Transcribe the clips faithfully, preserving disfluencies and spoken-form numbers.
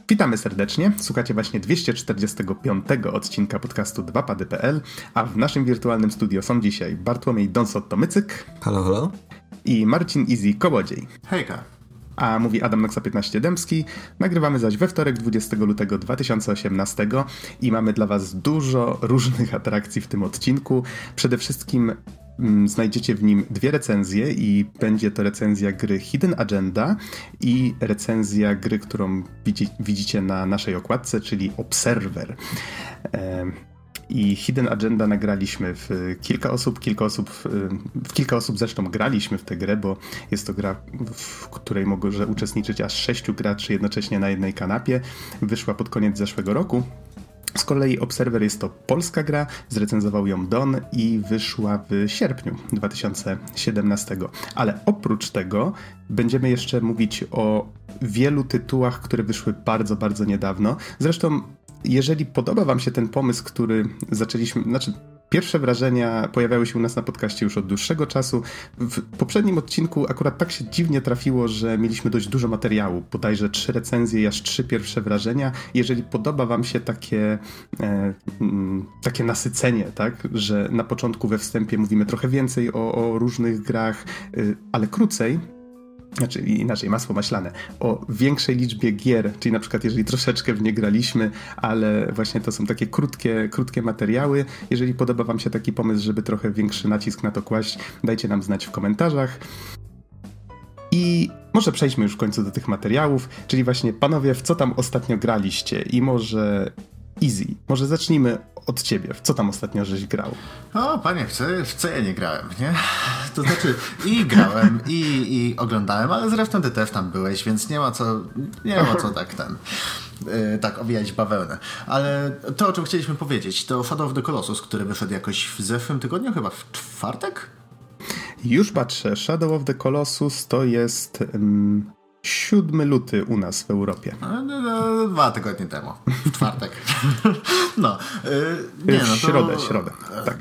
Witamy serdecznie, słuchacie właśnie dwieście czterdziestego piątego odcinka podcastu dwa pady kropka p l, a w naszym wirtualnym studio są dzisiaj Bartłomiej Donsot-Tomycyk. Halo, halo. I Marcin Easy Kołodziej. Hejka. A mówi Adam Noxa piętnaście Dębski. Nagrywamy zaś we wtorek dwudziestego lutego dwa tysiące osiemnastego i mamy dla was dużo różnych atrakcji w tym odcinku. Przede wszystkim mm, znajdziecie w nim dwie recenzje i będzie to recenzja gry Hidden Agenda i recenzja gry, którą widzi, widzicie na naszej okładce, czyli Observer. E- I Hidden Agenda nagraliśmy w kilka osób, kilka osób, w kilka osób zresztą graliśmy w tę grę, bo jest to gra, w której może uczestniczyć aż sześciu graczy jednocześnie na jednej kanapie. Wyszła pod koniec zeszłego roku. Z kolei Observer jest to polska gra, zrecenzował ją Don i wyszła w sierpniu dwa tysiące siedemnastego. Ale oprócz tego będziemy jeszcze mówić o wielu tytułach, które wyszły bardzo, bardzo niedawno. Zresztą jeżeli podoba wam się ten pomysł, który zaczęliśmy, znaczy pierwsze wrażenia pojawiały się u nas na podcaście już od dłuższego czasu. W poprzednim odcinku akurat tak się dziwnie trafiło, że mieliśmy dość dużo materiału, bodajże trzy recenzje i aż trzy pierwsze wrażenia. Jeżeli podoba wam się takie, e, m, takie nasycenie, tak, że na początku we wstępie mówimy trochę więcej o, o różnych grach, y, ale krócej, znaczy inaczej, masło maślane, o większej liczbie gier, czyli na przykład jeżeli troszeczkę w nie graliśmy, ale właśnie to są takie krótkie, krótkie materiały. Jeżeli podoba wam się taki pomysł, żeby trochę większy nacisk na to kłaść, dajcie nam znać w komentarzach. I może przejdźmy już w końcu do tych materiałów, czyli właśnie panowie, w co tam ostatnio graliście i może Easy, może zacznijmy od ciebie. W co tam ostatnio żeś grał? O, panie, w co, w co ja nie grałem, nie? To znaczy i grałem, i, i oglądałem, ale zresztą ty też tam byłeś, więc nie ma co, nie ma co tak ten, yy, tak owijać bawełnę. Ale to, o czym chcieliśmy powiedzieć, to Shadow of the Colossus, który wyszedł jakoś w zeszłym tygodniu, chyba w czwartek? Już patrzę, Shadow of the Colossus to jest... Um... siódmy luty u nas w Europie. No, no, no, dwa tygodnie temu. W czwartek. no. Yy, nie, no to... Środę, środę. Tak.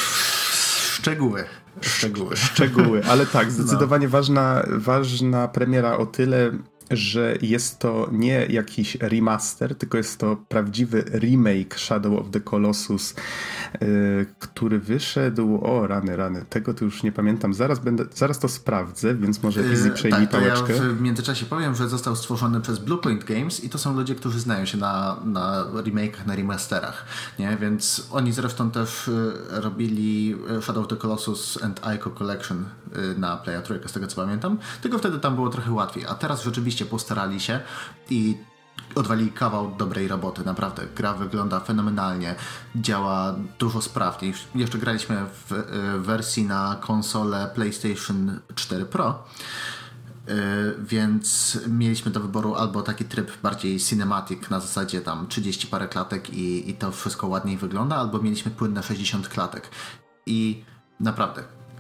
Szczegóły. Szczegóły. Szczegóły, ale tak, zdecydowanie no. ważna, ważna premiera o tyle, że jest to nie jakiś remaster, tylko jest to prawdziwy remake Shadow of the Colossus, yy, który wyszedł, o rany, rany, tego to już nie pamiętam, zaraz będę, zaraz to sprawdzę, więc może Easy przejmij yy, tak, pałeczkę. Ja w międzyczasie powiem, że został stworzony przez Bluepoint Games i to są ludzie, którzy znają się na, na remake'ach, na remasterach, nie? Więc oni zresztą też y, robili Shadow of the Colossus and Ico Collection y, na Playa trzy, z tego co pamiętam, tylko wtedy tam było trochę łatwiej, a teraz rzeczywiście postarali się i odwalili kawał dobrej roboty, naprawdę. Gra wygląda fenomenalnie, działa dużo sprawniej. Jeszcze graliśmy w y, wersji na konsolę PlayStation cztery Pro, y, więc mieliśmy do wyboru albo taki tryb bardziej cinematic, na zasadzie tam trzydzieści parę klatek i, i to wszystko ładniej wygląda, albo mieliśmy płynne sześćdziesiąt klatek. I naprawdę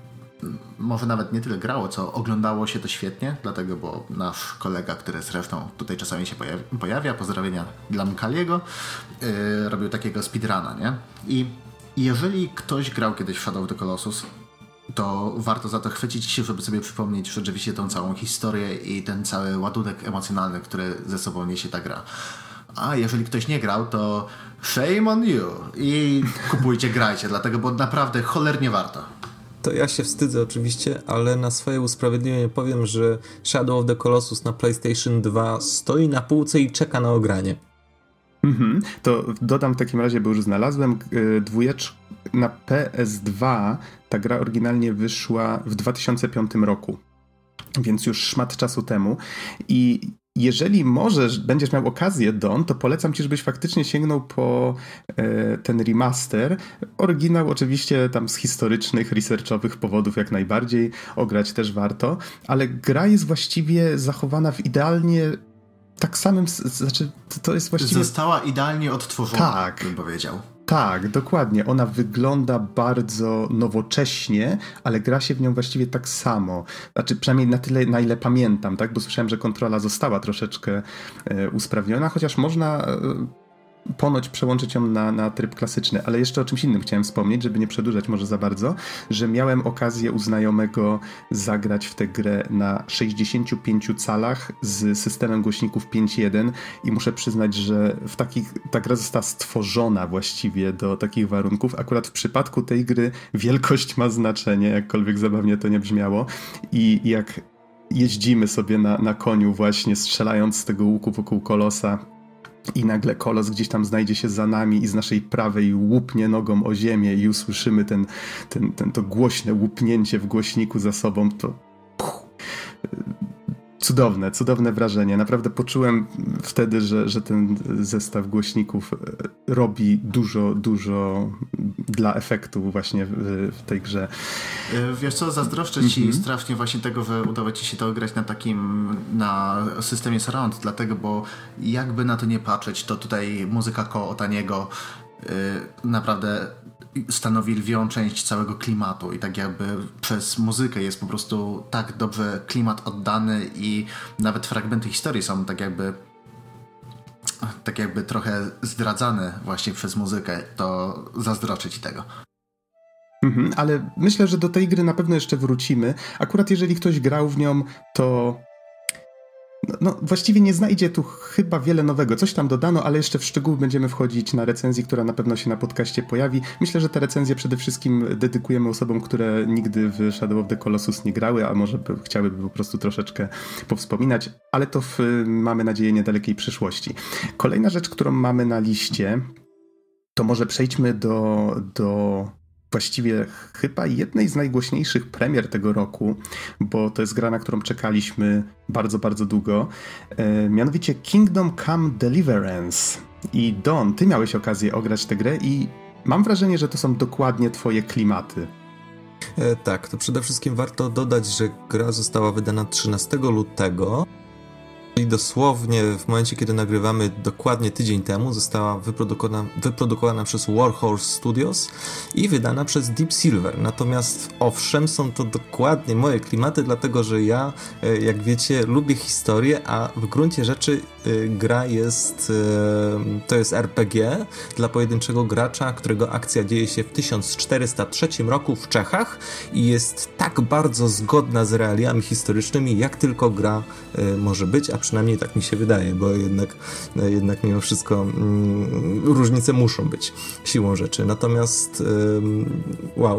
może nawet nie tyle grało, co oglądało się to świetnie, dlatego, bo nasz kolega, który zresztą tutaj czasami się pojawi, pojawia, pozdrowienia dla Mkaliego, yy, robił takiego speedruna, nie? I jeżeli ktoś grał kiedyś w Shadow of the Colossus, to warto za to chwycić się, żeby sobie przypomnieć rzeczywiście tą całą historię i ten cały ładunek emocjonalny, który ze sobą niesie ta gra. A jeżeli ktoś nie grał, to shame on you i kupujcie, grajcie, dlatego, bo naprawdę cholernie warto. To ja się wstydzę oczywiście, ale na swoje usprawiedliwienie powiem, że Shadow of the Colossus na PlayStation dwa stoi na półce i czeka na ogranie. Mhm. To dodam w takim razie, bo już znalazłem dwójecz na P S dwa. Ta gra oryginalnie wyszła w dwa tysiące piątym roku, więc już szmat czasu temu. I jeżeli możesz, będziesz miał okazję, Don, to polecam ci, żebyś faktycznie sięgnął po e, ten remaster. Oryginał oczywiście tam z historycznych, researchowych powodów jak najbardziej, ograć też warto, ale gra jest właściwie zachowana w idealnie tak samym, znaczy to jest właściwie... Została idealnie odtworzona, tak, bym powiedział. Tak, dokładnie. Ona wygląda bardzo nowocześnie, ale gra się w nią właściwie tak samo. Znaczy przynajmniej na tyle, na ile pamiętam, tak? Bo słyszałem, że kontrola została troszeczkę e, usprawniona, chociaż można... E, ponoć przełączyć ją na, na tryb klasyczny, ale jeszcze o czymś innym chciałem wspomnieć, żeby nie przedłużać może za bardzo, że miałem okazję u znajomego zagrać w tę grę na sześćdziesięciu pięciu calach z systemem głośników pięć jeden i muszę przyznać, że w takich, ta gra została stworzona właściwie do takich warunków. Akurat w przypadku tej gry wielkość ma znaczenie, jakkolwiek zabawnie to nie brzmiało, i jak jeździmy sobie na, na koniu właśnie, strzelając z tego łuku wokół kolosa, i nagle kolos gdzieś tam znajdzie się za nami i z naszej prawej łupnie nogą o ziemię i usłyszymy ten, ten, ten, to głośne łupnięcie w głośniku za sobą, to puch, cudowne, cudowne wrażenie. Naprawdę poczułem wtedy, że, że ten zestaw głośników robi dużo, dużo dla efektu właśnie w, w tej grze. Wiesz co, zazdroszczę ci mm-hmm. strasznie właśnie tego, że udało ci się to grać na takim, na systemie surround, dlatego, bo jakby na to nie patrzeć, to tutaj muzyka Ko Otaniego yy, naprawdę stanowi lwią część całego klimatu i tak jakby przez muzykę jest po prostu tak dobrze klimat oddany i nawet fragmenty historii są tak jakby tak jakby trochę zdradzane właśnie przez muzykę, to zazdroszczę ci tego. Mhm, ale myślę, że do tej gry na pewno jeszcze wrócimy. Akurat jeżeli ktoś grał w nią, to no, no właściwie nie znajdzie tu chyba wiele nowego. Coś tam dodano, ale jeszcze w szczegóły będziemy wchodzić na recenzji, która na pewno się na podcaście pojawi. Myślę, że te recenzje przede wszystkim dedykujemy osobom, które nigdy w Shadow of the Colossus nie grały, a może by, chciałyby po prostu troszeczkę powspominać, ale to w, mamy nadzieję, niedalekiej przyszłości. Kolejna rzecz, którą mamy na liście, to może przejdźmy do... do... właściwie chyba jednej z najgłośniejszych premier tego roku, bo to jest gra, na którą czekaliśmy bardzo, bardzo długo. E, mianowicie Kingdom Come Deliverance. I Don, ty miałeś okazję ograć tę grę i mam wrażenie, że to są dokładnie twoje klimaty. E, tak, to przede wszystkim warto dodać, że gra została wydana trzynastego lutego. I dosłownie w momencie, kiedy nagrywamy, dokładnie tydzień temu została wyprodukowana, wyprodukowana przez Warhorse Studios i wydana przez Deep Silver. Natomiast owszem, są to dokładnie moje klimaty, dlatego że ja, jak wiecie, lubię historię, a w gruncie rzeczy gra jest, to jest er pe gie dla pojedynczego gracza, którego akcja dzieje się w tysiąc czterysta trzecim roku w Czechach i jest tak bardzo zgodna z realiami historycznymi, jak tylko gra może być, a przynajmniej tak mi się wydaje, bo jednak, jednak mimo wszystko mm, różnice muszą być siłą rzeczy. Natomiast ym, wow,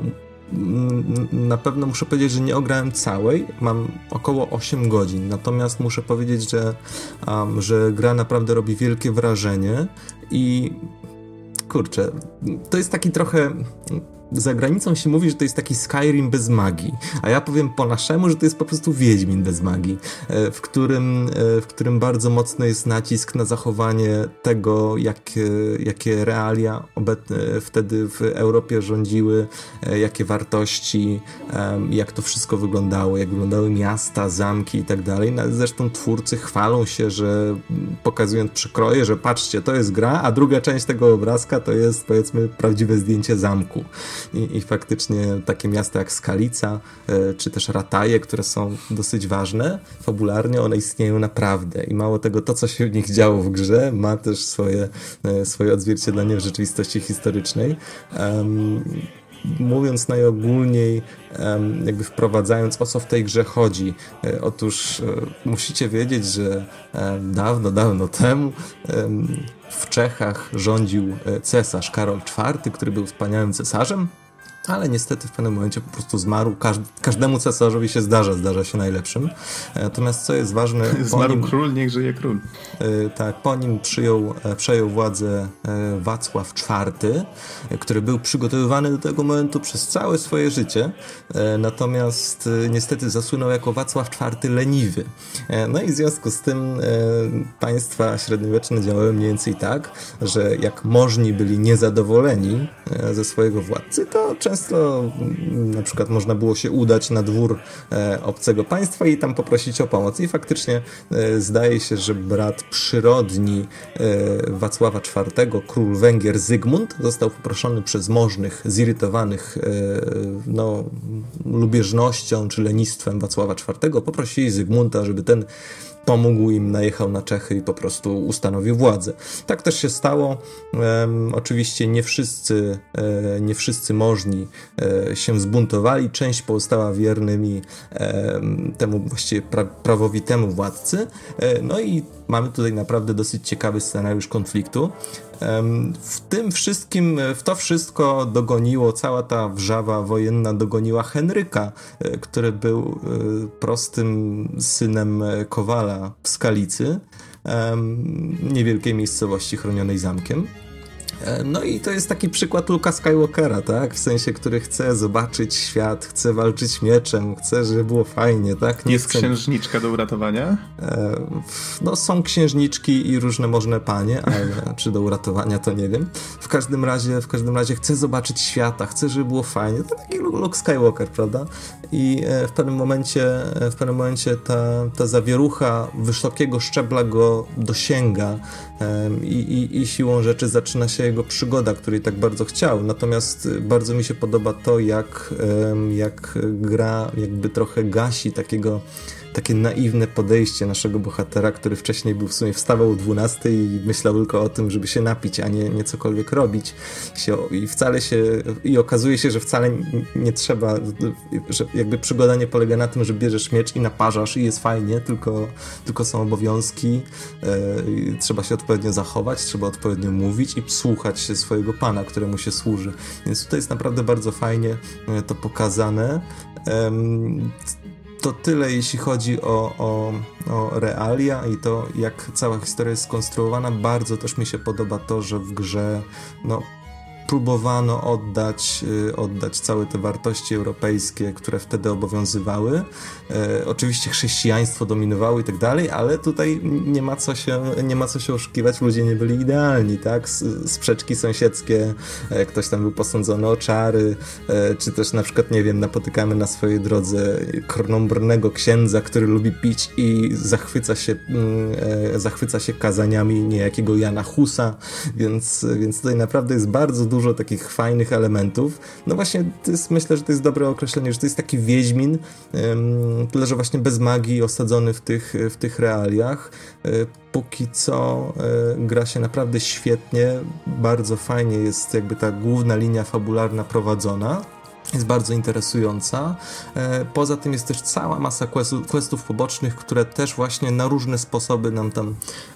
na pewno muszę powiedzieć, że nie ograłem całej, mam około osiem godzin, natomiast muszę powiedzieć, że, um, że gra naprawdę robi wielkie wrażenie i kurczę, to jest taki trochę... Za granicą się mówi, że to jest taki Skyrim bez magii, a ja powiem po naszemu, że to jest po prostu Wiedźmin bez magii, w którym, w którym bardzo mocno jest nacisk na zachowanie tego, jak, jakie realia obecne wtedy w Europie rządziły, jakie wartości, jak to wszystko wyglądało, jak wyglądały miasta, zamki i tak dalej. Zresztą twórcy chwalą się, że pokazując przekroje, że patrzcie, to jest gra, a druga część tego obrazka to jest, powiedzmy, prawdziwe zdjęcie zamku. I, I faktycznie takie miasta jak Skalica, y, czy też Rataje, które są dosyć ważne, fabularnie one istnieją naprawdę. I mało tego, to co się w nich działo w grze, ma też swoje, y, swoje odzwierciedlenie w rzeczywistości historycznej. Um, Mówiąc najogólniej, jakby wprowadzając, o co w tej grze chodzi. Otóż musicie wiedzieć, że dawno, dawno temu w Czechach rządził cesarz Karol czwarty, który był wspaniałym cesarzem, ale niestety w pewnym momencie po prostu zmarł. Każd- każdemu cesarzowi się zdarza, zdarza się najlepszym. Natomiast co jest ważne... Zmarł nim, król, niech żyje król. Yy, tak, po nim przyjął, e, przejął władzę e, Wacław czwarty, e, który był przygotowywany do tego momentu przez całe swoje życie. E, natomiast e, niestety zasłynął jako Wacław czwarty leniwy. E, no i w związku z tym e, państwa średniowieczne działały mniej więcej tak, że jak możni byli niezadowoleni e, ze swojego władcy, to często Często na przykład można było się udać na dwór e, obcego państwa i tam poprosić o pomoc. I faktycznie e, zdaje się, że brat przyrodni e, Wacława czwartego, król Węgier Zygmunt, został poproszony przez możnych, zirytowanych e, no, lubieżnością czy lenistwem Wacława czwartego. Poprosili Zygmunta, żeby ten pomógł im, najechał na Czechy i po prostu ustanowił władzę. Tak też się stało. Um, oczywiście nie wszyscy, e, nie wszyscy możni e, się zbuntowali. Część pozostała wiernymi e, temu właściwie pra, prawowitemu władcy. E, no i mamy tutaj naprawdę dosyć ciekawy scenariusz konfliktu. W tym wszystkim, w to wszystko dogoniło, cała ta wrzawa wojenna dogoniła Henryka, który był prostym synem kowala w Skalicy, niewielkiej miejscowości chronionej zamkiem. No i to jest taki przykład Luka Skywalkera, tak? W sensie, który chce zobaczyć świat, chce walczyć mieczem, chce, żeby było fajnie, tak? Nie jest chce... księżniczka do uratowania? No są księżniczki i różne możne panie, ale czy do uratowania to nie wiem. W każdym razie, w każdym razie chce zobaczyć świata, chce, żeby było fajnie. To taki Luke Skywalker, prawda? I w pewnym momencie, w pewnym momencie ta, ta zawierucha wysokiego szczebla go dosięga i, i, i siłą rzeczy zaczyna się jego przygoda, której tak bardzo chciał. Natomiast bardzo mi się podoba to, jak, jak gra jakby trochę gasi takiego takie naiwne podejście naszego bohatera, który wcześniej był w sumie wstawał o dwunastej i myślał tylko o tym, żeby się napić, a nie, nie cokolwiek robić. I wcale się, i okazuje się, że wcale nie trzeba, że jakby przygoda nie polega na tym, że bierzesz miecz i naparzasz i jest fajnie, tylko, tylko są obowiązki, e, trzeba się odpowiednio zachować, trzeba odpowiednio mówić i słuchać się swojego pana, któremu się służy. Więc tutaj jest naprawdę bardzo fajnie to pokazane. E, To tyle, jeśli chodzi o, o, o realia i to, jak cała historia jest skonstruowana. Bardzo też mi się podoba to, że w grze no, próbowano oddać, oddać całe te wartości europejskie, które wtedy obowiązywały. E, oczywiście chrześcijaństwo dominowało i tak dalej, ale tutaj nie ma co się, nie ma co się oszukiwać, ludzie nie byli idealni, tak? Sprzeczki sąsiedzkie, e, ktoś tam był posądzony o czary, e, czy też na przykład, nie wiem, napotykamy na swojej drodze krnąbrnego księdza, który lubi pić i zachwyca się, e, zachwyca się kazaniami niejakiego Jana Husa, więc, więc tutaj naprawdę jest bardzo dużo dużo takich fajnych elementów. No właśnie, to jest, myślę, że to jest dobre określenie, że to jest taki Wiedźmin, um, tyle że właśnie bez magii, osadzony w tych, w tych realiach. Póki co y, gra się naprawdę świetnie, bardzo fajnie jest jakby ta główna linia fabularna prowadzona. Jest bardzo interesująca. Poza tym jest też cała masa questów, questów pobocznych, które też właśnie na różne sposoby nam tam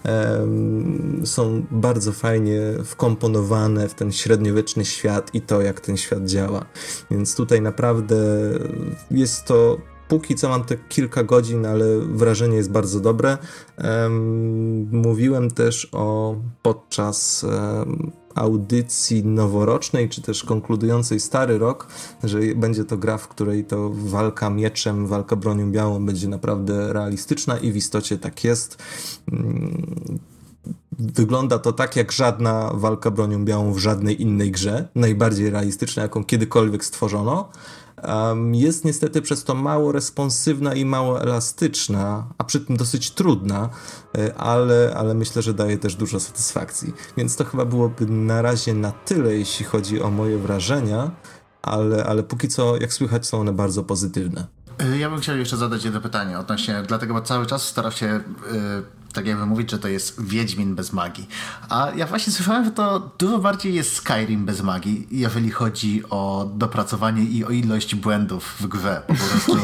um, są bardzo fajnie wkomponowane w ten średniowieczny świat i to, jak ten świat działa. Więc tutaj naprawdę jest to... Póki co mam te kilka godzin, ale wrażenie jest bardzo dobre. Um, mówiłem też o podczas um, audycji noworocznej, czy też konkludującej Stary Rok, że będzie to gra, w której to walka mieczem, walka bronią białą będzie naprawdę realistyczna i w istocie tak jest. Um, Wygląda to tak, jak żadna walka bronią białą w żadnej innej grze. Najbardziej realistyczna, jaką kiedykolwiek stworzono. Um, jest niestety przez to mało responsywna i mało elastyczna, a przy tym dosyć trudna, ale, ale myślę, że daje też dużo satysfakcji. Więc to chyba byłoby na razie na tyle, jeśli chodzi o moje wrażenia, ale, ale póki co, jak słychać, są one bardzo pozytywne. Ja bym chciał jeszcze zadać jedno pytanie odnośnie, dlatego, bo cały czas staram się yy, tak jakby mówić, że to jest Wiedźmin bez magii. A ja właśnie słyszałem, że to dużo bardziej jest Skyrim bez magii, jeżeli chodzi o dopracowanie i o ilość błędów w grze. Po prostu.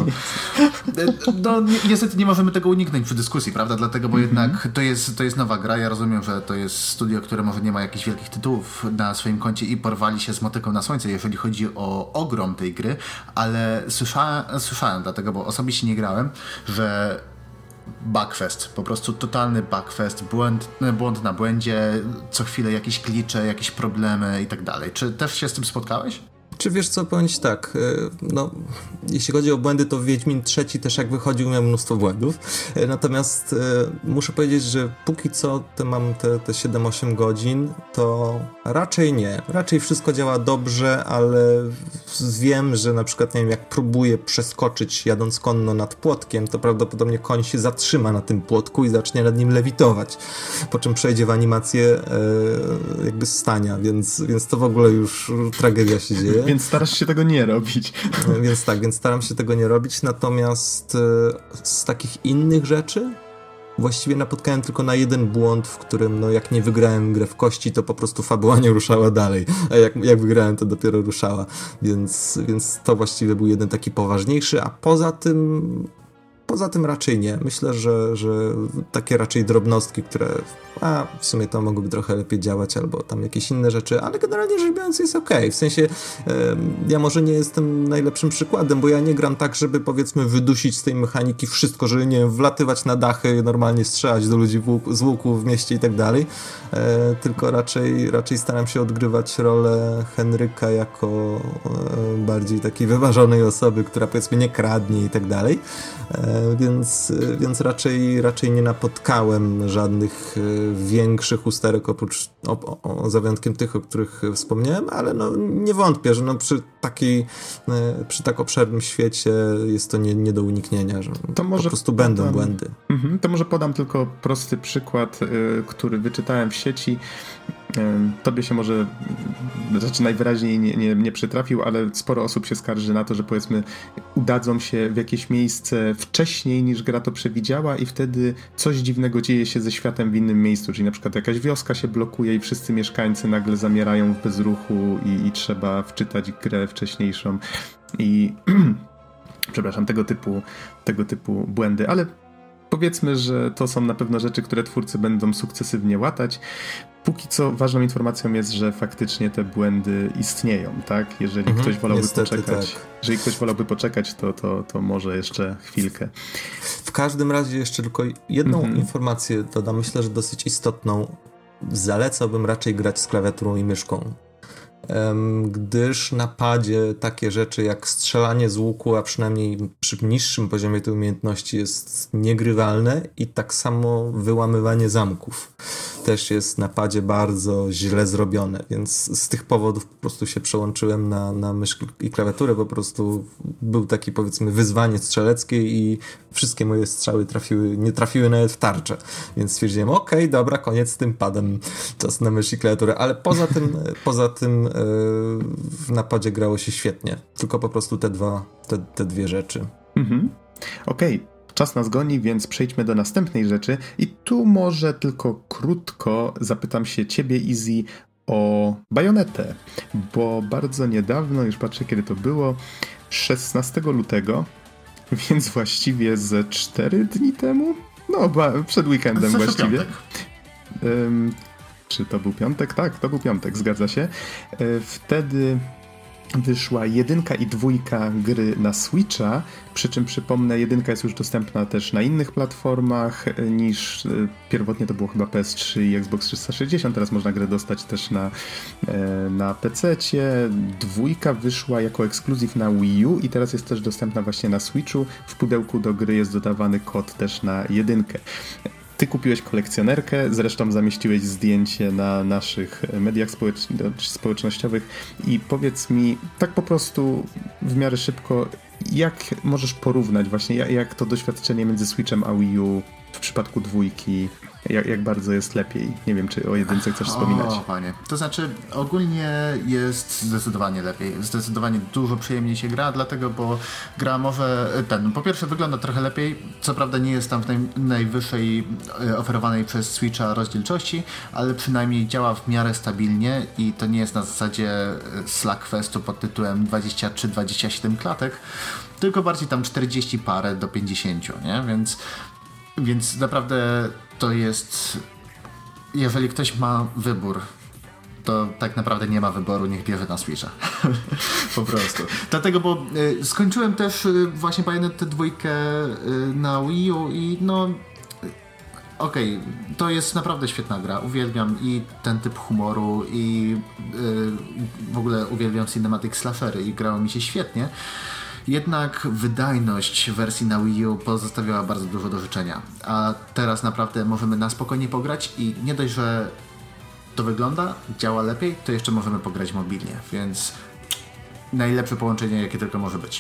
No, niestety nie możemy tego uniknąć przy dyskusji, prawda? Dlatego, bo jednak to jest, to jest nowa gra. Ja rozumiem, że to jest studio, które może nie ma jakichś wielkich tytułów na swoim koncie i porwali się z motyką na słońce, jeżeli chodzi o ogrom tej gry, ale słyszałem, słyszałem dlatego, bo osobiście nie grałem, że bugfest, po prostu totalny bugfest, błąd, błąd na błędzie, co chwilę jakieś klicze, jakieś problemy i tak dalej. Czy też się z tym spotkałeś? Czy wiesz co, powiem ci tak, no jeśli chodzi o błędy, to Wiedźmin trzeci też jak wychodził miał mnóstwo błędów, natomiast muszę powiedzieć, że póki co te mam te, te siedem osiem godzin, to raczej nie, raczej wszystko działa dobrze, ale wiem, że na przykład nie wiem, jak próbuję przeskoczyć jadąc konno nad płotkiem, to prawdopodobnie koń się zatrzyma na tym płotku i zacznie nad nim lewitować, po czym przejdzie w animację e, jakby stania, więc, więc to w ogóle już tragedia się dzieje. Więc starasz się tego nie robić. Więc tak, więc staram się tego nie robić, natomiast z takich innych rzeczy właściwie napotkałem tylko na jeden błąd, w którym no jak nie wygrałem grę w kości, to po prostu fabuła nie ruszała dalej, a jak, jak wygrałem, to dopiero ruszała, więc, więc to właściwie był jeden taki poważniejszy, a poza tym Poza tym raczej nie. Myślę, że, że takie raczej drobnostki, które a w sumie to mogłyby trochę lepiej działać, albo tam jakieś inne rzeczy, ale generalnie rzecz biorąc jest okej. Okay. W sensie e, ja może nie jestem najlepszym przykładem, bo ja nie gram tak, żeby powiedzmy wydusić z tej mechaniki wszystko, żeby nie wiem, wlatywać na dachy, normalnie strzelać do ludzi w łuk, z łuku w mieście i tak dalej, e, tylko raczej, raczej staram się odgrywać rolę Henryka jako e, bardziej takiej wyważonej osoby, która powiedzmy nie kradnie i tak dalej. E, Więc, więc raczej, raczej nie napotkałem żadnych większych usterek oprócz, o, o, za wyjątkiem tych, o których wspomniałem, ale no nie wątpię, że no przy, takiej, przy tak obszernym świecie jest to nie, nie do uniknienia, że to może po prostu podam, będą błędy. Mm-hmm, to może podam tylko prosty przykład, y, który wyczytałem w sieci. Tobie się może znaczy najwyraźniej nie, nie, nie przytrafił, ale sporo osób się skarży na to, że powiedzmy udadzą się w jakieś miejsce wcześniej niż gra to przewidziała i wtedy coś dziwnego dzieje się ze światem w innym miejscu, czyli na przykład jakaś wioska się blokuje i wszyscy mieszkańcy nagle zamierają w bezruchu i, i trzeba wczytać grę wcześniejszą i przepraszam, tego typu, tego typu błędy, ale powiedzmy, że to są na pewno rzeczy, które twórcy będą sukcesywnie łatać. Póki co ważną informacją jest, że faktycznie te błędy istnieją, tak? Jeżeli mhm, ktoś wolałby niestety, poczekać, tak. jeżeli ktoś wolałby poczekać, to, to, to może jeszcze chwilkę. W każdym razie jeszcze tylko jedną mhm. informację dodam, myślę, że dosyć istotną. Zalecałbym raczej grać z klawiaturą i myszką. Gdyż na padzie takie rzeczy jak strzelanie z łuku, a przynajmniej przy niższym poziomie tej umiejętności jest niegrywalne i tak samo wyłamywanie zamków też jest na padzie bardzo źle zrobione, więc z tych powodów po prostu się przełączyłem na, na mysz i klawiaturę, po prostu był taki powiedzmy wyzwanie strzeleckie i wszystkie moje strzały trafiły, nie trafiły nawet w tarczę, więc stwierdziłem, okej, okay, dobra, koniec z tym padem, czas na mysz i klawiaturę, ale poza tym poza tym yy, w napadzie grało się świetnie, tylko po prostu te dwa, te, te dwie rzeczy. Mhm. Okej. Okay. Czas nas goni, więc przejdźmy do następnej rzeczy i tu może tylko krótko zapytam się ciebie, Easy, o Bajonetę, bo bardzo niedawno, już patrzę kiedy to było, szesnastego lutego, więc właściwie ze cztery dni temu, no przed weekendem Zawsze właściwie. Piątek. Um, czy to był piątek? Tak, to był piątek, zgadza się. Wtedy wyszła jedynka i dwójka gry na Switcha, przy czym przypomnę, jedynka jest już dostępna też na innych platformach niż pierwotnie to było chyba P S trzy i Xbox trzysta sześćdziesiąt, teraz można grę dostać też na, na pececie. Dwójka wyszła jako ekskluzyw na Wii U i teraz jest też dostępna właśnie na Switchu. W pudełku do gry jest dodawany kod też na jedynkę. Ty kupiłeś kolekcjonerkę, zresztą zamieściłeś zdjęcie na naszych mediach społecz- społecznościowych i powiedz mi tak po prostu w miarę szybko, jak możesz porównać właśnie, jak, jak to doświadczenie między Switchem a Wii U w przypadku dwójki, jak, jak bardzo jest lepiej? Nie wiem, czy o jedynce chcesz wspominać. O, panie. To znaczy ogólnie jest zdecydowanie lepiej. Zdecydowanie dużo przyjemniej się gra, dlatego, bo gra może ten, po pierwsze wygląda trochę lepiej, co prawda nie jest tam w naj, najwyższej oferowanej przez Switcha rozdzielczości, ale przynajmniej działa w miarę stabilnie i to nie jest na zasadzie Slugfestu pod tytułem dwadzieścia trzy dwadzieścia siedem klatek, tylko bardziej tam czterdzieści parę do pięćdziesięciu, nie? Więc Więc naprawdę to jest... Jeżeli ktoś ma wybór, to tak naprawdę nie ma wyboru, niech bierze na Switcha. Po prostu. Dlatego, bo y, skończyłem też y, właśnie Bajonetę dwójkę y, na Wii U i no... Okej, okay, to jest naprawdę świetna gra. Uwielbiam i ten typ humoru i y, w ogóle uwielbiam cinematic slashery i grało mi się świetnie. Jednak wydajność wersji na Wii U pozostawiała bardzo dużo do życzenia. A teraz naprawdę możemy na spokojnie pograć i nie dość, że to wygląda, działa lepiej, to jeszcze możemy pograć mobilnie, więc najlepsze połączenie, jakie tylko może być.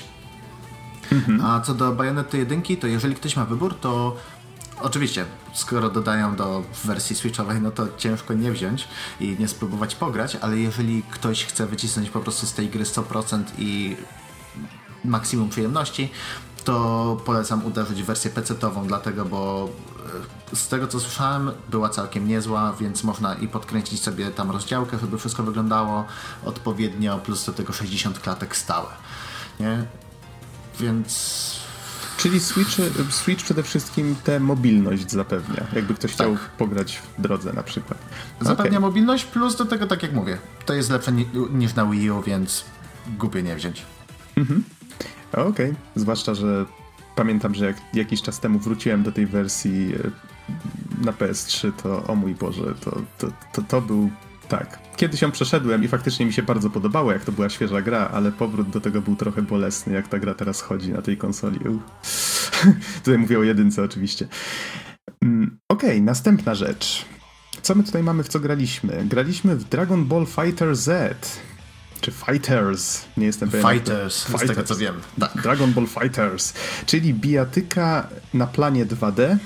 Mhm. A co do Bajonety jedynki, to jeżeli ktoś ma wybór, to oczywiście, skoro dodają do wersji switchowej, no to ciężko nie wziąć i nie spróbować pograć, ale jeżeli ktoś chce wycisnąć po prostu z tej gry sto procent i maksimum przyjemności, to polecam uderzyć w wersję pecetową, dlatego, bo z tego co słyszałem była całkiem niezła, więc można i podkręcić sobie tam rozdziałkę, żeby wszystko wyglądało odpowiednio, plus do tego sześćdziesiąt klatek stałe, nie? Więc... Czyli Switch, Switch przede wszystkim tę mobilność zapewnia, jakby ktoś chciał tak. pograć w drodze na przykład. Zapewnia okay. mobilność, plus do tego, tak jak mówię, to jest lepsze ni- niż na Wii U, więc głupie nie wziąć. Mhm. Okej, okay. Zwłaszcza, że pamiętam, że jak jakiś czas temu wróciłem do tej wersji na P S trzy, to o mój Boże, to, to, to, to był... Tak. Kiedyś ją przeszedłem i faktycznie mi się bardzo podobało, jak to była świeża gra, ale powrót do tego był trochę bolesny, jak ta gra teraz chodzi na tej konsoli. Tutaj mówię o jedynce oczywiście. Mm, Okej, okay, następna rzecz. Co my tutaj mamy, w co graliśmy? Graliśmy w Dragon Ball Fighter Z. Czy Fighters, nie jestem pewien. Fighters, to... z tego co wiem. Tak. Dragon Ball Fighters, czyli bijatyka na planie dwa D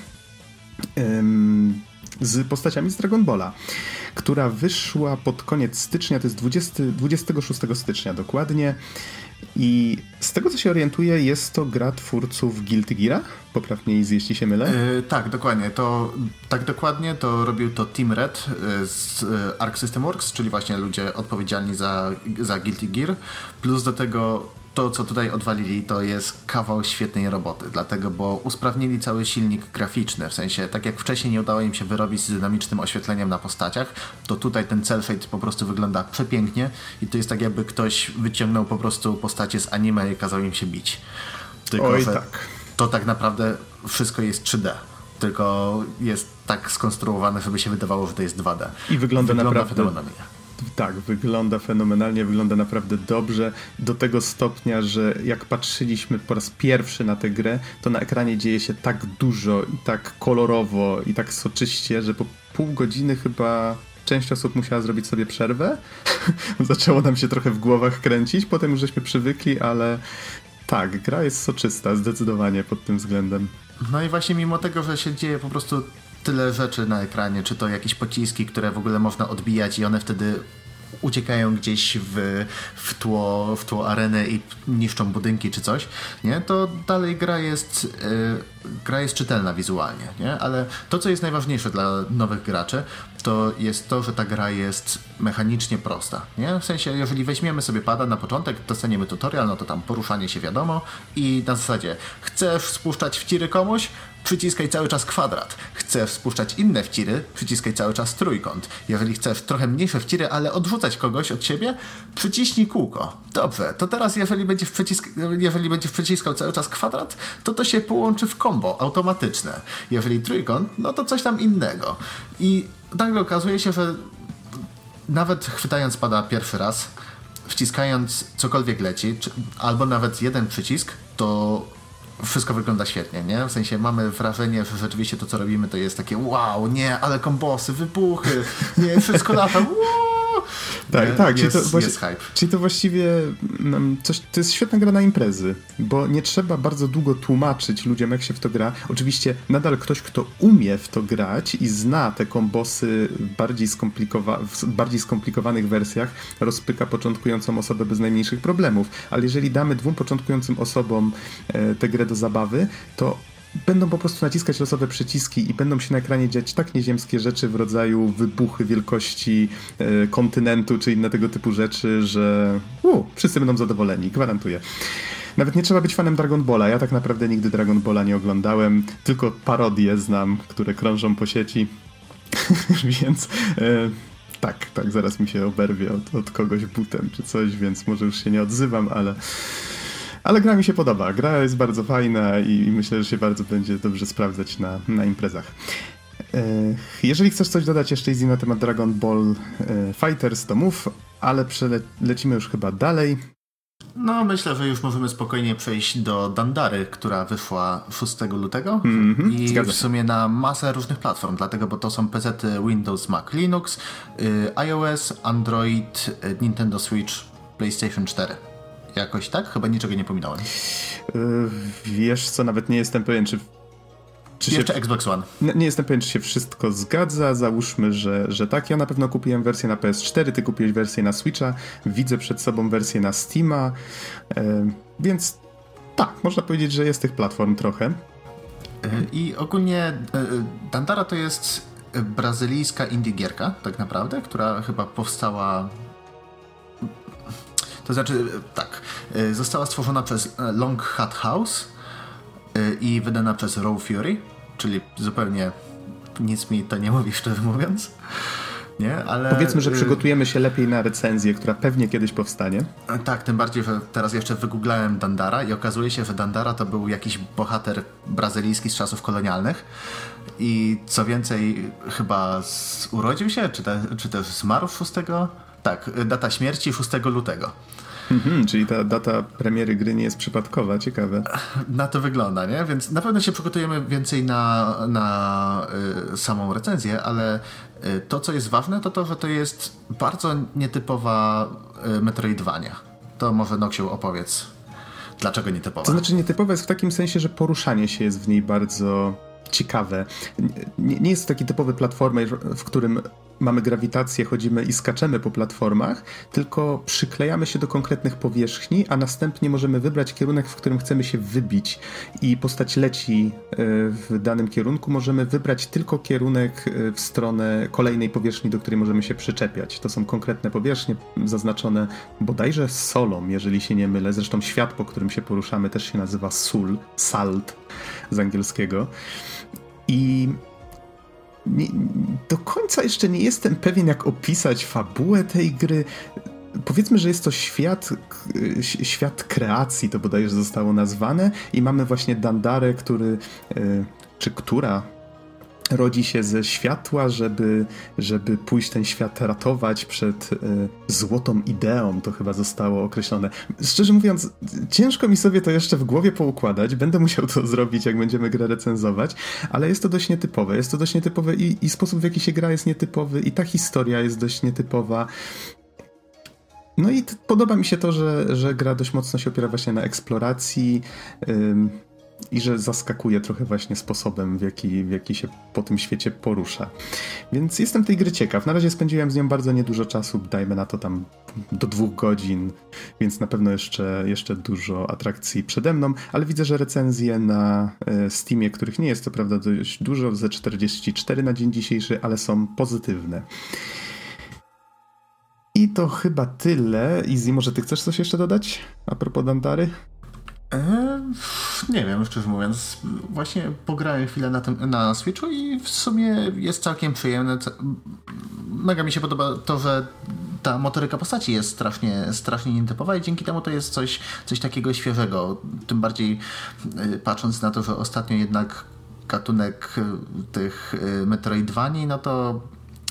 ym, z postaciami z Dragon Balla, która wyszła pod koniec stycznia, to jest dwudziestego szóstego stycznia dokładnie. I z tego co się orientuję, jest to gra twórców Guilty Gear'a? Poprawnie, jeśli się mylę. Yy, tak, dokładnie. To, tak dokładnie to robił to Team Red z Arc System Works, czyli właśnie ludzie odpowiedzialni za, za Guilty Gear. Plus do tego to, co tutaj odwalili, to jest kawał świetnej roboty, dlatego, bo usprawnili cały silnik graficzny, w sensie, tak jak wcześniej nie udało im się wyrobić z dynamicznym oświetleniem na postaciach, to tutaj ten cel shade po prostu wygląda przepięknie i to jest tak, jakby ktoś wyciągnął po prostu postacie z anime i kazał im się bić. Tylko, Oj, że tak. To tak naprawdę wszystko jest trzy D, tylko jest tak skonstruowane, żeby się wydawało, że to jest dwa D. I wygląda, wygląda naprawdę... fenomenalnie. Tak, wygląda fenomenalnie, wygląda naprawdę dobrze, do tego stopnia, że jak patrzyliśmy po raz pierwszy na tę grę, to na ekranie dzieje się tak dużo i tak kolorowo i tak soczyście, że po pół godziny chyba część osób musiała zrobić sobie przerwę. Zaczęło nam się trochę w głowach kręcić, potem już żeśmy przywykli, ale tak, gra jest soczysta, zdecydowanie pod tym względem. No i właśnie mimo tego, że się dzieje po prostu tyle rzeczy na ekranie, czy to jakieś pociski, które w ogóle można odbijać i one wtedy uciekają gdzieś w, w, tło, w tło areny i niszczą budynki czy coś, nie? To dalej gra jest yy, gra jest czytelna wizualnie, nie? Ale to, co jest najważniejsze dla nowych graczy, to jest to, że ta gra jest mechanicznie prosta, nie? W sensie, jeżeli weźmiemy sobie pada na początek, dostaniemy tutorial, no to tam poruszanie się wiadomo i na zasadzie chcesz spuszczać wciry komuś? Przyciskaj cały czas kwadrat. Chcesz spuszczać inne wciry? Przyciskaj cały czas trójkąt. Jeżeli chcesz trochę mniejsze wciry, ale odrzucać kogoś od siebie? Przyciśnij kółko. Dobrze, to teraz jeżeli będziesz, przycisk- jeżeli będziesz przyciskał cały czas kwadrat, to to się połączy w combo automatyczne. Jeżeli trójkąt, no to coś tam innego. I nagle okazuje się, że nawet chwytając pada pierwszy raz, wciskając cokolwiek leci, czy, albo nawet jeden przycisk, to wszystko wygląda świetnie, nie? W sensie mamy wrażenie, że rzeczywiście to, co robimy, to jest takie wow, nie, ale kombosy, wybuchy, nie, wszystko lata, wow! Tak, nie? tak, jest, czyli, to właśnie, jest hype. czyli to właściwie coś, to jest świetna gra na imprezy, bo nie trzeba bardzo długo tłumaczyć ludziom, jak się w to gra. Oczywiście nadal ktoś, kto umie w to grać i zna te kombosy bardziej skomplikowa- w bardziej skomplikowanych wersjach, rozpyka początkującą osobę bez najmniejszych problemów. Ale jeżeli damy dwóm początkującym osobom e, tę grę do zabawy, to będą po prostu naciskać losowe przyciski i będą się na ekranie dziać tak nieziemskie rzeczy w rodzaju wybuchy wielkości e, kontynentu czy inne tego typu rzeczy, że u, wszyscy będą zadowoleni, gwarantuję. Nawet nie trzeba być fanem Dragon Balla. Ja tak naprawdę nigdy Dragon Balla nie oglądałem, tylko parodie znam, które krążą po sieci. Więc e, tak, tak, zaraz mi się oberwie od, od kogoś butem czy coś, więc może już się nie odzywam, ale Ale gra mi się podoba. Gra jest bardzo fajna i, i myślę, że się bardzo będzie dobrze sprawdzać na, na imprezach. E, jeżeli chcesz coś dodać jeszcze Izzy na temat Dragon Ball e, Fighters, to mów, ale przelecimy już chyba dalej. No, myślę, że już możemy spokojnie przejść do Dandary, która wyszła szóstego lutego mm-hmm, i w sumie na masę różnych platform, dlatego, bo to są pecety Windows, Mac, Linux, y, iOS, Android, y, Nintendo Switch, PlayStation cztery. Jakoś tak? Chyba niczego nie pominąłem. Yy, wiesz co, nawet nie jestem pewien, czy... czy Jeszcze się... Xbox One. Nie, nie jestem pewien, czy się wszystko zgadza. Załóżmy, że, że tak. Ja na pewno kupiłem wersję na P S cztery, ty kupiłeś wersję na Switcha. Widzę przed sobą wersję na Steama, yy, więc Tak, można powiedzieć, że jest tych platform trochę. I ogólnie Dandara to jest brazylijska indie gierka, tak naprawdę, która chyba powstała... To znaczy, tak, została stworzona przez Long Hat House i wydana przez Raw Fury, czyli zupełnie nic mi to nie mówi, szczerze mówiąc. Nie, ale... Powiedzmy, że przygotujemy się lepiej na recenzję, która pewnie kiedyś powstanie. Tak, tym bardziej, że teraz jeszcze wygooglałem Dandara i okazuje się, że Dandara to był jakiś bohater brazylijski z czasów kolonialnych i co więcej chyba z... urodził się, czy, te, czy też zmarł szóstego? Tak, data śmierci szóstego lutego. Mhm, czyli ta data premiery gry nie jest przypadkowa, ciekawe. Na to wygląda, nie? Więc na pewno się przygotujemy więcej na, na y, samą recenzję, ale y, to, co jest ważne, to to, że to jest bardzo nietypowa y, Metroidvania. To może Noksiu opowiedz, dlaczego nietypowa? To znaczy nietypowa jest w takim sensie, że poruszanie się jest w niej bardzo ciekawe. Nie, nie jest to taki typowy platformer, w którym mamy grawitację, chodzimy i skaczemy po platformach, tylko przyklejamy się do konkretnych powierzchni, a następnie możemy wybrać kierunek, w którym chcemy się wybić i postać leci w danym kierunku. Możemy wybrać tylko kierunek w stronę kolejnej powierzchni, do której możemy się przyczepiać. To są konkretne powierzchnie zaznaczone bodajże solą, jeżeli się nie mylę. Zresztą świat, po którym się poruszamy, też się nazywa Sul, Salt z angielskiego. I nie, do końca jeszcze nie jestem pewien, jak opisać fabułę tej gry. Powiedzmy, że jest to świat, świat kreacji, to bodajże zostało nazwane, i mamy właśnie Dandarę, który, czy która rodzi się ze światła, żeby, żeby pójść ten świat ratować przed e, złotą ideą, to chyba zostało określone. Szczerze mówiąc, ciężko mi sobie to jeszcze w głowie poukładać, będę musiał to zrobić, jak będziemy grę recenzować, ale jest to dość nietypowe. Jest to dość nietypowe i, i sposób, w jaki się gra, jest nietypowy, i ta historia jest dość nietypowa. No i t- podoba mi się to, że, że gra dość mocno się opiera właśnie na eksploracji, ym, i że zaskakuje trochę właśnie sposobem, w jaki, w jaki się po tym świecie porusza. Więc jestem tej gry ciekaw. Na razie spędziłem z nią bardzo niedużo czasu, dajmy na to tam do dwóch godzin, więc na pewno jeszcze, jeszcze dużo atrakcji przede mną, ale widzę, że recenzje na Steamie, których nie jest to prawda dość dużo, ze czterdzieści cztery na dzień dzisiejszy, ale są pozytywne. I to chyba tyle. Izzy, może ty chcesz coś jeszcze dodać a propos Dandary? Eee, nie wiem, szczerze mówiąc. Właśnie pograłem chwilę na, tym, na Switchu i w sumie jest całkiem przyjemne. Mega mi się podoba to, że ta motoryka postaci jest strasznie, strasznie nietypowa i dzięki temu to jest coś, coś takiego świeżego. Tym bardziej patrząc na to, że ostatnio jednak gatunek tych Metroidvanii, no to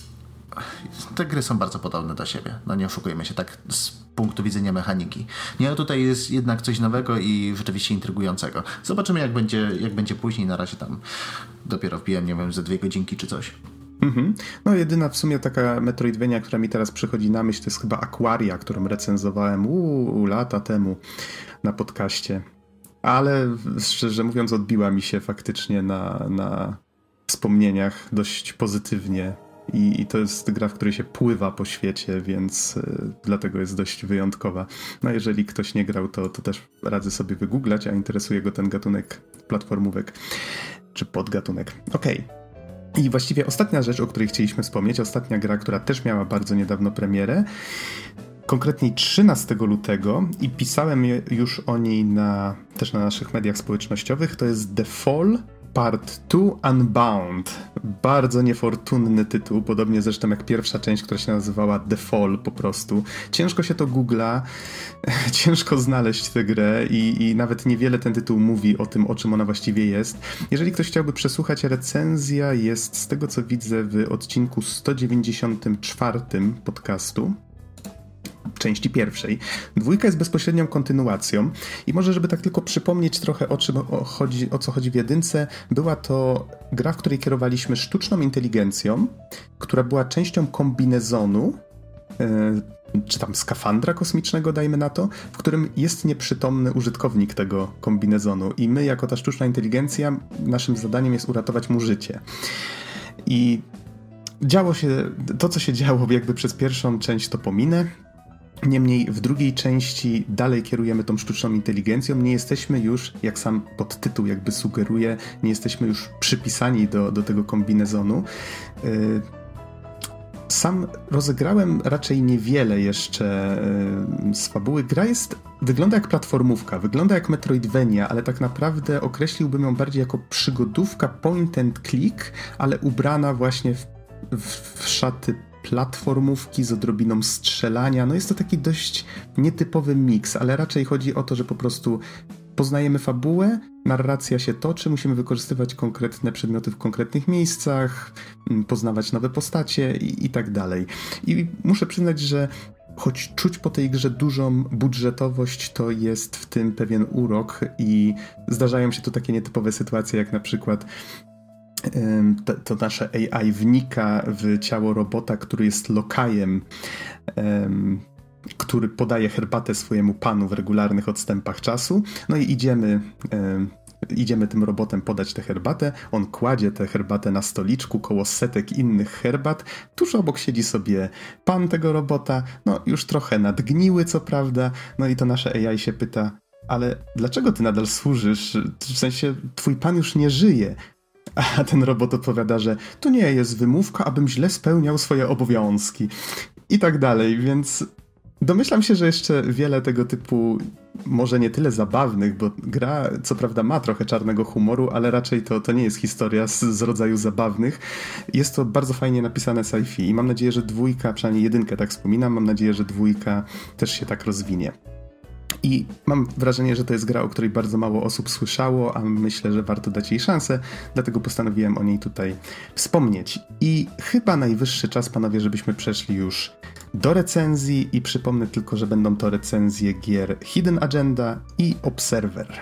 te gry są bardzo podobne do siebie. No nie oszukujmy się, tak z punktu widzenia mechaniki. Nie, tutaj jest jednak coś nowego i rzeczywiście intrygującego. Zobaczymy, jak będzie, jak będzie później. Na razie tam dopiero wbiłem, nie wiem, ze dwie godzinki czy coś. Mm-hmm. No jedyna w sumie taka Metroidvania, która mi teraz przychodzi na myśl, to jest chyba Aquaria, którą recenzowałem uu, lata temu na podcaście. Ale szczerze mówiąc odbiła mi się faktycznie na, na wspomnieniach dość pozytywnie. I, I to jest gra, w której się pływa po świecie, więc y, dlatego jest dość wyjątkowa. No jeżeli ktoś nie grał, to, to też radzę sobie wygooglać, a interesuje go ten gatunek platformówek, czy podgatunek. Okej. Okay. I właściwie ostatnia rzecz, o której chcieliśmy wspomnieć, ostatnia gra, która też miała bardzo niedawno premierę, konkretniej trzynastego lutego, i pisałem już o niej na, też na naszych mediach społecznościowych, to jest The Fall Part dwa Unbound. Bardzo niefortunny tytuł, podobnie zresztą jak pierwsza część, która się nazywała The Fall po prostu. Ciężko się to googla, ciężko znaleźć tę grę i, i nawet niewiele ten tytuł mówi o tym, o czym ona właściwie jest. Jeżeli ktoś chciałby przesłuchać, recenzja jest, z tego co widzę, w odcinku sto dziewięćdziesiątym czwartym podcastu, części pierwszej. Dwójka jest bezpośrednią kontynuacją i może, żeby tak tylko przypomnieć trochę o czym o, chodzi, o co chodzi w jedynce, była to gra, w której kierowaliśmy sztuczną inteligencją, która była częścią kombinezonu, yy, czy tam skafandra kosmicznego, dajmy na to, w którym jest nieprzytomny użytkownik tego kombinezonu i my, jako ta sztuczna inteligencja, naszym zadaniem jest uratować mu życie. I działo się, to co się działo jakby przez pierwszą część, to pominę. Niemniej w drugiej części dalej kierujemy tą sztuczną inteligencją. Nie jesteśmy już, jak sam podtytuł jakby sugeruje, nie jesteśmy już przypisani do, do tego kombinezonu. Sam rozegrałem raczej niewiele jeszcze z fabuły. Gra jest, wygląda jak platformówka, wygląda jak Metroidvania, ale tak naprawdę określiłbym ją bardziej jako przygodówka point and click, ale ubrana właśnie w, w, w szaty platformówki z odrobiną strzelania. No jest to taki dość nietypowy miks, ale raczej chodzi o to, że po prostu poznajemy fabułę, narracja się toczy, musimy wykorzystywać konkretne przedmioty w konkretnych miejscach, poznawać nowe postacie i, i tak dalej. I muszę przyznać, że choć czuć po tej grze dużą budżetowość, to jest w tym pewien urok i zdarzają się tu takie nietypowe sytuacje, jak na przykład To, to nasze A I wnika w ciało robota, który jest lokajem, um, który podaje herbatę swojemu panu w regularnych odstępach czasu. No i idziemy, um, idziemy tym robotem podać tę herbatę. On kładzie tę herbatę na stoliczku koło setek innych herbat. Tuż obok siedzi sobie pan tego robota, no już trochę nadgniły, co prawda. No i to nasze A I się pyta, ale dlaczego ty nadal służysz? W sensie, twój pan już nie żyje. A ten robot odpowiada, że to nie jest wymówka, abym źle spełniał swoje obowiązki. I tak dalej, więc domyślam się, że jeszcze wiele tego typu, może nie tyle zabawnych, bo gra co prawda ma trochę czarnego humoru, ale raczej to, to nie jest historia z, z rodzaju zabawnych. Jest to bardzo fajnie napisane sci-fi i mam nadzieję, że dwójka, przynajmniej jedynkę tak wspominam, mam nadzieję, że dwójka też się tak rozwinie. I mam wrażenie, że to jest gra, o której bardzo mało osób słyszało, a myślę, że warto dać jej szansę, dlatego postanowiłem o niej tutaj wspomnieć. I chyba najwyższy czas, panowie, żebyśmy przeszli już do recenzji i przypomnę tylko, że będą to recenzje gier Hidden Agenda i Observer.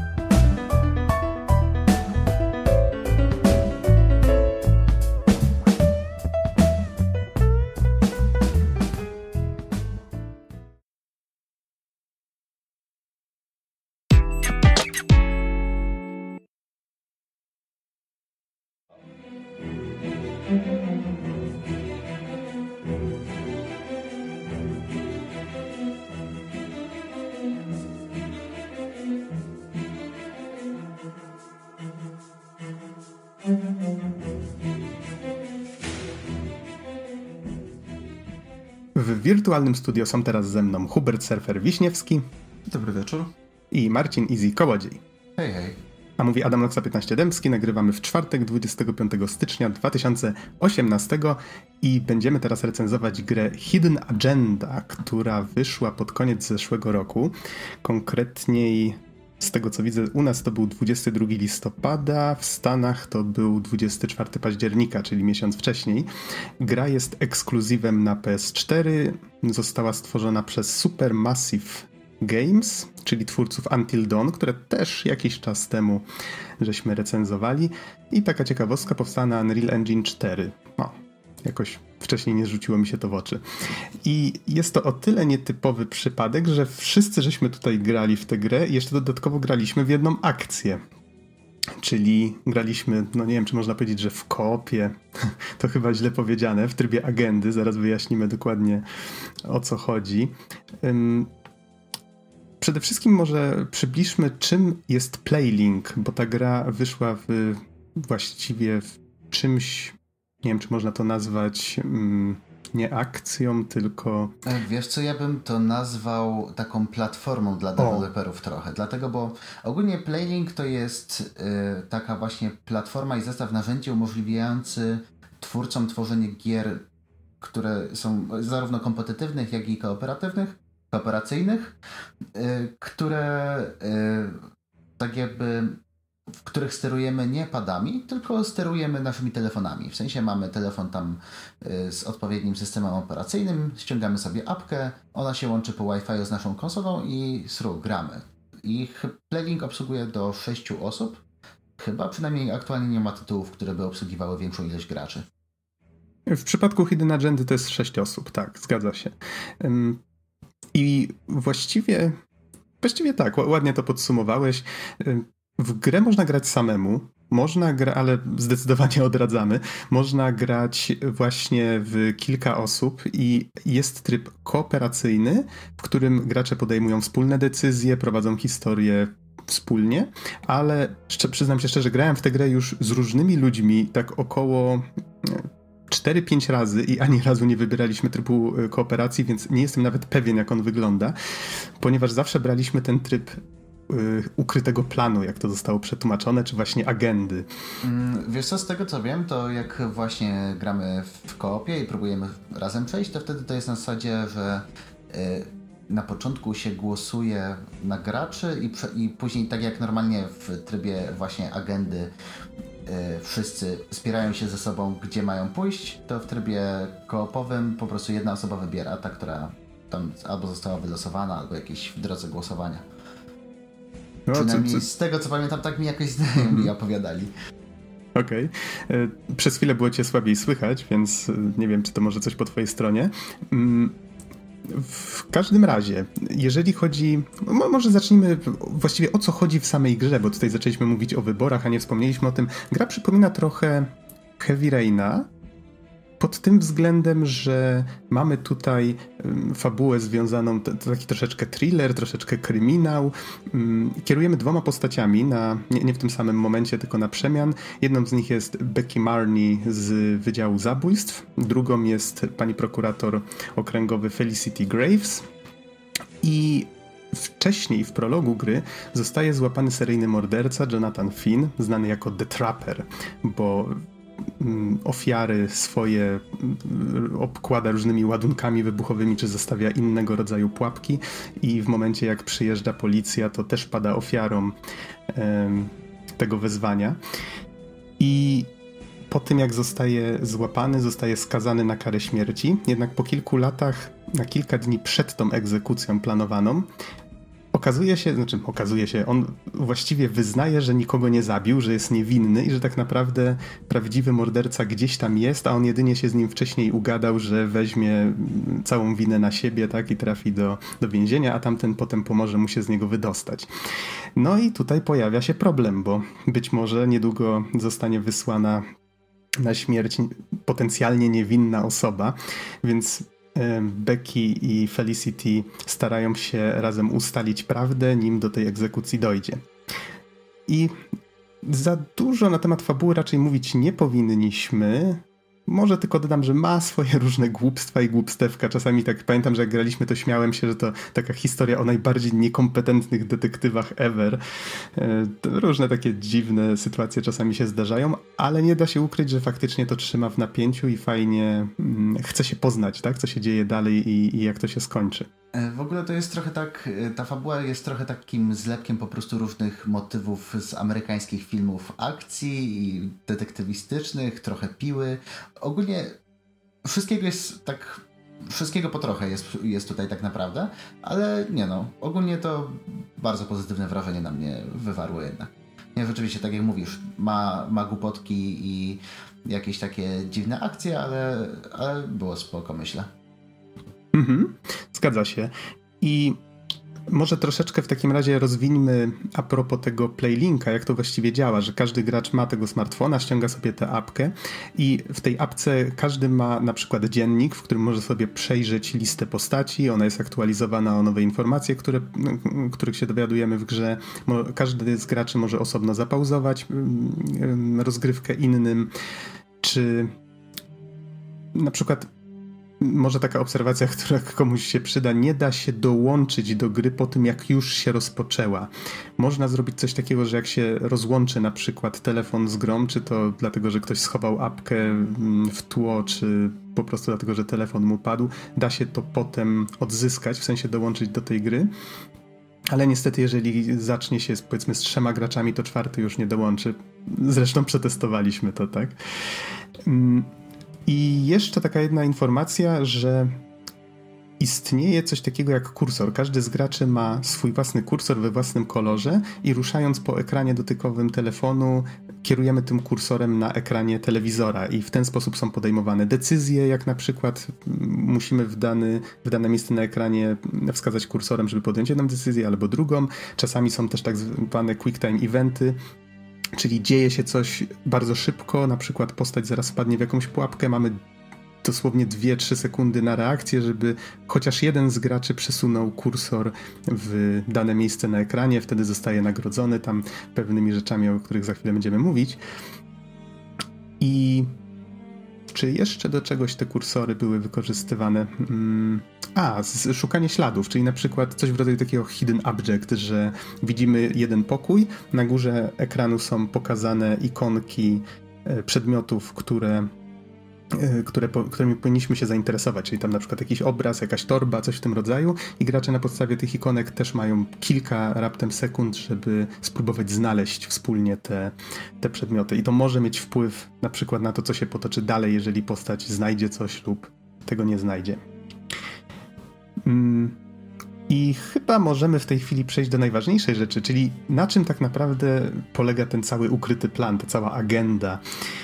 W wirtualnym studio są teraz ze mną Hubert Surfer-Wiśniewski. Dobry wieczór. I Marcin Easy Kołodziej. Hej, hej. A mówi Adam Noxa piętnaście Dębski. Nagrywamy w czwartek, dwudziestego piątego stycznia dwa tysiące osiemnastego i będziemy teraz recenzować grę Hidden Agenda, która wyszła pod koniec zeszłego roku. Konkretniej, z tego co widzę, u nas to był dwudziestego drugiego listopada, w Stanach to był dwudziestego czwartego października, czyli miesiąc wcześniej. Gra jest ekskluzywem na P S cztery, została stworzona przez Supermassive Games, czyli twórców Until Dawn, które też jakiś czas temu żeśmy recenzowali. I taka ciekawostka, powstała na Unreal Engine cztery. O, jakoś wcześniej nie rzuciło mi się to w oczy. I jest to o tyle nietypowy przypadek, że wszyscy żeśmy tutaj grali w tę grę i jeszcze dodatkowo graliśmy w jedną akcję. Czyli graliśmy, no nie wiem, czy można powiedzieć, że w koopie, to chyba źle powiedziane, w trybie agendy, zaraz wyjaśnimy dokładnie, o co chodzi. Um, Przede wszystkim może przybliżmy, czym jest Playlink, bo ta gra wyszła w, właściwie w czymś, nie wiem, czy można to nazwać mm, nie akcją, tylko... Wiesz co, ja bym to nazwał taką platformą dla deweloperów trochę, dlatego, bo ogólnie Playlink to jest y, taka właśnie platforma i zestaw narzędzi umożliwiający twórcom tworzenie gier, które są zarówno kompetytywnych, jak i kooperatywnych, kooperacyjnych, y, które y, tak jakby w których sterujemy nie padami, tylko sterujemy naszymi telefonami. W sensie mamy telefon tam y, z odpowiednim systemem operacyjnym, ściągamy sobie apkę, ona się łączy po Wi-Fi z naszą konsolą i sru, gramy. I Playlink obsługuje do sześciu osób. Chyba przynajmniej aktualnie nie ma tytułów, które by obsługiwały większą ilość graczy. W przypadku Hidden Agendy to jest sześć osób, tak, zgadza się. Um... I właściwie, właściwie tak, ładnie to podsumowałeś. W grę można grać samemu, można grać, ale zdecydowanie odradzamy, można grać właśnie w kilka osób i jest tryb kooperacyjny, w którym gracze podejmują wspólne decyzje, prowadzą historię wspólnie, ale jeszcze przyznam się szczerze, grałem w tę grę już z różnymi ludźmi tak około cztery pięć razy i ani razu nie wybieraliśmy trybu kooperacji, więc nie jestem nawet pewien, jak on wygląda, ponieważ zawsze braliśmy ten tryb ukrytego planu, jak to zostało przetłumaczone, czy właśnie agendy. Wiesz co, z tego co wiem, to jak właśnie gramy w koopie i próbujemy razem przejść, to wtedy to jest na zasadzie, że na początku się głosuje na graczy i, prze- i później tak jak normalnie w trybie właśnie agendy wszyscy spierają się ze sobą, gdzie mają pójść, to w trybie koopowym po prostu jedna osoba wybiera, ta, która tam albo została wylosowana, albo jakieś w drodze głosowania. No, Przynajmniej co, co... z tego co pamiętam, tak mi jakoś znajomi opowiadali. Okej. Okay. Przez chwilę było cię słabiej słychać, więc nie wiem, czy to może coś po twojej stronie. W każdym razie, jeżeli chodzi... Może zacznijmy właściwie o co chodzi w samej grze, bo tutaj zaczęliśmy mówić o wyborach, a nie wspomnieliśmy o tym. Gra przypomina trochę Heavy Raina, pod tym względem, że mamy tutaj um, fabułę związaną, to, to taki troszeczkę thriller, troszeczkę kryminał. Um, kierujemy dwoma postaciami, na, nie, nie w tym samym momencie, tylko na przemian. Jedną z nich jest Becky Marney z Wydziału Zabójstw, drugą jest pani prokurator okręgowy Felicity Graves. I wcześniej w prologu gry zostaje złapany seryjny morderca Jonathan Finn, znany jako The Trapper, bo ofiary swoje obkłada różnymi ładunkami wybuchowymi, czy zostawia innego rodzaju pułapki i w momencie jak przyjeżdża policja, to też pada ofiarą um, tego wezwania. I po tym jak zostaje złapany, zostaje skazany na karę śmierci, jednak po kilku latach, na kilka dni przed tą egzekucją planowaną, okazuje się, znaczy okazuje się, on właściwie wyznaje, że nikogo nie zabił, że jest niewinny i że tak naprawdę prawdziwy morderca gdzieś tam jest, a on jedynie się z nim wcześniej ugadał, że weźmie całą winę na siebie, tak, i trafi do, do więzienia, a tamten potem pomoże mu się z niego wydostać. No i tutaj pojawia się problem, bo być może niedługo zostanie wysłana na śmierć potencjalnie niewinna osoba, więc Becky i Felicity starają się razem ustalić prawdę, nim do tej egzekucji dojdzie. I za dużo na temat fabuły raczej mówić nie powinniśmy. Może tylko dodam, że ma swoje różne głupstwa i głupstewka. Czasami tak pamiętam, że jak graliśmy, to śmiałem się, że to taka historia o najbardziej niekompetentnych detektywach ever. To różne takie dziwne sytuacje czasami się zdarzają, ale nie da się ukryć, że faktycznie to trzyma w napięciu i fajnie mm, chce się poznać, tak, co się dzieje dalej i, i jak to się skończy. W ogóle to jest trochę tak, ta fabuła jest trochę takim zlepkiem po prostu różnych motywów z amerykańskich filmów akcji i detektywistycznych, trochę piły. Ogólnie wszystkiego jest tak, wszystkiego po trochę jest, jest tutaj tak naprawdę, ale nie no, ogólnie to bardzo pozytywne wrażenie na mnie wywarło jednak. Nie, rzeczywiście, tak jak mówisz, ma, ma głupotki i jakieś takie dziwne akcje, ale, ale było spoko, myślę. Mhm, zgadza się. I może troszeczkę w takim razie rozwińmy a propos tego Playlinka, jak to właściwie działa, że każdy gracz ma tego smartfona, ściąga sobie tę apkę i w tej apce każdy ma na przykład dziennik, w którym może sobie przejrzeć listę postaci, ona jest aktualizowana o nowe informacje, które, których się dowiadujemy w grze. Każdy z graczy może osobno zapauzować rozgrywkę innym, czy na przykład może taka obserwacja, która komuś się przyda, nie da się dołączyć do gry po tym, jak już się rozpoczęła. Można zrobić coś takiego, że jak się rozłączy na przykład telefon z grą, czy to dlatego, że ktoś schował apkę w tło, czy po prostu dlatego, że telefon mu padł, da się to potem odzyskać, w sensie dołączyć do tej gry. Ale niestety, jeżeli zacznie się powiedzmy z trzema graczami, to czwarty już nie dołączy. Zresztą przetestowaliśmy to, tak? I jeszcze taka jedna informacja, że istnieje coś takiego jak kursor. Każdy z graczy ma swój własny kursor we własnym kolorze i ruszając po ekranie dotykowym telefonu kierujemy tym kursorem na ekranie telewizora i w ten sposób są podejmowane decyzje, jak na przykład musimy w, dany, w dane miejsce na ekranie wskazać kursorem, żeby podjąć jedną decyzję albo drugą. Czasami są też tak zwane quick time eventy, czyli dzieje się coś bardzo szybko, na przykład postać zaraz wpadnie w jakąś pułapkę, mamy dosłownie dwie trzy sekundy na reakcję, żeby chociaż jeden z graczy przesunął kursor w dane miejsce na ekranie, wtedy zostaje nagrodzony tam pewnymi rzeczami, o których za chwilę będziemy mówić. I czy jeszcze do czegoś te kursory były wykorzystywane? Hmm. A, szukanie śladów, czyli na przykład coś w rodzaju takiego hidden object, że widzimy jeden pokój, na górze ekranu są pokazane ikonki przedmiotów, które Które, którymi powinniśmy się zainteresować, czyli tam na przykład jakiś obraz, jakaś torba, coś w tym rodzaju i gracze na podstawie tych ikonek też mają kilka raptem sekund, żeby spróbować znaleźć wspólnie te, te przedmioty i to może mieć wpływ na przykład na to, co się potoczy dalej, jeżeli postać znajdzie coś lub tego nie znajdzie. I chyba możemy w tej chwili przejść do najważniejszej rzeczy, czyli na czym tak naprawdę polega ten cały ukryty plan, ta cała agenda.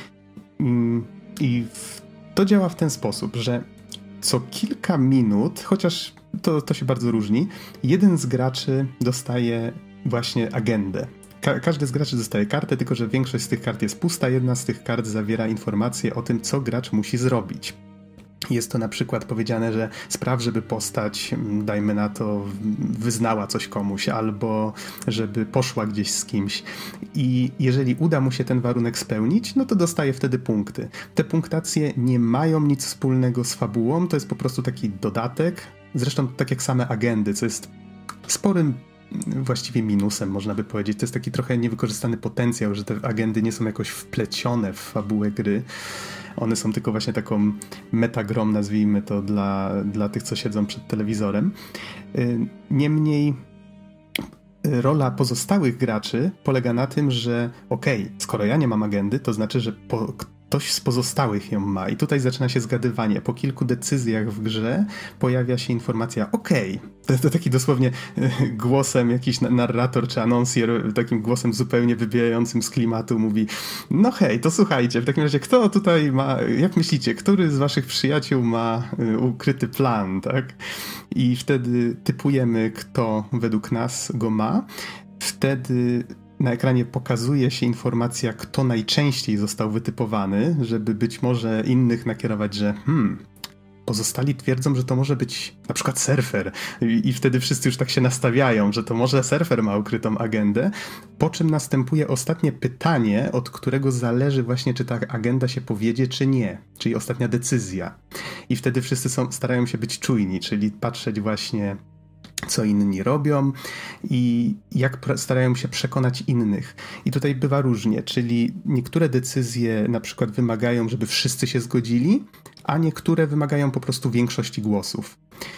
I to działa w ten sposób, że co kilka minut, chociaż to, to się bardzo różni, jeden z graczy dostaje właśnie agendę. Ka- każdy z graczy dostaje kartę, tylko że większość z tych kart jest pusta. Jedna z tych kart zawiera informacje o tym, co gracz musi zrobić. Jest to na przykład powiedziane, że spraw, żeby postać, dajmy na to, wyznała coś komuś, albo żeby poszła gdzieś z kimś. I jeżeli uda mu się ten warunek spełnić, no to dostaje wtedy punkty. Te punktacje nie mają nic wspólnego z fabułą, to jest po prostu taki dodatek. Zresztą tak jak same agendy, co jest sporym właściwie minusem, można by powiedzieć. To jest taki trochę niewykorzystany potencjał, że te agendy nie są jakoś wplecione w fabułę gry. One są tylko właśnie taką metagrom, nazwijmy to, dla, dla tych, co siedzą przed telewizorem. Niemniej rola pozostałych graczy polega na tym, że okej, okay, skoro ja nie mam agendy, to znaczy, że po, ktoś z pozostałych ją ma. I tutaj zaczyna się zgadywanie. Po kilku decyzjach w grze pojawia się informacja okej. Okay. To, to taki dosłownie głosem jakiś narrator czy anonsjer, takim głosem zupełnie wybijającym z klimatu mówi: no hej, to słuchajcie, w takim razie kto tutaj ma, jak myślicie, który z waszych przyjaciół ma ukryty plan, tak? I wtedy typujemy, kto według nas go ma. Wtedy na ekranie pokazuje się informacja, kto najczęściej został wytypowany, żeby być może innych nakierować, że hmm, pozostali twierdzą, że to może być na przykład surfer I, i wtedy wszyscy już tak się nastawiają, że to może surfer ma ukrytą agendę, po czym następuje ostatnie pytanie, od którego zależy właśnie, czy ta agenda się powiedzie, czy nie, czyli ostatnia decyzja. I wtedy wszyscy są, starają się być czujni, czyli patrzeć właśnie, co inni robią i jak starają się przekonać innych. I tutaj bywa różnie, czyli niektóre decyzje na przykład wymagają, żeby wszyscy się zgodzili, a niektóre wymagają po prostu większości głosów.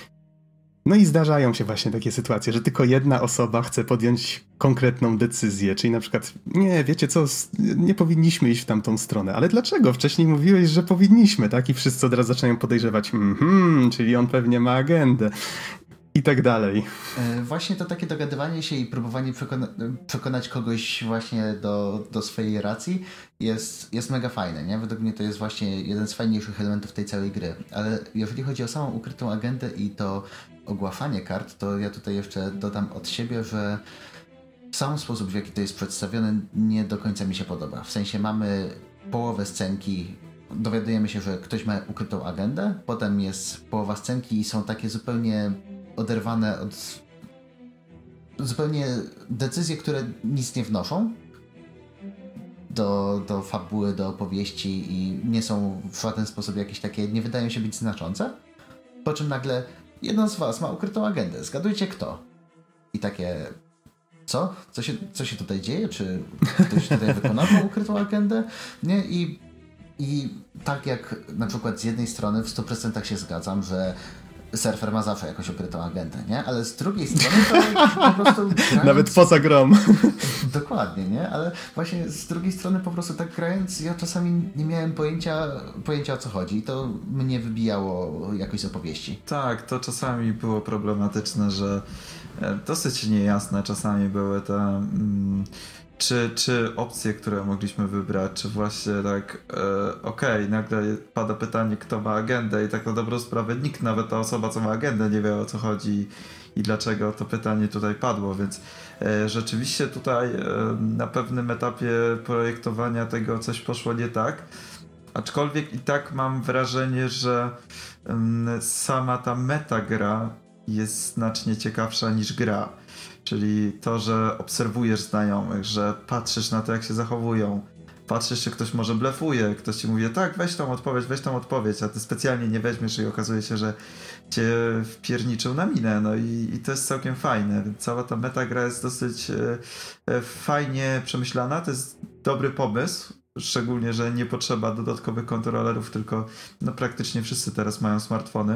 No i zdarzają się właśnie takie sytuacje, że tylko jedna osoba chce podjąć konkretną decyzję, czyli na przykład, nie, wiecie co, nie powinniśmy iść w tamtą stronę, ale dlaczego? Wcześniej mówiłeś, że powinniśmy, tak? I wszyscy od razu zaczynają podejrzewać, mhm, czyli on pewnie ma agendę. I tak dalej. Właśnie to takie dogadywanie się i próbowanie przekona- przekonać kogoś właśnie do, do swojej racji jest, jest mega fajne, nie? Według mnie to jest właśnie jeden z fajniejszych elementów tej całej gry. Ale jeżeli chodzi o samą ukrytą agendę i to ogłaszanie kart, to ja tutaj jeszcze dodam od siebie, że sam sposób, w jaki to jest przedstawione, nie do końca mi się podoba. W sensie mamy połowę scenki, dowiadujemy się, że ktoś ma ukrytą agendę, potem jest połowa scenki i są takie zupełnie oderwane od zupełnie decyzje, które nic nie wnoszą do, do fabuły, do opowieści i nie są w żaden sposób jakieś takie, nie wydają się być znaczące. Po czym nagle jedno z was ma ukrytą agendę. Zgadujcie kto. I takie, co? Co się, co się tutaj dzieje? Czy ktoś tutaj wykonał tą ukrytą agendę? Nie? I, I tak jak na przykład z jednej strony w stu procentach się zgadzam, że surfer ma zawsze jakąś ukrytą agendę, nie? Ale z drugiej strony to po prostu... Grając... Nawet poza grą. Dokładnie, nie? Ale właśnie z drugiej strony po prostu tak grając, ja czasami nie miałem pojęcia, pojęcia o co chodzi i to mnie wybijało jakoś z opowieści. Tak, to czasami było problematyczne, że dosyć niejasne czasami były te... Mm, czy, czy opcje, które mogliśmy wybrać, czy właśnie tak e, okej, okay, nagle pada pytanie, kto ma agendę i tak na dobrą sprawę nikt, nawet ta osoba, co ma agendę, nie wie, o co chodzi i dlaczego to pytanie tutaj padło, więc e, rzeczywiście tutaj e, na pewnym etapie projektowania tego coś poszło nie tak, aczkolwiek i tak mam wrażenie, że m, sama ta metagra jest znacznie ciekawsza niż gra. Czyli to, że obserwujesz znajomych, że patrzysz na to, jak się zachowują, patrzysz, czy ktoś może blefuje, ktoś ci mówi, tak, weź tą odpowiedź, weź tą odpowiedź, a ty specjalnie nie weźmiesz i okazuje się, że cię wpierniczył na minę, no i, i to jest całkiem fajne, więc cała ta metagra jest dosyć e, e, fajnie przemyślana, to jest dobry pomysł, szczególnie, że nie potrzeba dodatkowych kontrolerów, tylko no praktycznie wszyscy teraz mają smartfony.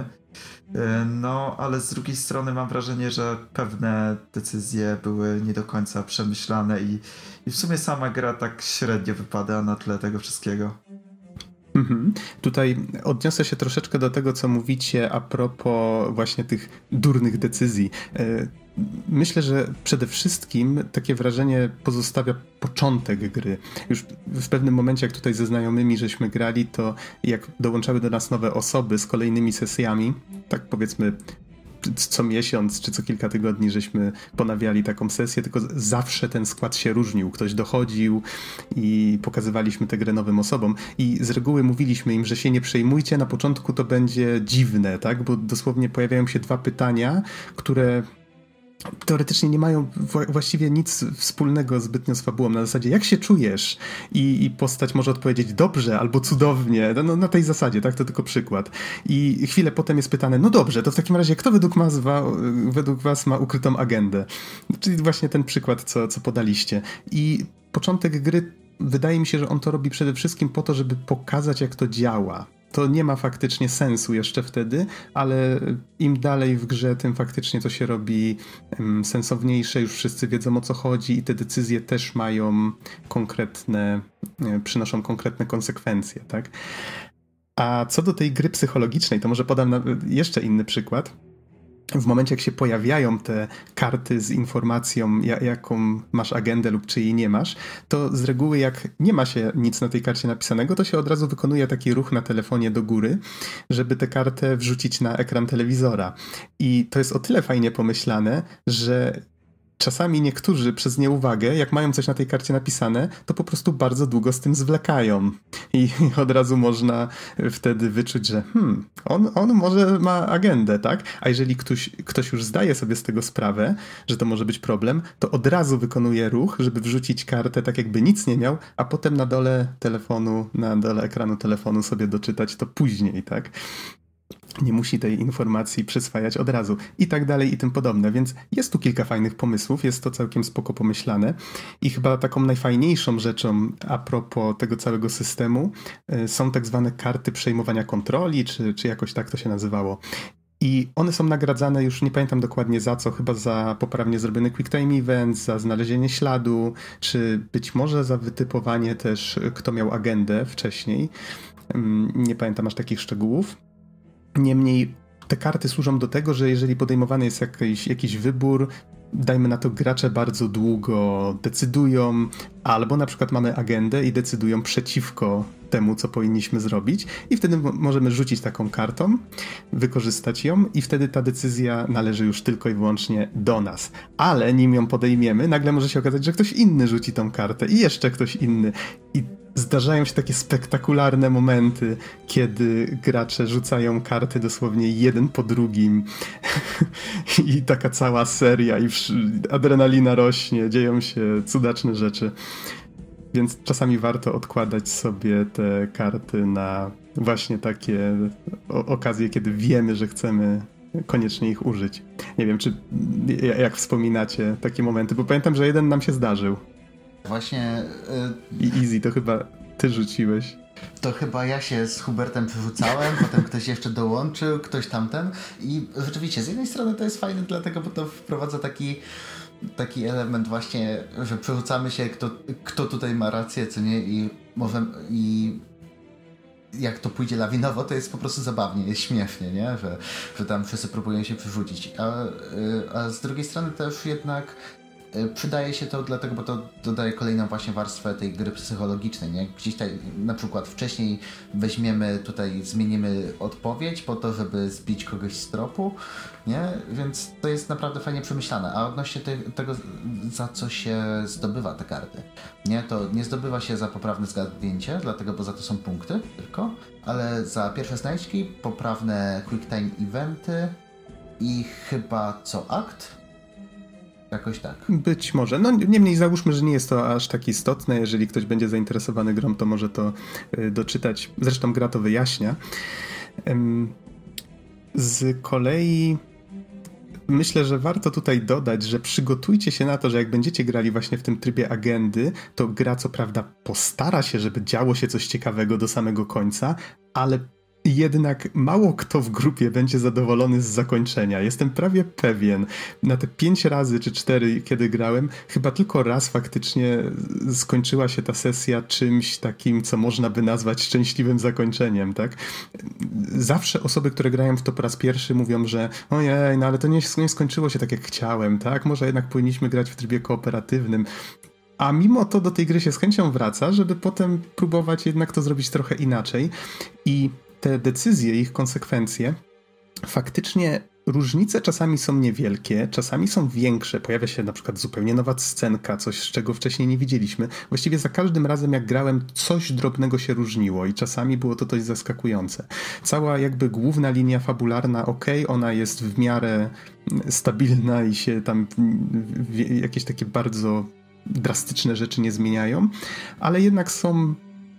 No, ale z drugiej strony mam wrażenie, że pewne decyzje były nie do końca przemyślane i, i w sumie sama gra tak średnio wypada na tle tego wszystkiego. Mhm. Tutaj odniosę się troszeczkę do tego, co mówicie a propos właśnie tych durnych decyzji. Myślę, że przede wszystkim takie wrażenie pozostawia początek gry. Już w pewnym momencie, jak tutaj ze znajomymi żeśmy grali, to jak dołączały do nas nowe osoby z kolejnymi sesjami, tak powiedzmy co miesiąc czy co kilka tygodni żeśmy ponawiali taką sesję, tylko zawsze ten skład się różnił. Ktoś dochodził i pokazywaliśmy tę grę nowym osobom i z reguły mówiliśmy im, że się nie przejmujcie, na początku to będzie dziwne, tak? Bo dosłownie pojawiają się dwa pytania, które teoretycznie nie mają wła- właściwie nic wspólnego zbytnio z fabułą. Na zasadzie, jak się czujesz? I, i postać może odpowiedzieć dobrze albo cudownie. No, no, na tej zasadzie, tak? To tylko przykład. I chwilę potem jest pytane, no dobrze, to w takim razie kto według was, wa- według was ma ukrytą agendę? Czyli właśnie ten przykład, co, co podaliście. I początek gry, wydaje mi się, że on to robi przede wszystkim po to, żeby pokazać, jak to działa. To nie ma faktycznie sensu jeszcze wtedy, ale im dalej w grze, tym faktycznie to się robi um, sensowniejsze, już wszyscy wiedzą, o co chodzi i te decyzje też mają konkretne, e, przynoszą konkretne konsekwencje, tak? A co do tej gry psychologicznej, to może podam na, jeszcze inny przykład. W momencie, jak się pojawiają te karty z informacją, jaką masz agendę lub czy jej nie masz, to z reguły jak nie ma się nic na tej karcie napisanego, to się od razu wykonuje taki ruch na telefonie do góry, żeby tę kartę wrzucić na ekran telewizora. I to jest o tyle fajnie pomyślane, że czasami niektórzy przez nieuwagę, jak mają coś na tej karcie napisane, to po prostu bardzo długo z tym zwlekają. I od razu można wtedy wyczuć, że hmm, on, on może ma agendę, tak? A jeżeli ktoś, ktoś już zdaje sobie z tego sprawę, że to może być problem, to od razu wykonuje ruch, żeby wrzucić kartę tak jakby nic nie miał, a potem na dole telefonu, na dole ekranu telefonu sobie doczytać to później, tak? Nie musi tej informacji przyswajać od razu i tak dalej i tym podobne, więc jest tu kilka fajnych pomysłów, jest to całkiem spoko pomyślane i chyba taką najfajniejszą rzeczą a propos tego całego systemu y, są tak zwane karty przejmowania kontroli, czy, czy jakoś tak to się nazywało. I one są nagradzane, już nie pamiętam dokładnie za co, chyba za poprawnie zrobiony quick time event, za znalezienie śladu, czy być może za wytypowanie też, kto miał agendę wcześniej. Nie pamiętam aż takich szczegółów. Niemniej te karty służą do tego, że jeżeli podejmowany jest jakiś, jakiś wybór, dajmy na to gracze bardzo długo decydują, albo na przykład mamy agendę i decydują przeciwko temu, co powinniśmy zrobić i wtedy m- możemy rzucić taką kartą, wykorzystać ją i wtedy ta decyzja należy już tylko i wyłącznie do nas. Ale nim ją podejmiemy, nagle może się okazać, że ktoś inny rzuci tą kartę i jeszcze ktoś inny. I zdarzają się takie spektakularne momenty, kiedy gracze rzucają karty dosłownie jeden po drugim i taka cała seria i adrenalina rośnie, dzieją się cudaczne rzeczy. Więc czasami warto odkładać sobie te karty na właśnie takie o- okazje, kiedy wiemy, że chcemy koniecznie ich użyć. Nie wiem, czy jak wspominacie takie momenty, bo pamiętam, że jeden nam się zdarzył. Właśnie... I Easy, to chyba ty rzuciłeś. To chyba ja się z Hubertem przerzucałem, potem ktoś jeszcze dołączył, ktoś tamten i rzeczywiście z jednej strony to jest fajne dlatego, bo to wprowadza taki taki element właśnie, że przerzucamy się, kto, kto tutaj ma rację, co nie, i możemy, i jak to pójdzie lawinowo, to jest po prostu zabawnie, jest śmiesznie, nie? Że, że tam wszyscy próbują się przerzucić. A, a z drugiej strony też jednak przydaje się to dlatego, bo to dodaje kolejną właśnie warstwę tej gry psychologicznej, nie? Gdzieś tutaj na przykład wcześniej weźmiemy tutaj, zmienimy odpowiedź po to, żeby zbić kogoś z tropu, nie? Więc to jest naprawdę fajnie przemyślane. A odnośnie te, tego, za co się zdobywa te karty, nie? To nie zdobywa się za poprawne zgadnięcie, dlatego, bo za to są punkty tylko, ale za pierwsze znajdźki, poprawne quick time eventy i chyba co akt? Jakoś tak. Być może. No niemniej załóżmy, że nie jest to aż tak istotne. Jeżeli ktoś będzie zainteresowany grą, to może to y, doczytać. Zresztą gra to wyjaśnia. Ym, z kolei myślę, że warto tutaj dodać, że przygotujcie się na to, że jak będziecie grali właśnie w tym trybie agendy, to gra co prawda postara się, żeby działo się coś ciekawego do samego końca, ale jednak mało kto w grupie będzie zadowolony z zakończenia. Jestem prawie pewien. Na te pięć razy czy cztery, kiedy grałem, chyba tylko raz faktycznie skończyła się ta sesja czymś takim, co można by nazwać szczęśliwym zakończeniem, tak? Zawsze osoby, które grają w to po raz pierwszy, mówią, że ojej, no ale to nie, nie skończyło się tak, jak chciałem, tak? Może jednak powinniśmy grać w trybie kooperatywnym. A mimo to do tej gry się z chęcią wraca, żeby potem próbować jednak to zrobić trochę inaczej. I te decyzje, ich konsekwencje, faktycznie różnice czasami są niewielkie, czasami są większe. Pojawia się na przykład zupełnie nowa scenka, coś, z czego wcześniej nie widzieliśmy. Właściwie za każdym razem, jak grałem, coś drobnego się różniło i czasami było to dość zaskakujące. Cała jakby główna linia fabularna, okej, ona jest w miarę stabilna i się tam jakieś takie bardzo drastyczne rzeczy nie zmieniają, ale jednak są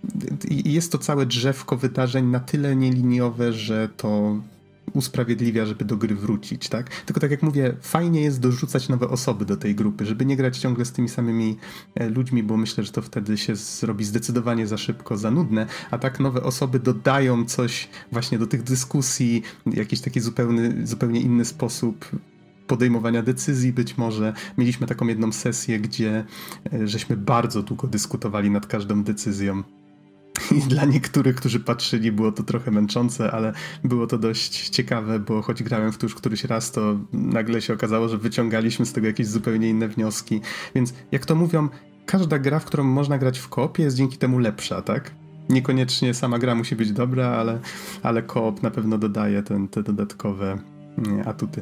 jest to całe drzewko wydarzeń na tyle nieliniowe, że to usprawiedliwia, żeby do gry wrócić, tak? Tylko tak jak mówię, fajnie jest dorzucać nowe osoby do tej grupy, żeby nie grać ciągle z tymi samymi ludźmi, bo myślę, że to wtedy się zrobi zdecydowanie za szybko, za nudne, a tak nowe osoby dodają coś właśnie do tych dyskusji, jakiś taki zupełny, zupełnie inny sposób podejmowania decyzji być może. Mieliśmy taką jedną sesję, gdzie żeśmy bardzo długo dyskutowali nad każdą decyzją. I dla niektórych, którzy patrzyli, było to trochę męczące, ale było to dość ciekawe, bo choć grałem w to już któryś raz, to nagle się okazało, że wyciągaliśmy z tego jakieś zupełnie inne wnioski. Więc jak to mówią, każda gra, w którą można grać w koopie, jest dzięki temu lepsza, tak? Niekoniecznie sama gra musi być dobra, ale, ale koop na pewno dodaje ten, te dodatkowe nie, atuty.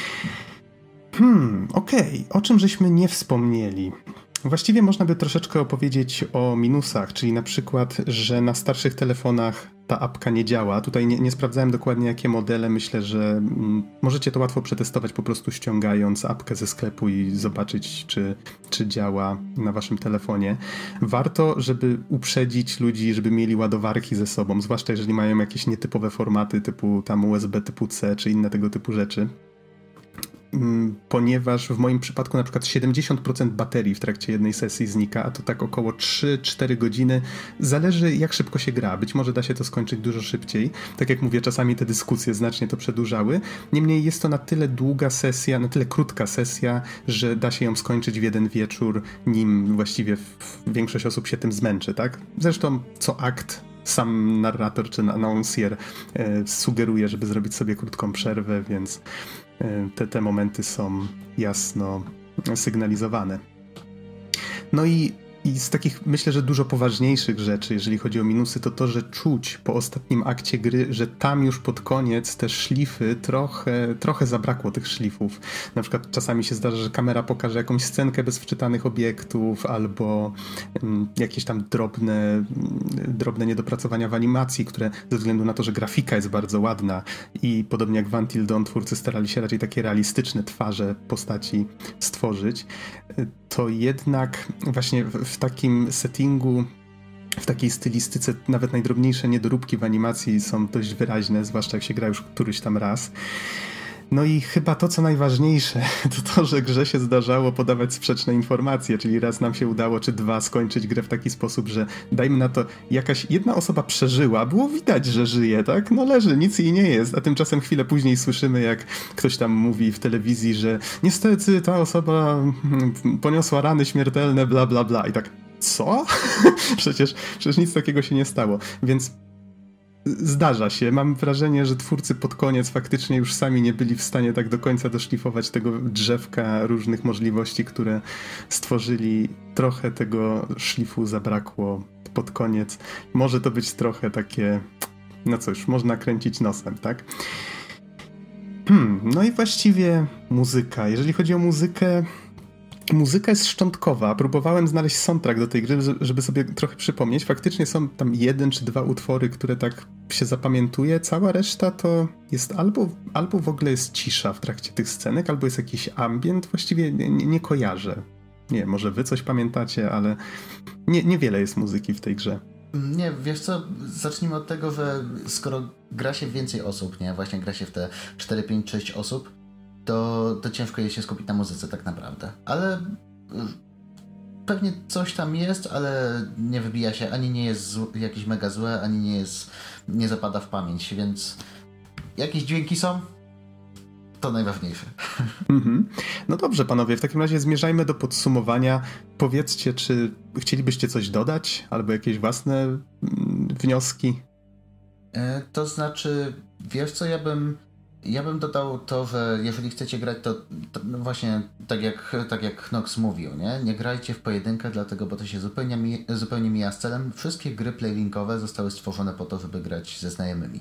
Hmm, okej. Okay. O czym żeśmy nie wspomnieli? Właściwie można by troszeczkę opowiedzieć o minusach, czyli na przykład, że na starszych telefonach ta apka nie działa. Tutaj nie, nie sprawdzałem dokładnie, jakie modele. Myślę, że mm, możecie to łatwo przetestować, po prostu ściągając apkę ze sklepu i zobaczyć, czy, czy działa na waszym telefonie. Warto, żeby uprzedzić ludzi, żeby mieli ładowarki ze sobą, zwłaszcza jeżeli mają jakieś nietypowe formaty typu tam U S B typu C, czy inne tego typu rzeczy. Ponieważ w moim przypadku na przykład siedemdziesiąt procent baterii w trakcie jednej sesji znika, a to tak około trzy cztery godziny. Zależy, jak szybko się gra. Być może da się to skończyć dużo szybciej. Tak jak mówię, czasami te dyskusje znacznie to przedłużały. Niemniej jest to na tyle długa sesja, na tyle krótka sesja, że da się ją skończyć w jeden wieczór, nim właściwie większość osób się tym zmęczy, tak? Zresztą co akt sam narrator czy announcer e, sugeruje, żeby zrobić sobie krótką przerwę, więc e, te, te momenty są jasno sygnalizowane. No i, i z takich, myślę, że dużo poważniejszych rzeczy, jeżeli chodzi o minusy, to to, że czuć po ostatnim akcie gry, że tam już pod koniec te szlify, trochę, trochę zabrakło tych szlifów. Na przykład czasami się zdarza, że kamera pokaże jakąś scenkę bez wczytanych obiektów, albo um, jakieś tam drobne, drobne niedopracowania w animacji, które ze względu na to, że grafika jest bardzo ładna i podobnie jak w Until Dawn twórcy starali się raczej takie realistyczne twarze postaci stworzyć, to jednak właśnie w, w takim settingu, w takiej stylistyce nawet najdrobniejsze niedoróbki w animacji są dość wyraźne, zwłaszcza jak się gra już któryś tam raz. No i chyba to, co najważniejsze, to to, że grze się zdarzało podawać sprzeczne informacje, czyli raz nam się udało, czy dwa, skończyć grę w taki sposób, że dajmy na to, jakaś jedna osoba przeżyła, było widać, że żyje, tak? No leży, nic jej nie jest, a tymczasem chwilę później słyszymy, jak ktoś tam mówi w telewizji, że niestety ta osoba poniosła rany śmiertelne, bla, bla, bla. I tak, co? przecież, przecież nic takiego się nie stało. Więc zdarza się. Mam wrażenie, że twórcy pod koniec faktycznie już sami nie byli w stanie tak do końca doszlifować tego drzewka różnych możliwości, które stworzyli. Trochę tego szlifu zabrakło pod koniec. Może to być trochę takie, no cóż, można kręcić nosem, tak? Hmm, no i właściwie muzyka. Jeżeli chodzi o muzykę, muzyka jest szczątkowa. Próbowałem znaleźć soundtrack do tej gry, żeby sobie trochę przypomnieć. Faktycznie są tam jeden czy dwa utwory, które tak się zapamiętuje. Cała reszta to jest albo, albo w ogóle jest cisza w trakcie tych scenek, albo jest jakiś ambient. Właściwie nie, nie kojarzę. Nie, może wy coś pamiętacie, ale nie, niewiele jest muzyki w tej grze. Nie, wiesz co, zacznijmy od tego, że skoro gra się więcej osób, nie, właśnie gra się w te cztery, pięć, sześć osób, to, to ciężko jest się skupić na muzyce tak naprawdę. Ale pewnie coś tam jest, ale nie wybija się, ani nie jest zł, jakiś mega złe, ani nie jest, nie zapada w pamięć, więc jakieś dźwięki są, to najważniejsze. Mm-hmm. No dobrze, panowie, w takim razie zmierzajmy do podsumowania. Powiedzcie, czy chcielibyście coś dodać, albo jakieś własne mm, wnioski? E, to znaczy, wiesz co, ja bym ja bym dodał to, że jeżeli chcecie grać, to, to no właśnie tak jak, tak jak Nox mówił, nie? Nie grajcie w pojedynkę, dlatego, bo to się zupełnie, mi, zupełnie mija z celem. Wszystkie gry playlinkowe zostały stworzone po to, żeby grać ze znajomymi.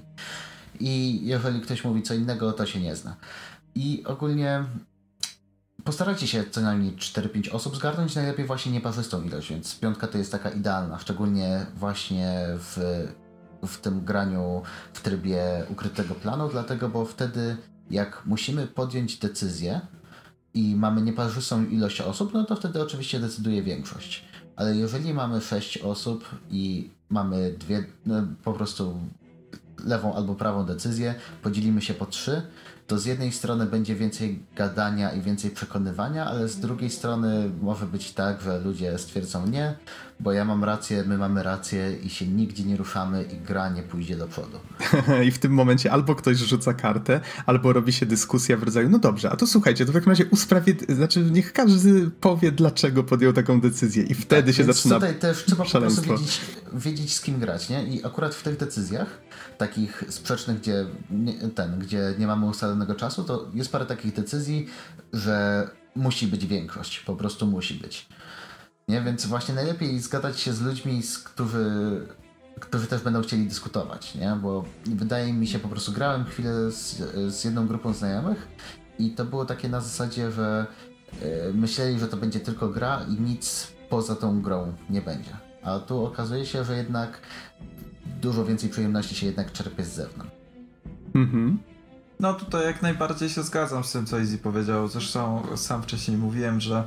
I jeżeli ktoś mówi co innego, to się nie zna. I ogólnie postarajcie się co najmniej cztery pięć osób zgarnąć, najlepiej właśnie nieparzystą ilość, więc piątka to jest taka idealna, szczególnie właśnie w, w tym graniu w trybie ukrytego planu, dlatego, bo wtedy jak musimy podjąć decyzję i mamy nieparzystą ilość osób, no to wtedy oczywiście decyduje większość. Ale jeżeli mamy sześć osób i mamy dwie, no, po prostu lewą albo prawą decyzję, podzielimy się po trzy, to z jednej strony będzie więcej gadania i więcej przekonywania, ale z drugiej strony może być tak, że ludzie stwierdzą nie, bo ja mam rację, my mamy rację i się nigdzie nie ruszamy i gra nie pójdzie do przodu. I w tym momencie albo ktoś rzuca kartę, albo robi się dyskusja w rodzaju, no dobrze, a to słuchajcie, to w takim razie usprawiedliwi... Znaczy niech każdy powie, dlaczego podjął taką decyzję i wtedy tak, się więc zaczyna tutaj też trzeba szaleństwo. po prostu wiedzieć, wiedzieć z kim grać, nie? I akurat w tych decyzjach takich sprzecznych, gdzie nie, ten, gdzie nie mamy ustalonego czasu, to jest parę takich decyzji, że musi być większość, po prostu musi być. Nie? Więc właśnie najlepiej zgadać się z ludźmi, z którzy, którzy też będą chcieli dyskutować, nie? Bo wydaje mi się, po prostu grałem chwilę z, z jedną grupą znajomych i to było takie na zasadzie, że yy, myśleli, że to będzie tylko gra i nic poza tą grą nie będzie. A tu okazuje się, że jednak dużo więcej przyjemności się jednak czerpie z zewnątrz. Mhm. No tutaj jak najbardziej się zgadzam z tym, co Izzy powiedział. Zresztą sam wcześniej mówiłem, że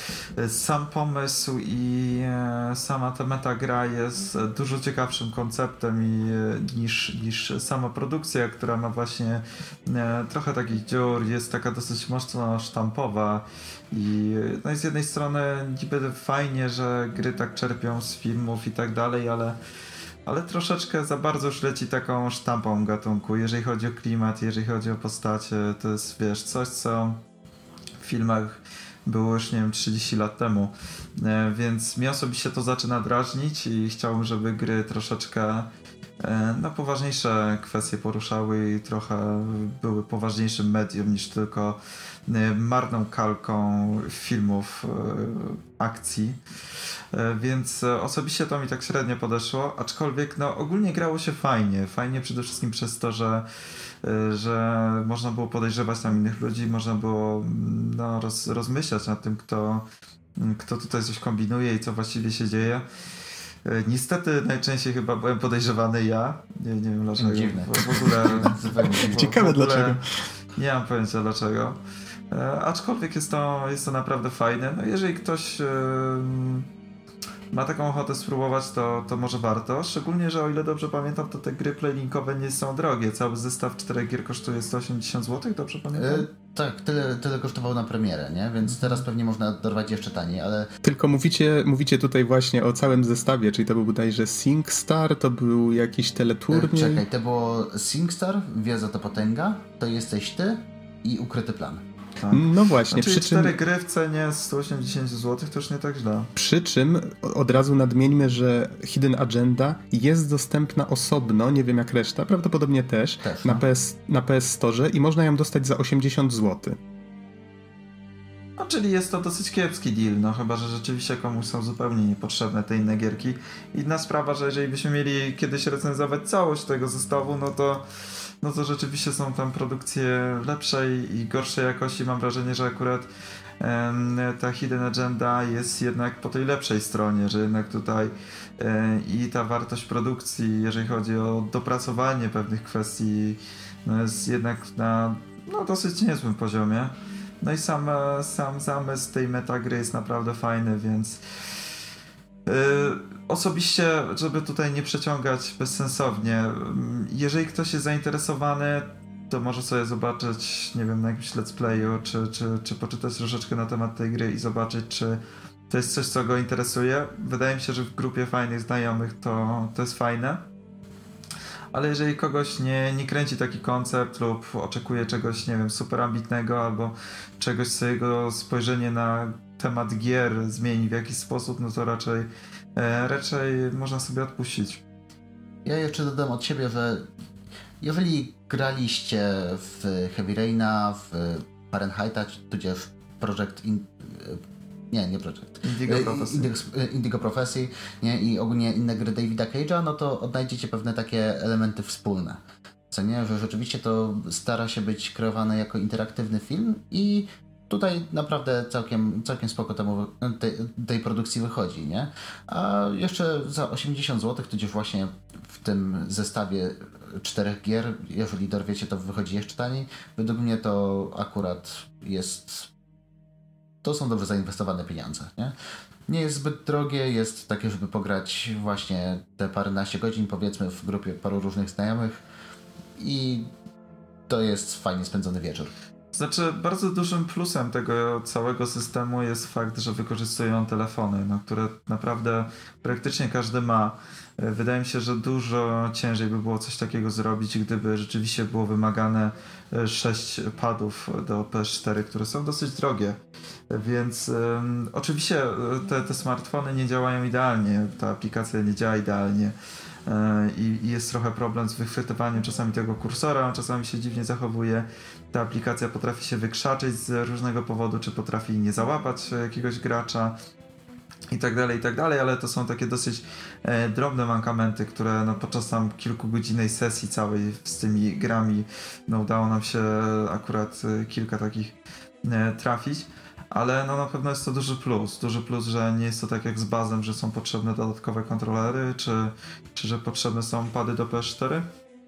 sam pomysł i sama ta metagra jest dużo ciekawszym konceptem i, niż, niż sama produkcja, która ma właśnie trochę takich dziur, jest taka dosyć mocno sztampowa i no i z jednej strony niby fajnie, że gry tak czerpią z filmów i tak dalej, ale ale troszeczkę za bardzo już leci taką sztampą gatunku, jeżeli chodzi o klimat, jeżeli chodzi o postacie, to jest, wiesz, coś, co w filmach było już, nie wiem, trzydzieści lat temu, e, więc mnie osobiście to zaczyna drażnić i chciałbym, żeby gry troszeczkę e, no, poważniejsze kwestie poruszały i trochę były poważniejszym medium niż tylko e, marną kalką filmów, e, akcji. Więc osobiście to mi tak średnio podeszło, aczkolwiek no ogólnie grało się fajnie. Fajnie przede wszystkim przez to, że, że można było podejrzewać tam innych ludzi, można było no, roz, rozmyślać nad tym, kto, kto tutaj coś kombinuje i co właściwie się dzieje. Niestety najczęściej chyba byłem podejrzewany ja. Nie, nie wiem dlaczego. Dziwne. W, w ogóle, w, Ciekawe w ogóle, dlaczego. Nie mam pojęcia dlaczego. E, aczkolwiek jest to, jest to naprawdę fajne. No jeżeli ktoś... E, ma taką ochotę spróbować, to, to może warto. Szczególnie, że o ile dobrze pamiętam, to te gry playlinkowe nie są drogie. Cały zestaw czterech gier kosztuje sto osiemdziesiąt złotych, dobrze pamiętam? Yy, tak, tyle, tyle kosztował na premierę, nie? Więc teraz pewnie można dorwać jeszcze taniej, ale... Tylko mówicie, mówicie tutaj właśnie o całym zestawie, czyli to był bodajże SingStar, to był jakiś teleturniej... Czekaj, to było SingStar, Wiedza to potęga, To jesteś ty i Ukryty plan. tak. No właśnie. Czyli przy czym... cztery gry w cenie sto osiemdziesiąt złotych to już nie tak źle. Przy czym od razu nadmieńmy, że Hidden Agenda jest dostępna osobno, nie wiem jak reszta, prawdopodobnie też, też no. na, P S, na P S Store i można ją dostać za osiemdziesiąt złotych. No, czyli jest to dosyć kiepski deal, no chyba, że rzeczywiście komuś są zupełnie niepotrzebne te inne gierki. Inna sprawa, że jeżeli byśmy mieli kiedyś recenzować całość tego zestawu, no to no to rzeczywiście są tam produkcje lepszej i gorszej jakości. Mam wrażenie, że akurat um, ta Hidden Agenda jest jednak po tej lepszej stronie, że jednak tutaj um, i ta wartość produkcji, jeżeli chodzi o dopracowanie pewnych kwestii, no jest jednak na no, dosyć niezłym poziomie. No i sam, sam zamysł tej metagry jest naprawdę fajny, więc yy, osobiście, żeby tutaj nie przeciągać bezsensownie, jeżeli ktoś jest zainteresowany, to może sobie zobaczyć, nie wiem, na jakimś let's playu, czy, czy, czy poczytać troszeczkę na temat tej gry i zobaczyć, czy to jest coś, co go interesuje. Wydaje mi się, że w grupie fajnych znajomych to, to jest fajne. Ale jeżeli kogoś nie, nie kręci taki koncept lub oczekuje czegoś, nie wiem, super ambitnego albo czegoś, co jego spojrzenie na temat gier zmieni w jakiś sposób, no to raczej, e, raczej można sobie odpuścić. Ja jeszcze dodam od siebie, że jeżeli graliście w Heavy Raina, w Fahrenheita, tudzież Project In... Nie, nie Project. Indigo Prophecy. Indigo, Indigo Prophecy, nie? I ogólnie inne gry Davida Cage'a, no to odnajdziecie pewne takie elementy wspólne. Co nie? Że rzeczywiście to stara się być kreowane jako interaktywny film i tutaj naprawdę całkiem, całkiem spoko temu, tej, tej produkcji wychodzi, nie? A jeszcze za osiemdziesiąt złotych, tudzież właśnie w tym zestawie czterech gier, jeżeli dorwiecie, to wychodzi jeszcze taniej. Według mnie to akurat jest... To są dobrze zainwestowane pieniądze, nie? Nie jest zbyt drogie, jest takie, żeby pograć właśnie te paręnaście godzin, powiedzmy, w grupie paru różnych znajomych i to jest fajnie spędzony wieczór. Znaczy, bardzo dużym plusem tego całego systemu jest fakt, że wykorzystują telefony, no, które naprawdę praktycznie każdy ma. Wydaje mi się, że dużo ciężej by było coś takiego zrobić, gdyby rzeczywiście było wymagane sześć padów do P S cztery, które są dosyć drogie. Więc um, oczywiście te, te smartfony nie działają idealnie, ta aplikacja nie działa idealnie. I, i jest trochę problem z wychwytywaniem czasami tego kursora, czasami się dziwnie zachowuje. Ta aplikacja potrafi się wykrzaczyć z różnego powodu, czy potrafi nie załapać jakiegoś gracza i tak dalej, i tak dalej, ale to są takie dosyć e, drobne mankamenty, które no, podczas tam kilkugodzinnej sesji całej z tymi grami no, udało nam się akurat e, kilka takich e, trafić. Ale no na pewno jest to duży plus. Duży plus, że nie jest to tak jak z bazem, że są potrzebne dodatkowe kontrolery, czy, czy że potrzebne są pady do P S cztery.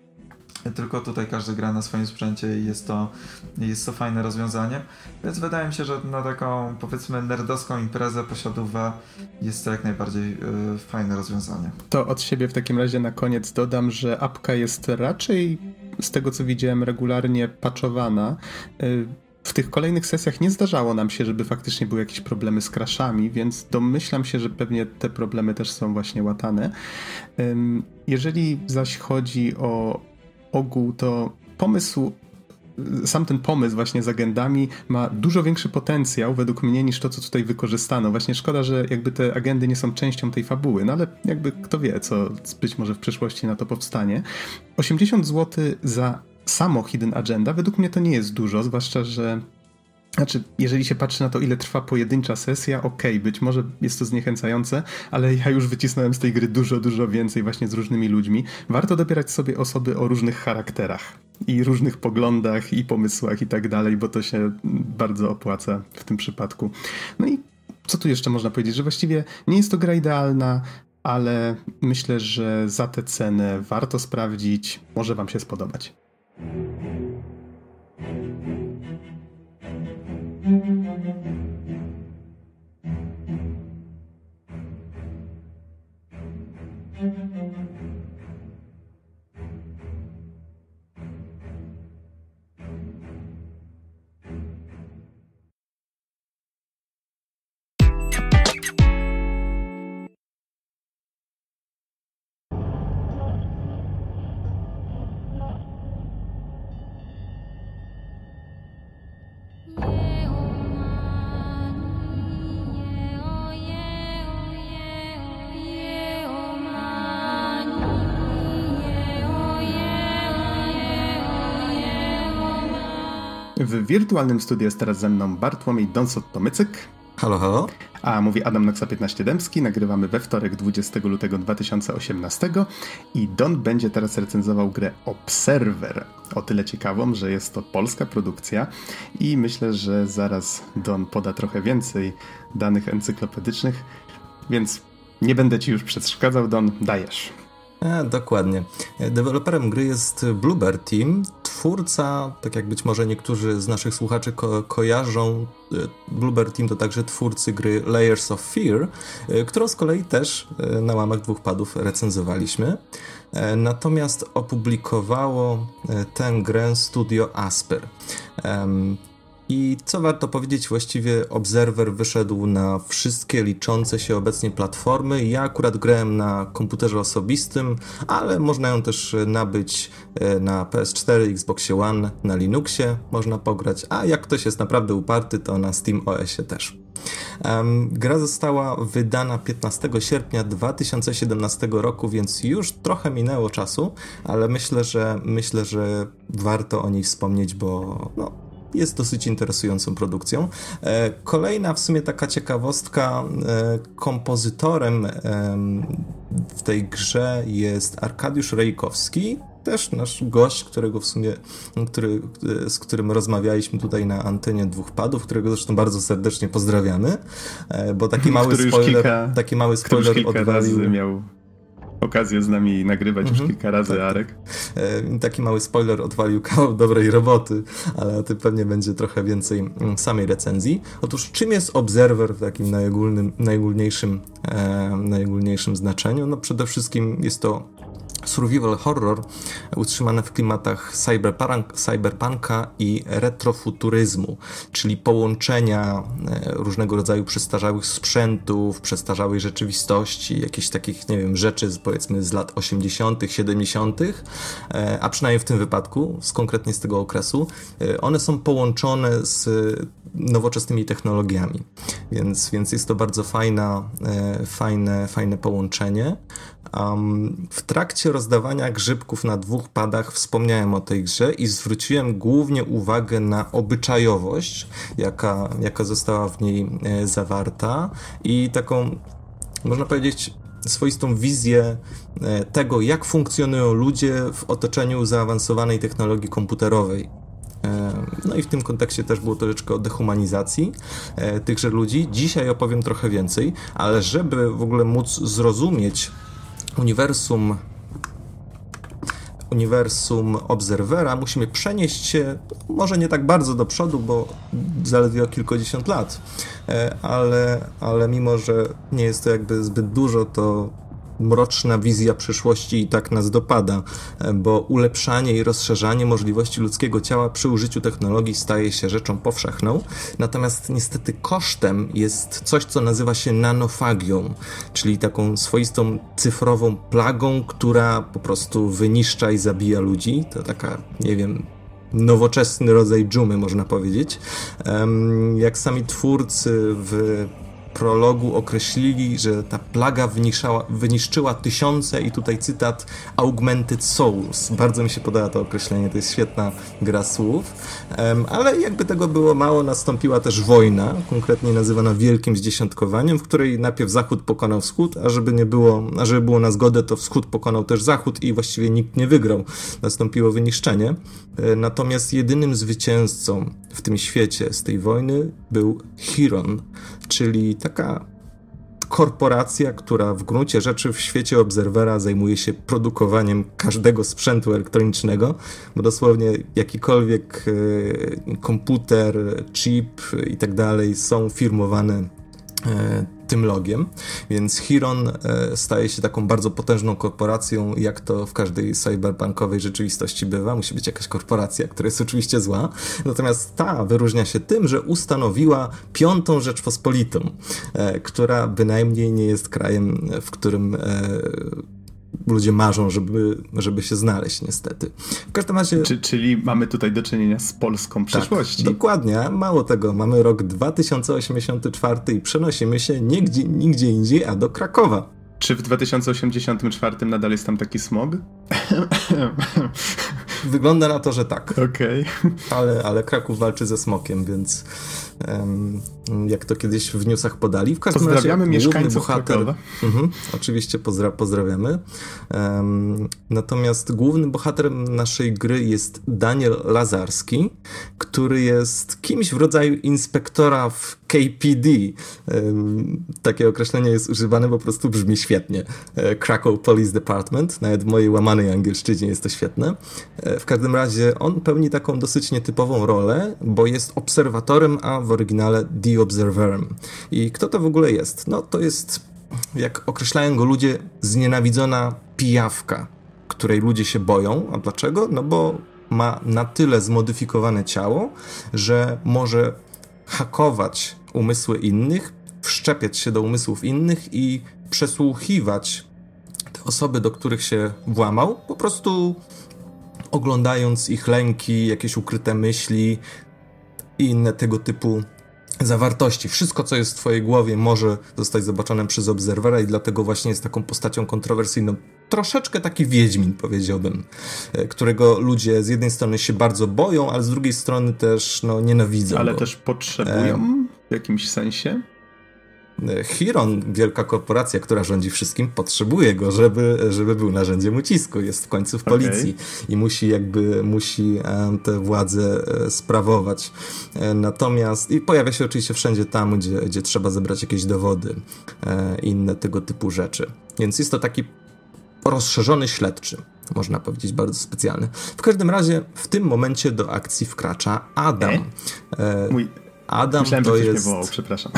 Tylko tutaj każdy gra na swoim sprzęcie i jest to, jest to fajne rozwiązanie. Więc wydaje mi się, że na taką, powiedzmy, nerdowską imprezę posiadówę jest to jak najbardziej yy, fajne rozwiązanie. To od siebie w takim razie na koniec dodam, że apka jest raczej, z tego co widziałem, regularnie patchowana. Yy, W tych kolejnych sesjach nie zdarzało nam się, żeby faktycznie były jakieś problemy z crashami, więc domyślam się, że pewnie te problemy też są właśnie łatane. Jeżeli zaś chodzi o ogół, to pomysł, sam ten pomysł właśnie z agendami ma dużo większy potencjał według mnie niż to, co tutaj wykorzystano. Właśnie szkoda, że jakby te agendy nie są częścią tej fabuły, no ale jakby kto wie, co być może w przyszłości na to powstanie. osiemdziesiąt złotych za samo Hidden Agenda, według mnie to nie jest dużo, zwłaszcza, że znaczy, jeżeli się patrzy na to, ile trwa pojedyncza sesja, okej, okay, być może jest to zniechęcające, ale ja już wycisnąłem z tej gry dużo, dużo więcej właśnie z różnymi ludźmi. Warto dobierać sobie osoby o różnych charakterach i różnych poglądach i pomysłach i tak dalej, bo to się bardzo opłaca w tym przypadku. No i co tu jeszcze można powiedzieć, że właściwie nie jest to gra idealna, ale myślę, że za tę cenę warto sprawdzić, może wam się spodobać. W wirtualnym studiu jest teraz ze mną Bartłomiej Donsot-Tomycyk. Halo, halo. A mówi Adam Noxa piętnaście Dębski. Nagrywamy we wtorek dwudziestego lutego dwa tysiące osiemnastego i Don będzie teraz recenzował grę Observer. O tyle ciekawą, że jest to polska produkcja i myślę, że zaraz Don poda trochę więcej danych encyklopedycznych, więc nie będę ci już przeszkadzał, Don, dajesz. E, dokładnie. Deweloperem gry jest Bloober Team. Twórca, tak jak być może niektórzy z naszych słuchaczy ko- kojarzą, Bloober Team to także twórcy gry Layers of Fear, którą z kolei też na łamach dwóch padów recenzowaliśmy. Natomiast opublikowało tę grę studio Asper. I co warto powiedzieć, właściwie Observer wyszedł na wszystkie liczące się obecnie platformy. Ja akurat grałem na komputerze osobistym, ale można ją też nabyć na P S cztery, Xboxie One, na Linuxie można pograć, a jak ktoś jest naprawdę uparty, to na SteamOSie też. Um, gra została wydana piętnastego sierpnia dwa tysiące siedemnastego roku, więc już trochę minęło czasu, ale myślę, że myślę, że warto o niej wspomnieć, bo no, jest dosyć interesującą produkcją. Kolejna w sumie taka ciekawostka, kompozytorem w tej grze jest Arkadiusz Rejkowski, też nasz gość, którego w sumie, który, z którym rozmawialiśmy tutaj na antenie dwóch padów, którego zresztą bardzo serdecznie pozdrawiamy, bo taki mały który spoiler, kilka, taki mały spoiler kilka odwalił. Razy miał okazję z nami nagrywać mhm, już kilka razy, tak, Arek. E, taki mały spoiler odwalił kawał dobrej roboty, ale o tym pewnie będzie trochę więcej samej recenzji. Otóż czym jest Observer w takim najogólnym, najogólniejszym, e, najogólniejszym znaczeniu? No przede wszystkim jest to survival horror utrzymane w klimatach cyberpunk, cyberpunka i retrofuturyzmu, czyli połączenia różnego rodzaju przestarzałych sprzętów, przestarzałej rzeczywistości, jakichś takich, nie wiem, rzeczy z, powiedzmy z lat osiemdziesiątych, siedemdziesiątych, a przynajmniej w tym wypadku, z, konkretnie z tego okresu, one są połączone z nowoczesnymi technologiami, więc, więc jest to bardzo fajna, fajne, fajne połączenie. Um, w trakcie rozdawania grzybków na dwóch padach wspomniałem o tej grze i zwróciłem głównie uwagę na obyczajowość, jaka, jaka została w niej e, zawarta i taką, można powiedzieć, swoistą wizję e, tego, jak funkcjonują ludzie w otoczeniu zaawansowanej technologii komputerowej. No i w tym kontekście też było troszeczkę o dehumanizacji e, tychże ludzi. Dzisiaj opowiem trochę więcej, ale żeby w ogóle móc zrozumieć uniwersum uniwersum Observera, musimy przenieść się może nie tak bardzo do przodu, bo zaledwie o kilkadziesiąt lat, ale, ale mimo, że nie jest to jakby zbyt dużo, to mroczna wizja przyszłości i tak nas dopada, bo ulepszanie i rozszerzanie możliwości ludzkiego ciała przy użyciu technologii staje się rzeczą powszechną, natomiast niestety kosztem jest coś, co nazywa się nanofagią, czyli taką swoistą cyfrową plagą, która po prostu wyniszcza i zabija ludzi. To taka, nie wiem, nowoczesny rodzaj dżumy, można powiedzieć. Jak sami twórcy w prologu określili, że ta plaga wyniszczała, wyniszczyła tysiące, i tutaj cytat, augmented souls. Bardzo mi się podoba to określenie, to jest świetna gra słów. Um, ale jakby tego było mało, nastąpiła też wojna, konkretnie nazywana Wielkim Zdziesiątkowaniem, w której najpierw Zachód pokonał Wschód, a żeby nie było, a żeby było na zgodę, to Wschód pokonał też Zachód i właściwie nikt nie wygrał. Nastąpiło wyniszczenie. Natomiast jedynym zwycięzcą w tym świecie z tej wojny był Chiron, czyli taka korporacja, która w gruncie rzeczy w świecie Observera zajmuje się produkowaniem każdego sprzętu elektronicznego, bo dosłownie jakikolwiek e, komputer, chip i tak dalej są firmowane e, tym logiem, więc Chiron e, staje się taką bardzo potężną korporacją, jak to w każdej cyberpunkowej rzeczywistości bywa. Musi być jakaś korporacja, która jest oczywiście zła, natomiast ta wyróżnia się tym, że ustanowiła Piątą Rzeczpospolitą, e, która bynajmniej nie jest krajem, w którym e, ludzie marzą, żeby, żeby się znaleźć, niestety. W każdym razie... Czy, czyli mamy tutaj do czynienia z polską przeszłości. Tak, dokładnie. Mało tego, mamy rok dwa tysiące osiemdziesiąty czwarty i przenosimy się nigdzie, nigdzie indziej, a do Krakowa. Czy w dwa tysiące osiemdziesiątym czwartym nadal jest tam taki smog? Wygląda na to, że tak. Okej. Okay. Ale, ale Kraków walczy ze smokiem, więc um, jak to kiedyś w newsach podali. W każdym Pozdrawiamy razie, mieszkańców bohater, Krakowa. Mhm, oczywiście pozdra pozdrawiamy. Um, natomiast głównym bohaterem naszej gry jest Daniel Lazarski, który jest kimś w rodzaju inspektora w K P D. Um, takie określenie jest używane, po prostu brzmi świetnie. Krakow Police Department, nawet w mojej łamanej angielszczyźnie jest to świetne. W każdym razie on pełni taką dosyć nietypową rolę, bo jest obserwatorem, a w oryginale The Observerem. I kto to w ogóle jest? No to jest, jak określają go ludzie, znienawidzona pijawka, której ludzie się boją. A dlaczego? No bo ma na tyle zmodyfikowane ciało, że może hakować umysły innych, wszczepiać się do umysłów innych i przesłuchiwać te osoby, do których się włamał, po prostu oglądając ich lęki, jakieś ukryte myśli i inne tego typu zawartości. Wszystko, co jest w twojej głowie, może zostać zobaczone przez obserwera i dlatego właśnie jest taką postacią kontrowersyjną. Troszeczkę taki wiedźmin, powiedziałbym, którego ludzie z jednej strony się bardzo boją, ale z drugiej strony też no, nienawidzą. Ale go. też potrzebują e... w jakimś sensie? Chiron, wielka korporacja, która rządzi wszystkim, potrzebuje go, żeby, żeby był narzędziem ucisku. Jest w końcu w policji okay. i musi jakby musi tę władzę sprawować. Natomiast i pojawia się oczywiście wszędzie tam, gdzie, gdzie trzeba zebrać jakieś dowody i inne tego typu rzeczy. Więc jest to taki rozszerzony śledczy, można powiedzieć, bardzo specjalny. W każdym razie w tym momencie do akcji wkracza Adam. E? Mój... Adam Myślałem, to że ktoś jest... mnie wołał, przepraszam.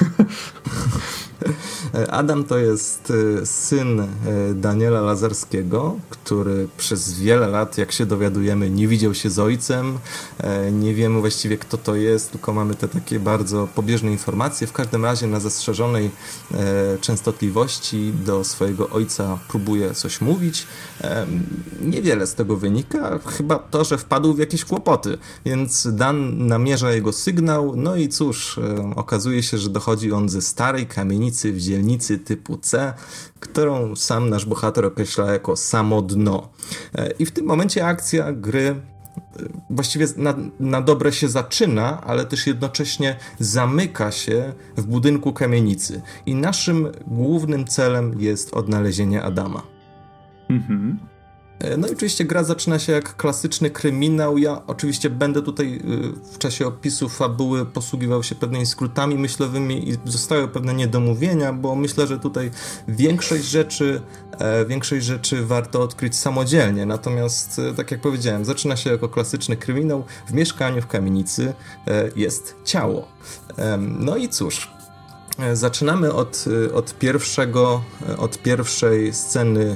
Adam to jest syn Daniela Lazarskiego, który przez wiele lat, jak się dowiadujemy, nie widział się z ojcem. Nie wiemy właściwie, kto to jest, tylko mamy te takie bardzo pobieżne informacje. W każdym razie na zastrzeżonej częstotliwości do swojego ojca próbuje coś mówić. Niewiele z tego wynika, chyba to, że wpadł w jakieś kłopoty, więc Dan namierza jego sygnał, no i cóż, okazuje się, że dochodzi on ze starej kamienicy w dzielnicy typu C, którą sam nasz bohater określa jako samo dno. I w tym momencie akcja gry właściwie na, na dobre się zaczyna, ale też jednocześnie zamyka się w budynku kamienicy. I naszym głównym celem jest odnalezienie Adama. Mhm. No i oczywiście gra zaczyna się jak klasyczny kryminał. Ja oczywiście będę tutaj w czasie opisu fabuły posługiwał się pewnymi skrótami myślowymi i zostały pewne niedomówienia, bo myślę, że tutaj większość rzeczy, większość rzeczy warto odkryć samodzielnie. Natomiast, tak jak powiedziałem, zaczyna się jako klasyczny kryminał. W mieszkaniu w kamienicy jest ciało. No i cóż, zaczynamy od, od pierwszego, od pierwszej sceny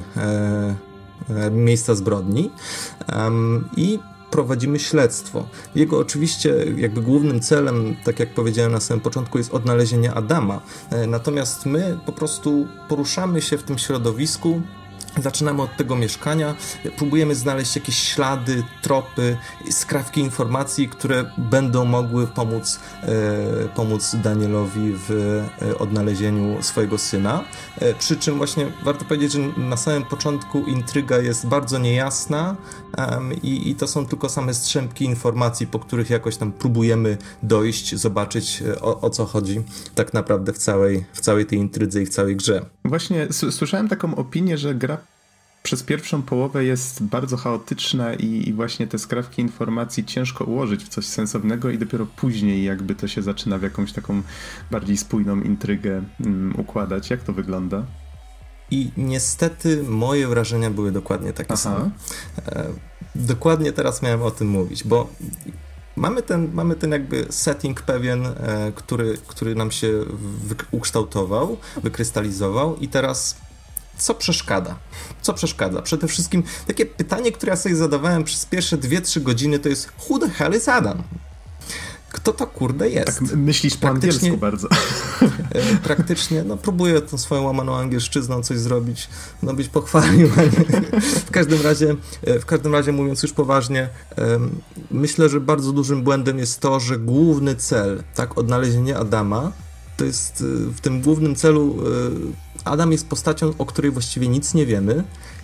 miejsca zbrodni um, i prowadzimy śledztwo. Jego oczywiście jakby głównym celem, tak jak powiedziałem na samym początku, jest odnalezienie Adama. E, natomiast my po prostu poruszamy się w tym środowisku, zaczynamy od tego mieszkania, próbujemy znaleźć jakieś ślady, tropy, skrawki informacji, które będą mogły pomóc, e, pomóc Danielowi w e, odnalezieniu swojego syna. E, przy czym właśnie warto powiedzieć, że na samym początku intryga jest bardzo niejasna um, i, i to są tylko same strzępki informacji, po których jakoś tam próbujemy dojść, zobaczyć o, o co chodzi tak naprawdę w całej, w całej tej intrydze i w całej grze. Właśnie słyszałem taką opinię, że gra przez pierwszą połowę jest bardzo chaotyczna i, i właśnie te skrawki informacji ciężko ułożyć w coś sensownego i dopiero później jakby to się zaczyna w jakąś taką bardziej spójną intrygę um, układać. Jak to wygląda? I niestety moje wrażenia były dokładnie takie Aha. same. E, dokładnie teraz miałem o tym mówić, bo mamy ten, mamy ten jakby setting pewien, e, który, który nam się wy- ukształtował, wykrystalizował i teraz co przeszkadza? Co przeszkadza? Przede wszystkim takie pytanie, które ja sobie zadawałem przez pierwsze dwie trzy godziny, to jest who the hell is Adam? Kto to kurde jest? Tak myślisz po angielsku bardzo. Praktycznie, no próbuję tą swoją łamaną angielszczyzną coś zrobić, no być pochwalił, ale w każdym razie, w każdym razie mówiąc już poważnie, myślę, że bardzo dużym błędem jest to, że główny cel, tak, odnalezienie Adama, to jest w tym głównym celu Adam jest postacią, o której właściwie nic nie wiemy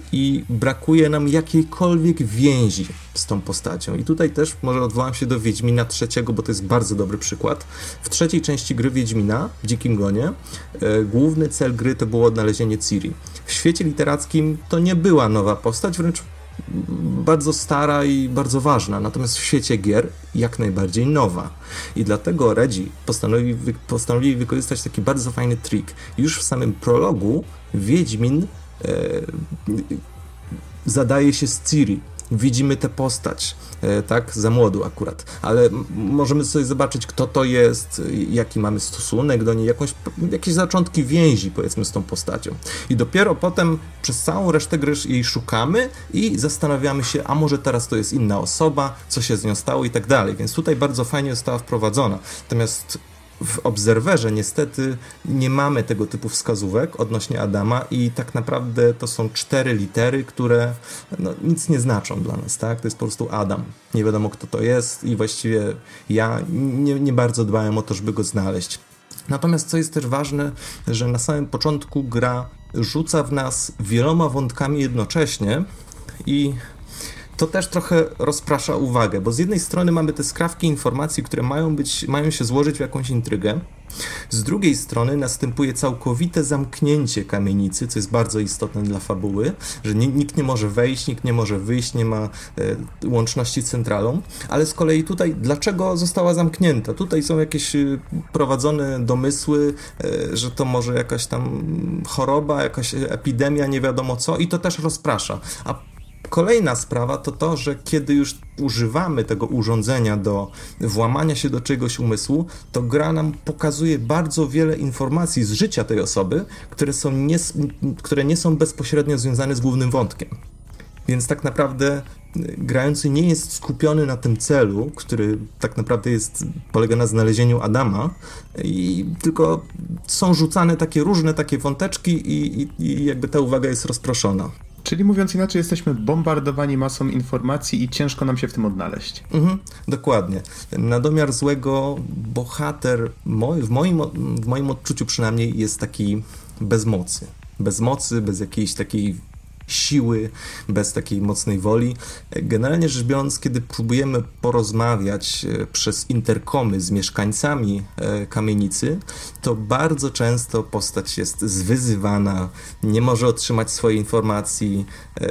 i brakuje nam jakiejkolwiek więzi z tą postacią. I tutaj też może odwołam się do Wiedźmina trzeciego, bo to jest bardzo dobry przykład. W trzeciej części gry Wiedźmina, w Dzikim Gonie, e, główny cel gry to było odnalezienie Ciri. W świecie literackim to nie była nowa postać, wręcz bardzo stara i bardzo ważna, natomiast w świecie gier jak najbardziej nowa. I dlatego Redzi postanowili, wy, postanowili wykorzystać taki bardzo fajny trik. Już w samym prologu Wiedźmin e, zadaje się z Ciri. Widzimy tę postać, e, tak, za młodu akurat, ale m- możemy sobie zobaczyć, kto to jest, jaki mamy stosunek do niej, jakąś, jakieś zaczątki więzi, powiedzmy, z tą postacią. I dopiero potem przez całą resztę gry jej szukamy i zastanawiamy się, a może teraz to jest inna osoba, co się z nią stało i tak dalej. Więc tutaj bardzo fajnie została wprowadzona. Natomiast w Obserwerze niestety nie mamy tego typu wskazówek odnośnie Adama i tak naprawdę to są cztery litery, które no, nic nie znaczą dla nas, tak? To jest po prostu Adam. Nie wiadomo, kto to jest i właściwie ja nie, nie bardzo dbałem o to, żeby go znaleźć. Natomiast co jest też ważne, że na samym początku gra rzuca w nas wieloma wątkami jednocześnie i to też trochę rozprasza uwagę, bo z jednej strony mamy te skrawki informacji, które mają być, mają się złożyć w jakąś intrygę, z drugiej strony następuje całkowite zamknięcie kamienicy, co jest bardzo istotne dla fabuły, że nie, nikt nie może wejść, nikt nie może wyjść, nie ma e, łączności z centralą, ale z kolei tutaj dlaczego została zamknięta? Tutaj są jakieś e, prowadzone domysły, e, że to może jakaś tam choroba, jakaś epidemia, nie wiadomo co i to też rozprasza. A kolejna sprawa to to, że kiedy już używamy tego urządzenia do włamania się do czegoś umysłu, to gra nam pokazuje bardzo wiele informacji z życia tej osoby, które są nie, które nie są bezpośrednio związane z głównym wątkiem. Więc tak naprawdę grający nie jest skupiony na tym celu, który tak naprawdę jest, polega na znalezieniu Adama, i tylko są rzucane takie różne takie wąteczki i, i, i jakby ta uwaga jest rozproszona. Czyli mówiąc inaczej, jesteśmy bombardowani masą informacji i ciężko nam się w tym odnaleźć. Mhm, dokładnie. Na domiar złego bohater, moi, w, moim, w moim odczuciu przynajmniej, jest taki bez mocy. Bez mocy, bez jakiejś takiej siły, bez takiej mocnej woli. Generalnie rzecz biorąc, kiedy próbujemy porozmawiać przez interkomy z mieszkańcami kamienicy, to bardzo często postać jest zwyzywana, nie może otrzymać swojej informacji.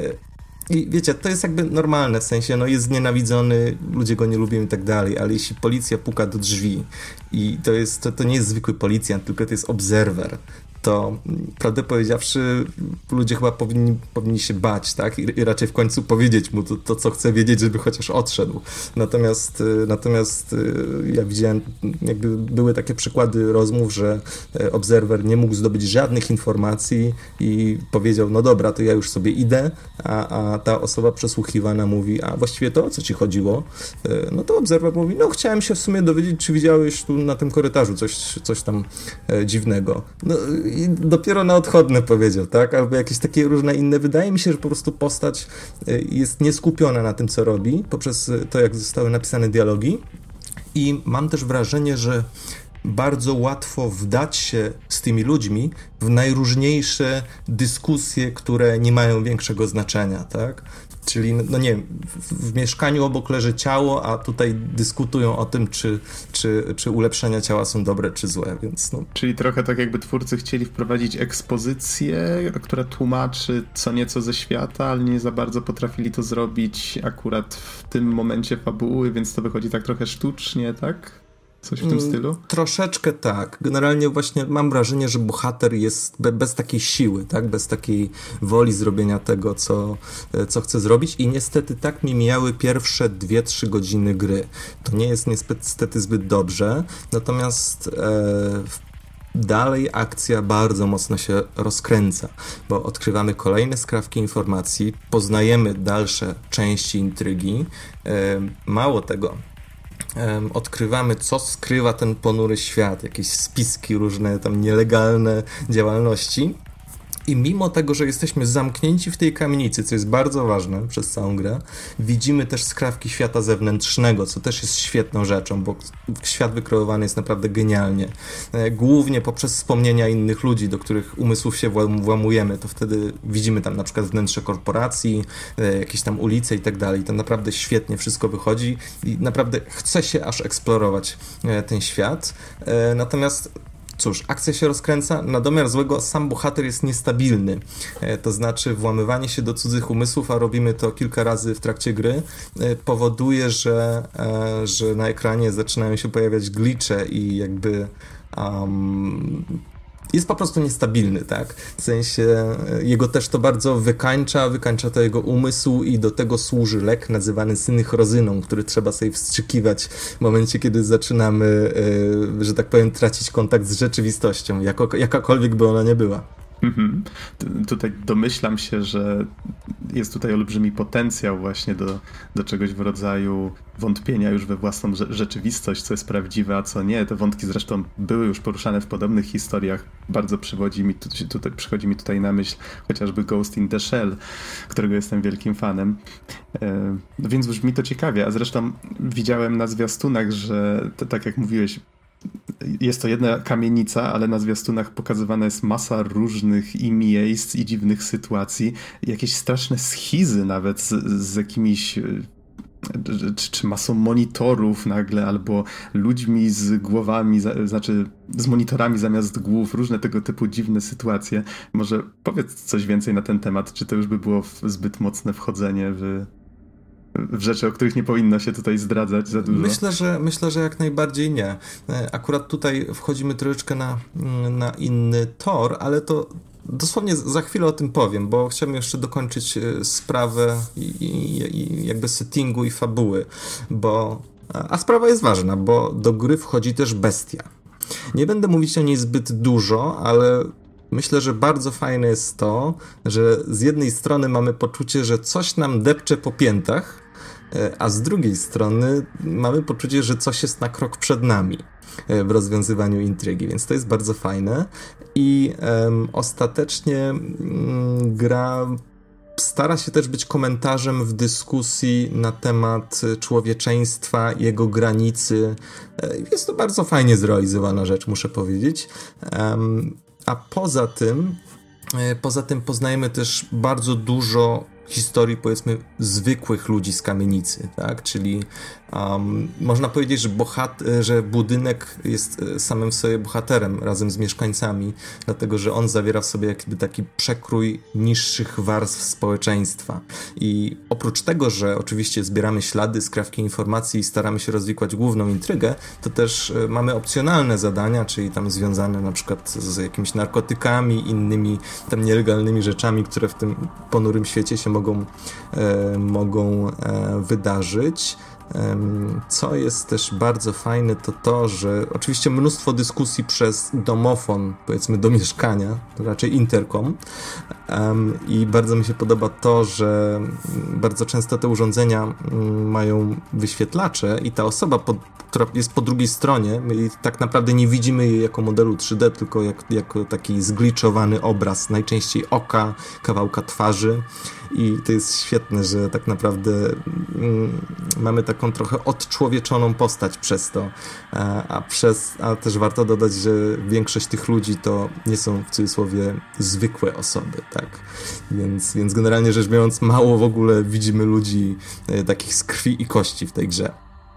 I wiecie, to jest jakby normalne, w sensie, no jest znienawidzony, ludzie go nie lubią i tak dalej, ale jeśli policja puka do drzwi i to jest, to, to nie jest zwykły policjant, tylko to jest obserwer, to prawdę powiedziawszy ludzie chyba powinni, powinni się bać, tak? I, i raczej w końcu powiedzieć mu to, to, co chce wiedzieć, żeby chociaż odszedł. Natomiast, natomiast ja widziałem, jakby były takie przykłady rozmów, że obserwer nie mógł zdobyć żadnych informacji i powiedział, no dobra, to ja już sobie idę, a, a ta osoba przesłuchiwana mówi, a właściwie to o co ci chodziło? No to obserwer mówi, no chciałem się w sumie dowiedzieć, czy widziałeś tu na tym korytarzu coś, coś tam dziwnego. No i dopiero na odchodne powiedział, tak? Albo jakieś takie różne inne. Wydaje mi się, że po prostu postać jest nieskupiona na tym, co robi, poprzez to, jak zostały napisane dialogi. I mam też wrażenie, że bardzo łatwo wdać się z tymi ludźmi w najróżniejsze dyskusje, które nie mają większego znaczenia, tak? Czyli, no nie wiem, w, w mieszkaniu obok leży ciało, a tutaj dyskutują o tym, czy, czy, czy ulepszenia ciała są dobre, czy złe, więc no. Czyli trochę tak jakby twórcy chcieli wprowadzić ekspozycję, która tłumaczy co nieco ze świata, ale nie za bardzo potrafili to zrobić akurat w tym momencie fabuły, więc to wychodzi tak trochę sztucznie, tak? Coś w tym stylu? Troszeczkę tak. Generalnie właśnie mam wrażenie, że bohater jest be, bez takiej siły, tak? Bez takiej woli zrobienia tego, co, co chce zrobić i niestety tak mi mijały pierwsze dwie trzy godziny gry. To nie jest niestety zbyt dobrze, natomiast e, dalej akcja bardzo mocno się rozkręca, bo odkrywamy kolejne skrawki informacji, poznajemy dalsze części intrygi. E, mało tego, odkrywamy, co skrywa ten ponury świat, jakieś spiski, różne tam nielegalne działalności I mimo tego, że jesteśmy zamknięci w tej kamienicy, co jest bardzo ważne przez całą grę, widzimy też skrawki świata zewnętrznego, co też jest świetną rzeczą, bo świat wykreowany jest naprawdę genialnie. Głównie poprzez wspomnienia innych ludzi, do których umysłów się włamujemy, to wtedy widzimy tam na przykład wnętrze korporacji, jakieś tam ulice i tak dalej. To naprawdę świetnie wszystko wychodzi i naprawdę chce się aż eksplorować ten świat. Natomiast cóż, akcja się rozkręca, na domiar złego sam bohater jest niestabilny, e, to znaczy włamywanie się do cudzych umysłów, a robimy to kilka razy w trakcie gry, e, powoduje, że, e, że na ekranie zaczynają się pojawiać glitche i jakby um, jest po prostu niestabilny, tak? W sensie jego też to bardzo wykańcza, wykańcza to jego umysł i do tego służy lek nazywany synchrozyną, który trzeba sobie wstrzykiwać w momencie, kiedy zaczynamy, yy, że tak powiem, tracić kontakt z rzeczywistością, jako, jakakolwiek by ona nie była. Mhm. Tutaj domyślam się, że jest tutaj olbrzymi potencjał właśnie do, do czegoś w rodzaju wątpienia już we własną rzeczywistość, co jest prawdziwe, a co nie. Te wątki zresztą były już poruszane w podobnych historiach. Bardzo przywodzi mi tu, tutaj, przychodzi mi tutaj na myśl chociażby Ghost in the Shell, którego jestem wielkim fanem. E, więc brzmi to ciekawie, a zresztą widziałem na zwiastunach, że to, tak jak mówiłeś, jest to jedna kamienica, ale na zwiastunach pokazywana jest masa różnych i miejsc, i dziwnych sytuacji. Jakieś straszne schizy nawet z, z jakimiś... Czy, czy masą monitorów nagle, albo ludźmi z głowami, za, znaczy z monitorami zamiast głów, różne tego typu dziwne sytuacje. Może powiedz coś więcej na ten temat, czy to już by było zbyt mocne wchodzenie w... w rzeczy, o których nie powinno się tutaj zdradzać za dużo. Myślę, że myślę, że jak najbardziej nie. Akurat tutaj wchodzimy troszeczkę na, na inny tor, ale to dosłownie za chwilę o tym powiem, bo chciałbym jeszcze dokończyć sprawę i, i, i jakby settingu i fabuły, bo a sprawa jest ważna, bo do gry wchodzi też bestia. Nie będę mówić o niej zbyt dużo, ale myślę, że bardzo fajne jest to, że z jednej strony mamy poczucie, że coś nam depcze po piętach, a z drugiej strony mamy poczucie, że coś jest na krok przed nami w rozwiązywaniu intrygi, więc to jest bardzo fajne i um, ostatecznie um, gra stara się też być komentarzem w dyskusji na temat człowieczeństwa, jego granicy. Jest to bardzo fajnie zrealizowana rzecz, muszę powiedzieć. Um, a poza tym poza tym poznajemy też bardzo dużo historii, powiedzmy, zwykłych ludzi z kamienicy, tak? Czyli um, można powiedzieć, że, bohat- że budynek jest samym w sobie bohaterem razem z mieszkańcami, dlatego, że on zawiera w sobie jakby taki przekrój niższych warstw społeczeństwa. I oprócz tego, że oczywiście zbieramy ślady, skrawki informacji i staramy się rozwikłać główną intrygę, to też mamy opcjonalne zadania, czyli tam związane na przykład z jakimiś narkotykami, innymi tam nielegalnymi rzeczami, które w tym ponurym świecie się mogą, e, mogą e, wydarzyć. E, co jest też bardzo fajne, to to, że oczywiście mnóstwo dyskusji przez domofon, powiedzmy do mieszkania, to raczej interkom, e, i bardzo mi się podoba to, że bardzo często te urządzenia m, mają wyświetlacze i ta osoba, pod, która jest po drugiej stronie, my tak naprawdę nie widzimy jej jako modelu trzy D, tylko jak, jako taki zgliczowany obraz, najczęściej oka, kawałka twarzy. I to jest świetne, że tak naprawdę mm, mamy taką trochę odczłowieczoną postać przez to, a, a przez, a też warto dodać, że większość tych ludzi to nie są w cudzysłowie zwykłe osoby, tak? Więc, więc generalnie rzecz biorąc, mało w ogóle widzimy ludzi e, takich z krwi i kości w tej grze.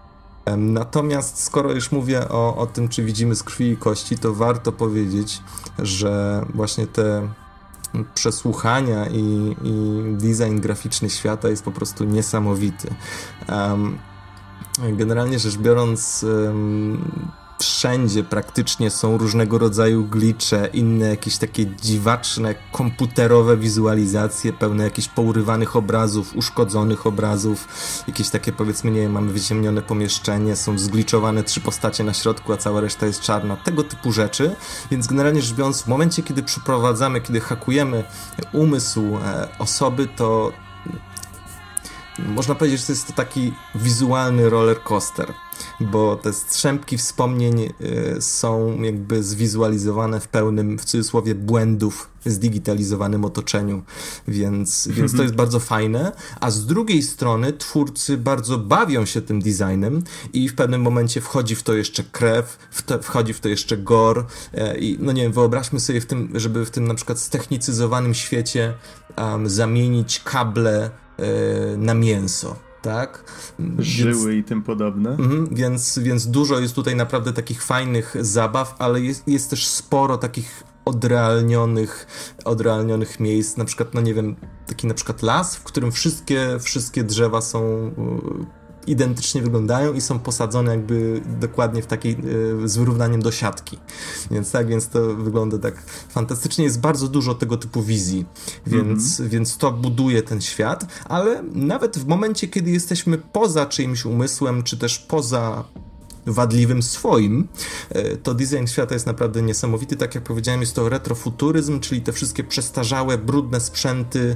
Natomiast skoro już mówię o, o tym, czy widzimy z krwi i kości, to warto powiedzieć, że właśnie te przesłuchania i, i design graficzny świata jest po prostu niesamowity. Um, generalnie rzecz biorąc, um, wszędzie praktycznie są różnego rodzaju glitche, inne jakieś takie dziwaczne, komputerowe wizualizacje, pełne jakichś pourywanych obrazów, uszkodzonych obrazów, jakieś takie, powiedzmy, nie wiem, mamy wyciemnione pomieszczenie, są zgliczowane trzy postacie na środku, a cała reszta jest czarna, tego typu rzeczy, więc generalnie rzecz biorąc, w momencie, kiedy przyprowadzamy, kiedy hakujemy umysł e, osoby, to można powiedzieć, że to jest to taki wizualny roller coaster, bo te strzępki wspomnień y, są jakby zwizualizowane w pełnym, w cudzysłowie, błędów zdigitalizowanym otoczeniu, więc, więc to jest bardzo fajne, a z drugiej strony twórcy bardzo bawią się tym designem i w pewnym momencie wchodzi w to jeszcze krew, w to, wchodzi w to jeszcze gore e, i no nie wiem, wyobraźmy sobie w tym, żeby w tym na przykład ztechnicyzowanym świecie um, zamienić kable e, na mięso. Tak? Żyły więc, i tym podobne. Mm, więc, więc dużo jest tutaj naprawdę takich fajnych zabaw, ale jest, jest też sporo takich odrealnionych, odrealnionych miejsc, na przykład, no nie wiem, taki na przykład las, w którym wszystkie, wszystkie drzewa są y, identycznie wyglądają i są posadzone jakby dokładnie w takiej, y, z wyrównaniem do siatki. Więc tak, więc to wygląda tak fantastycznie. Jest bardzo dużo tego typu wizji, więc, mm-hmm. więc to buduje ten świat, ale nawet w momencie, kiedy jesteśmy poza czyimś umysłem, czy też poza wadliwym swoim, to design świata jest naprawdę niesamowity. Tak jak powiedziałem, jest to retrofuturyzm, czyli te wszystkie przestarzałe, brudne sprzęty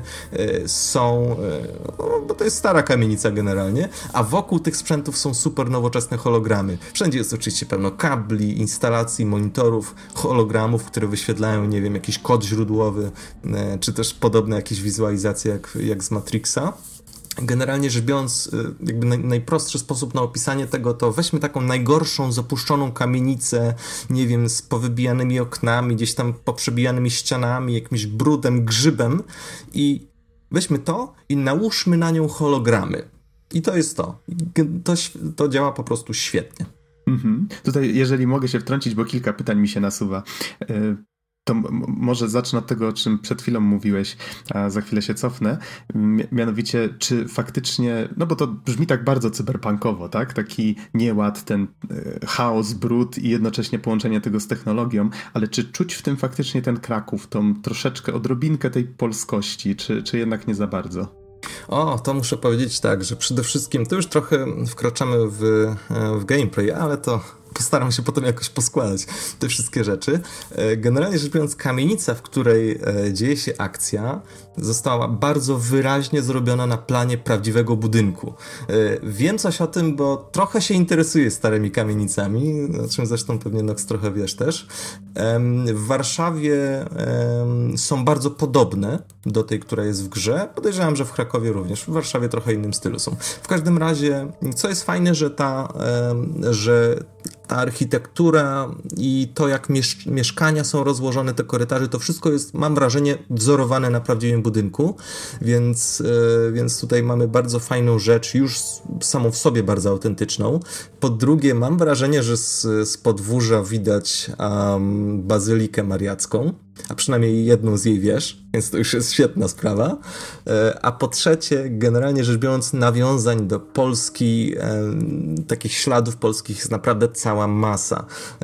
są, no, bo to jest stara kamienica generalnie, a wokół tych sprzętów są super nowoczesne hologramy. Wszędzie jest oczywiście pełno kabli, instalacji, monitorów, hologramów, które wyświetlają, nie wiem, jakiś kod źródłowy, czy też podobne jakieś wizualizacje jak, jak z Matrixa. Generalnie rzecz biorąc, jakby naj, najprostszy sposób na opisanie tego to weźmy taką najgorszą, zapuszczoną kamienicę, nie wiem, z powybijanymi oknami, gdzieś tam poprzebijanymi ścianami, jakimś brudem, grzybem i weźmy to i nałóżmy na nią hologramy. I to jest to. To, to działa po prostu świetnie. Mhm. Tutaj, jeżeli mogę się wtrącić, bo kilka pytań mi się nasuwa. Y- To m- może zacznę od tego, o czym przed chwilą mówiłeś, a za chwilę się cofnę. M- mianowicie, czy faktycznie, no bo to brzmi tak bardzo cyberpunkowo, tak? Taki nieład, ten y, chaos, brud i jednocześnie połączenie tego z technologią, ale czy czuć w tym faktycznie ten Kraków, tą troszeczkę odrobinkę tej polskości, czy, czy jednak nie za bardzo? O, to muszę powiedzieć tak, że przede wszystkim to już trochę wkraczamy w, w gameplay, ale to postaram się potem jakoś poskładać te wszystkie rzeczy. Generalnie rzecz biorąc, kamienica, w której dzieje się akcja, została bardzo wyraźnie zrobiona na planie prawdziwego budynku. Wiem coś o tym, bo trochę się interesuję starymi kamienicami, o czym zresztą pewnie Nox trochę wiesz też. W Warszawie są bardzo podobne do tej, która jest w grze. Podejrzewam, że w Krakowie również. W Warszawie trochę innym stylu są. W każdym razie, co jest fajne, że ta, że ta architektura i to, jak miesz- mieszkania są rozłożone, te korytarze, to wszystko jest, mam wrażenie, wzorowane na prawdziwym budynku, więc, yy, więc tutaj mamy bardzo fajną rzecz, już samą w sobie bardzo autentyczną. Po drugie, mam wrażenie, że z, z podwórza widać um, bazylikę mariacką, a przynajmniej jedną z jej wież, więc to już jest świetna sprawa. A po trzecie, generalnie rzecz biorąc, nawiązań do Polski, takich śladów polskich jest naprawdę cała masa.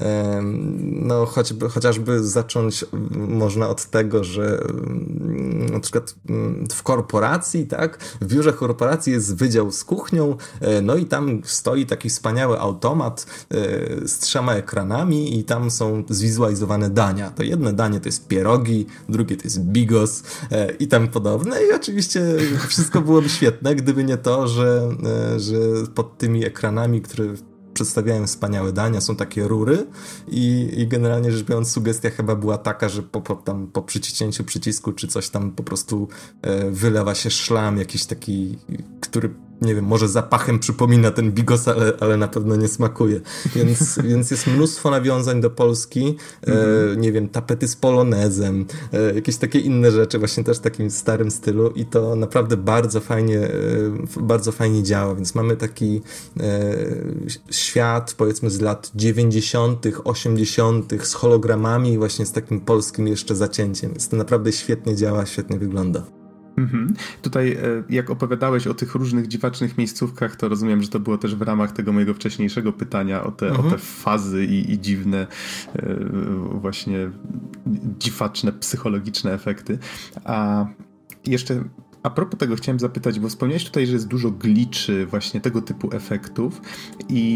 No, choćby, chociażby zacząć można od tego, że na przykład w korporacji, tak, w biurze korporacji jest wydział z kuchnią, no i tam stoi taki wspaniały automat z trzema ekranami i tam są zwizualizowane dania. To jedno danie to jest pierogi, drugie to jest bigos e, i tam podobne i oczywiście wszystko byłoby świetne, gdyby nie to, że, e, że pod tymi ekranami, które przedstawiają wspaniałe dania, są takie rury i, i generalnie rzecz biorąc sugestia chyba była taka, że po, po, tam, po przyciśnięciu przycisku czy coś tam po prostu e, wylewa się szlam jakiś taki, który nie wiem, może zapachem przypomina ten bigos, ale, ale na pewno nie smakuje. Więc, więc jest mnóstwo nawiązań do Polski, mm-hmm. e, nie wiem, tapety z polonezem, e, jakieś takie inne rzeczy, właśnie też w takim starym stylu i to naprawdę bardzo fajnie, e, bardzo fajnie działa, więc mamy taki e, świat, powiedzmy z lat dziewięćdziesiątych, osiemdziesiątych z hologramami, właśnie z takim polskim jeszcze zacięciem, więc to naprawdę świetnie działa, świetnie wygląda. Mhm. Tutaj jak opowiadałeś o tych różnych dziwacznych miejscówkach, to rozumiem, że to było też w ramach tego mojego wcześniejszego pytania o te, mhm. o te fazy i, i dziwne właśnie dziwaczne, psychologiczne efekty. A jeszcze a propos tego chciałem zapytać, bo wspomniałeś tutaj, że jest dużo gliczy, właśnie tego typu efektów i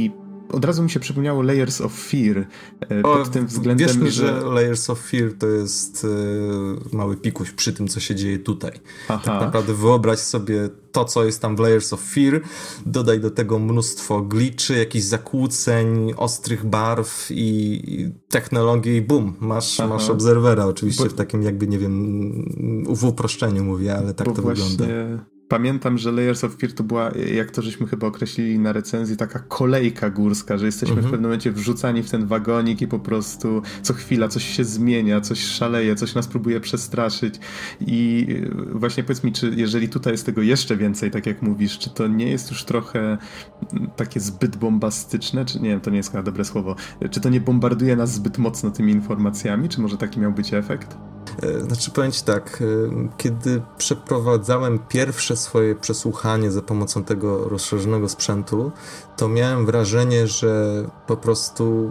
od razu mi się przypomniało Layers of Fear e, o, pod tym względem, wiesz mi, że... że Layers of Fear to jest e, mały pikuś przy tym, co się dzieje tutaj. Aha. Tak naprawdę wyobraź sobie to, co jest tam w Layers of Fear, dodaj do tego mnóstwo glitchy, jakichś zakłóceń, ostrych barw i, i technologię i bum, masz, masz obserwera, oczywiście Bo... w takim jakby, nie wiem, w uproszczeniu mówię, ale tak Bo to właśnie... wygląda. Pamiętam, że Layers of Fear to była, jak to żeśmy chyba określili na recenzji, taka kolejka górska, że jesteśmy mm-hmm. w pewnym momencie wrzucani w ten wagonik i po prostu co chwila coś się zmienia, coś szaleje, coś nas próbuje przestraszyć i właśnie powiedz mi, czy jeżeli tutaj jest tego jeszcze więcej, tak jak mówisz, czy to nie jest już trochę takie zbyt bombastyczne, czy nie wiem, to nie jest chyba dobre słowo, czy to nie bombarduje nas zbyt mocno tymi informacjami, czy może taki miał być efekt? Znaczy powiem ci tak, kiedy przeprowadzałem pierwsze swoje przesłuchanie za pomocą tego rozszerzonego sprzętu, to miałem wrażenie, że po prostu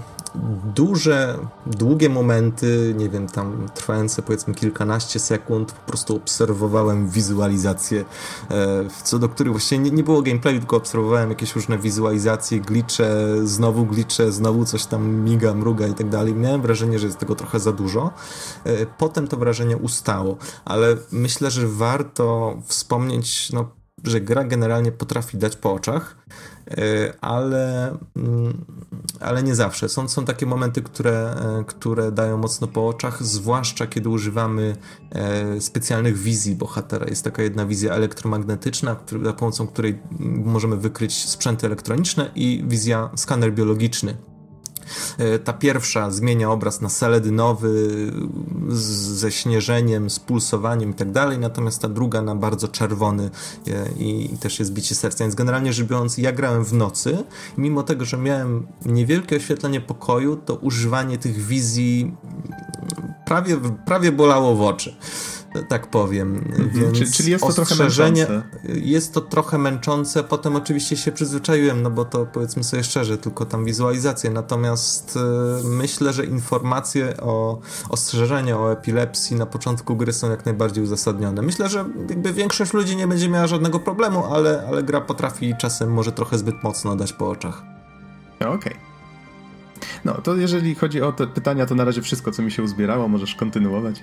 duże, długie momenty, nie wiem, tam trwające powiedzmy kilkanaście sekund, po prostu obserwowałem wizualizacje, co do których właściwie nie, nie było gameplayu, tylko obserwowałem jakieś różne wizualizacje, glitche, znowu glitche, znowu coś tam miga, mruga i tak dalej. Miałem wrażenie, że jest tego trochę za dużo. Potem to wrażenie ustało, ale myślę, że warto wspomnieć, no, że gra generalnie potrafi dać po oczach, ale, ale nie zawsze. Są, są takie momenty, które, które dają mocno po oczach, zwłaszcza kiedy używamy specjalnych wizji bohatera. Jest taka jedna wizja elektromagnetyczna, za pomocą której możemy wykryć sprzęty elektroniczne, i wizja skaner biologiczny. Ta pierwsza zmienia obraz na seledynowy ze śnieżeniem, z pulsowaniem i tak dalej, natomiast ta druga na bardzo czerwony i, i też jest bicie serca. Więc generalnie rzecz biorąc, ja grałem w nocy, mimo tego, że miałem niewielkie oświetlenie pokoju, to używanie tych wizji prawie, prawie bolało w oczy. Tak powiem. Więc czyli, czyli jest to trochę męczące. Jest to trochę męczące, potem oczywiście się przyzwyczaiłem, no bo to powiedzmy sobie szczerze, tylko tam wizualizacje, natomiast y, myślę, że informacje o ostrzeżenia o epilepsji na początku gry są jak najbardziej uzasadnione. Myślę, że jakby większość ludzi nie będzie miała żadnego problemu, ale, ale gra potrafi czasem może trochę zbyt mocno dać po oczach. Okej. Okay. No, to jeżeli chodzi o te pytania, to na razie wszystko, co mi się uzbierało, możesz kontynuować.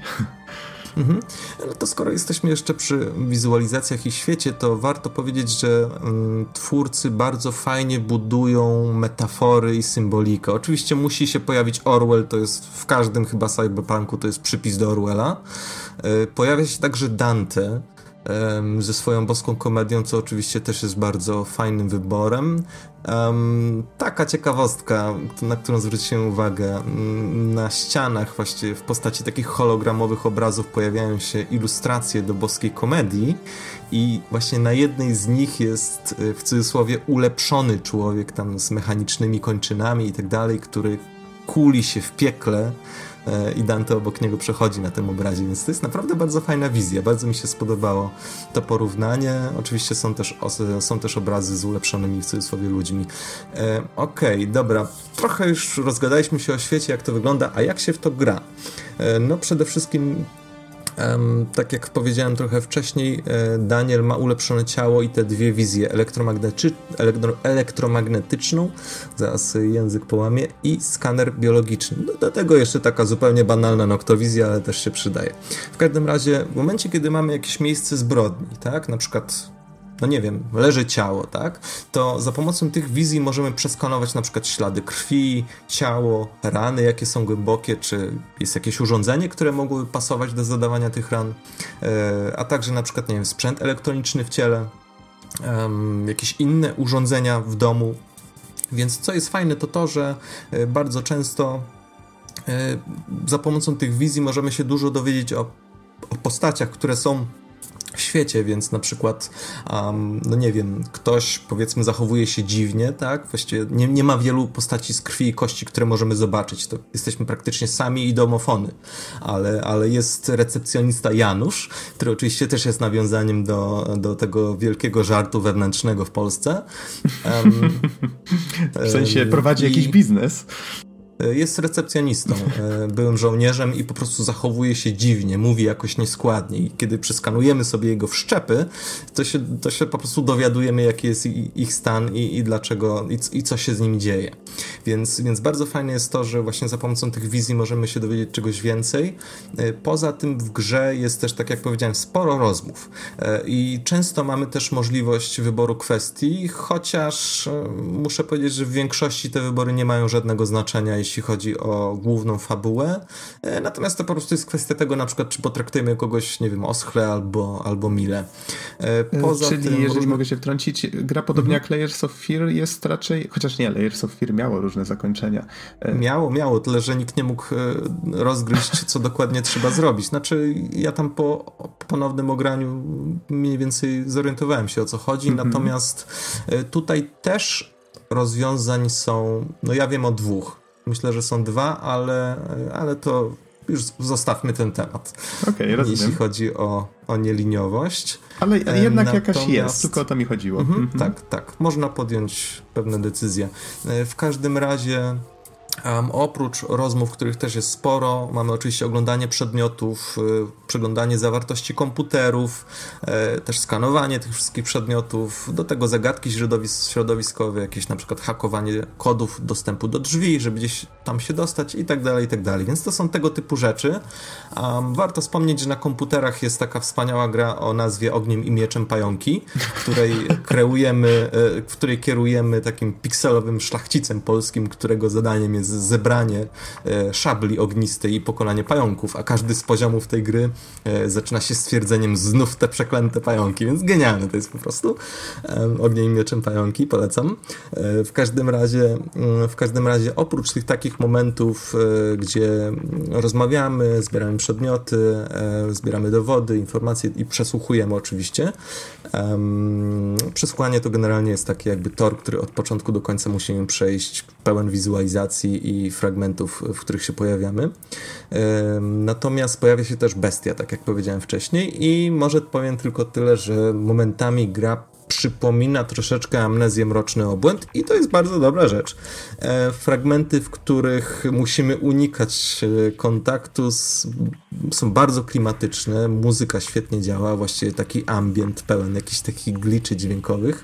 Mhm. No to skoro jesteśmy jeszcze przy wizualizacjach i świecie, to warto powiedzieć, że mm, twórcy bardzo fajnie budują metafory i symbolikę. Oczywiście musi się pojawić Orwell, to jest w każdym chyba cyberpunku, to jest przypis do Orwella. Yy, pojawia się także Dante yy, ze swoją boską komedią, co oczywiście też jest bardzo fajnym wyborem. Um, taka ciekawostka, na którą zwróciłem uwagę, na ścianach właściwie w postaci takich hologramowych obrazów pojawiają się ilustracje do boskiej komedii i właśnie na jednej z nich jest w cudzysłowie ulepszony człowiek tam z mechanicznymi kończynami i tak dalej, który kuli się w piekle i Dante obok niego przechodzi na tym obrazie, więc to jest naprawdę bardzo fajna wizja, bardzo mi się spodobało to porównanie. Oczywiście są też, są też obrazy z ulepszonymi w cudzysłowie ludźmi. E, Okej, okay, dobra, trochę już rozgadaliśmy się o świecie, jak to wygląda, a jak się w to gra? E, no przede wszystkim Um, tak jak powiedziałem trochę wcześniej, Daniel ma ulepszone ciało i te dwie wizje, elektromagnety- elektro- elektromagnetyczną, zaraz język połamie, i skaner biologiczny. No, do tego jeszcze taka zupełnie banalna noktowizja, ale też się przydaje. W każdym razie, w momencie, kiedy mamy jakieś miejsce zbrodni, tak, na przykład no nie wiem, leży ciało, tak? To za pomocą tych wizji możemy przeskanować na przykład ślady krwi, ciało, rany, jakie są głębokie, czy jest jakieś urządzenie, które mogłoby pasować do zadawania tych ran, e, a także na przykład, nie wiem, sprzęt elektroniczny w ciele, e, jakieś inne urządzenia w domu. Więc co jest fajne, to to, że e, bardzo często e, za pomocą tych wizji możemy się dużo dowiedzieć o, o postaciach, które są w świecie, więc na przykład um, no nie wiem, ktoś powiedzmy zachowuje się dziwnie, tak? Właściwie nie, nie ma wielu postaci z krwi i kości, które możemy zobaczyć. To jesteśmy praktycznie sami i domofony. Ale, ale jest recepcjonista Janusz, który oczywiście też jest nawiązaniem do, do tego wielkiego żartu wewnętrznego w Polsce. Um, w sensie prowadzi i... jakiś biznes. Jest recepcjonistą, byłym żołnierzem i po prostu zachowuje się dziwnie, mówi jakoś nieskładnie i kiedy przeskanujemy sobie jego wszczepy, to się, to się po prostu dowiadujemy, jaki jest ich stan i, i dlaczego, i, i co się z nimi dzieje. Więc, więc bardzo fajne jest to, że właśnie za pomocą tych wizji możemy się dowiedzieć czegoś więcej. Poza tym w grze jest też, tak jak powiedziałem, sporo rozmów i często mamy też możliwość wyboru kwestii, chociaż muszę powiedzieć, że w większości te wybory nie mają żadnego znaczenia, jeśli chodzi o główną fabułę. Natomiast to po prostu jest kwestia tego, na przykład, czy potraktujemy kogoś, nie wiem, oschle albo, albo mile. Poza Czyli, tym, jeżeli różne... mogę się wtrącić, gra podobnie mhm. jak Layers of Fear jest raczej, chociaż nie, Layers of Fear miało różne zakończenia. Miało, miało, tyle, że nikt nie mógł rozgryźć, co dokładnie trzeba zrobić. Znaczy, ja tam po ponownym ograniu mniej więcej zorientowałem się, o co chodzi, mhm. natomiast tutaj też rozwiązań są, no ja wiem o dwóch. Myślę, że są dwa, ale, ale to już zostawmy ten temat. Okej, rozumiem. Jeśli chodzi o, o nieliniowość. Ale jednak Natomiast... jakaś jest, tylko o to mi chodziło. Mhm, mhm. Tak, tak. Można podjąć pewne decyzje. W każdym razie Um, oprócz rozmów, których też jest sporo, mamy oczywiście oglądanie przedmiotów, y, przeglądanie zawartości komputerów, y, też skanowanie tych wszystkich przedmiotów, do tego zagadki środowis- środowiskowe, jakieś na przykład hakowanie kodów dostępu do drzwi, żeby gdzieś tam się dostać i tak dalej, i tak dalej. Więc to są tego typu rzeczy. Um, warto wspomnieć, że na komputerach jest taka wspaniała gra o nazwie Ogniem i Mieczem Pająki, w której kreujemy, y, w której kierujemy takim pikselowym szlachcicem polskim, którego zadaniem jest zebranie e, szabli ognistej i pokonanie pająków, a każdy z poziomów tej gry e, zaczyna się stwierdzeniem znów te przeklęte pająki, więc genialne to jest po prostu. E, Ogniem i Mieczem Pająki, polecam. E, w każdym razie w każdym razie oprócz tych takich momentów, e, gdzie rozmawiamy, zbieramy przedmioty, e, zbieramy dowody, informacje i przesłuchujemy oczywiście. E, przesłuchanie to generalnie jest taki jakby tor, który od początku do końca musimy przejść, pełen wizualizacji i fragmentów, w których się pojawiamy. Natomiast pojawia się też bestia, tak jak powiedziałem wcześniej i może powiem tylko tyle, że momentami gra przypomina troszeczkę Amnezję Mroczny Obłęd i to jest bardzo dobra rzecz. Fragmenty, w których musimy unikać kontaktu z, są bardzo klimatyczne, muzyka świetnie działa, właściwie taki ambient pełen jakichś takich gliczy dźwiękowych.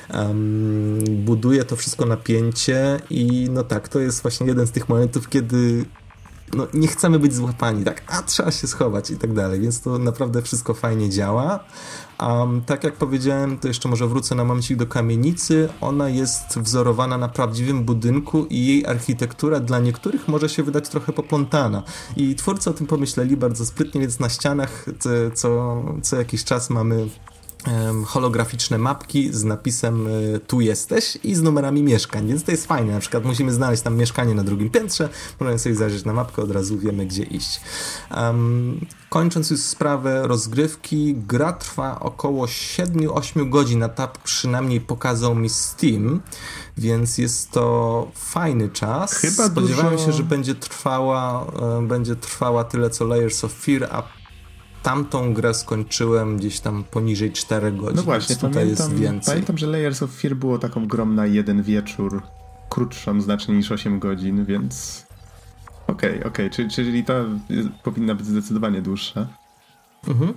Um, buduje to wszystko napięcie i no tak, to jest właśnie jeden z tych momentów, kiedy no, nie chcemy być złapani, tak, a trzeba się schować i tak dalej, więc to naprawdę wszystko fajnie działa. Um, tak jak powiedziałem, to jeszcze może wrócę na momencik do kamienicy. Ona jest wzorowana na prawdziwym budynku i jej architektura dla niektórych może się wydać trochę poplątana. I twórcy o tym pomyśleli bardzo sprytnie, więc na ścianach co, co jakiś czas mamy holograficzne mapki z napisem tu jesteś i z numerami mieszkań, więc to jest fajne. Na przykład musimy znaleźć tam mieszkanie na drugim piętrze, możemy sobie zajrzeć na mapkę, od razu wiemy, gdzie iść. Um, kończąc już sprawę rozgrywki, gra trwa około siedem osiem godzin, a tak przynajmniej pokazał mi Steam, więc jest to fajny czas. Chyba Spodziewałem dużo... się, że będzie trwała, będzie trwała tyle co Layers of Fear, a tamtą grę skończyłem gdzieś tam poniżej czterech godzin. No właśnie, tutaj pamiętam, jest więcej. Pamiętam, że Layers of Fear było taką grą na jeden wieczór, krótszą znacznie niż osiem godzin, więc okej, okay, okej, okay. czyli, czyli ta powinna być zdecydowanie dłuższa. Mhm.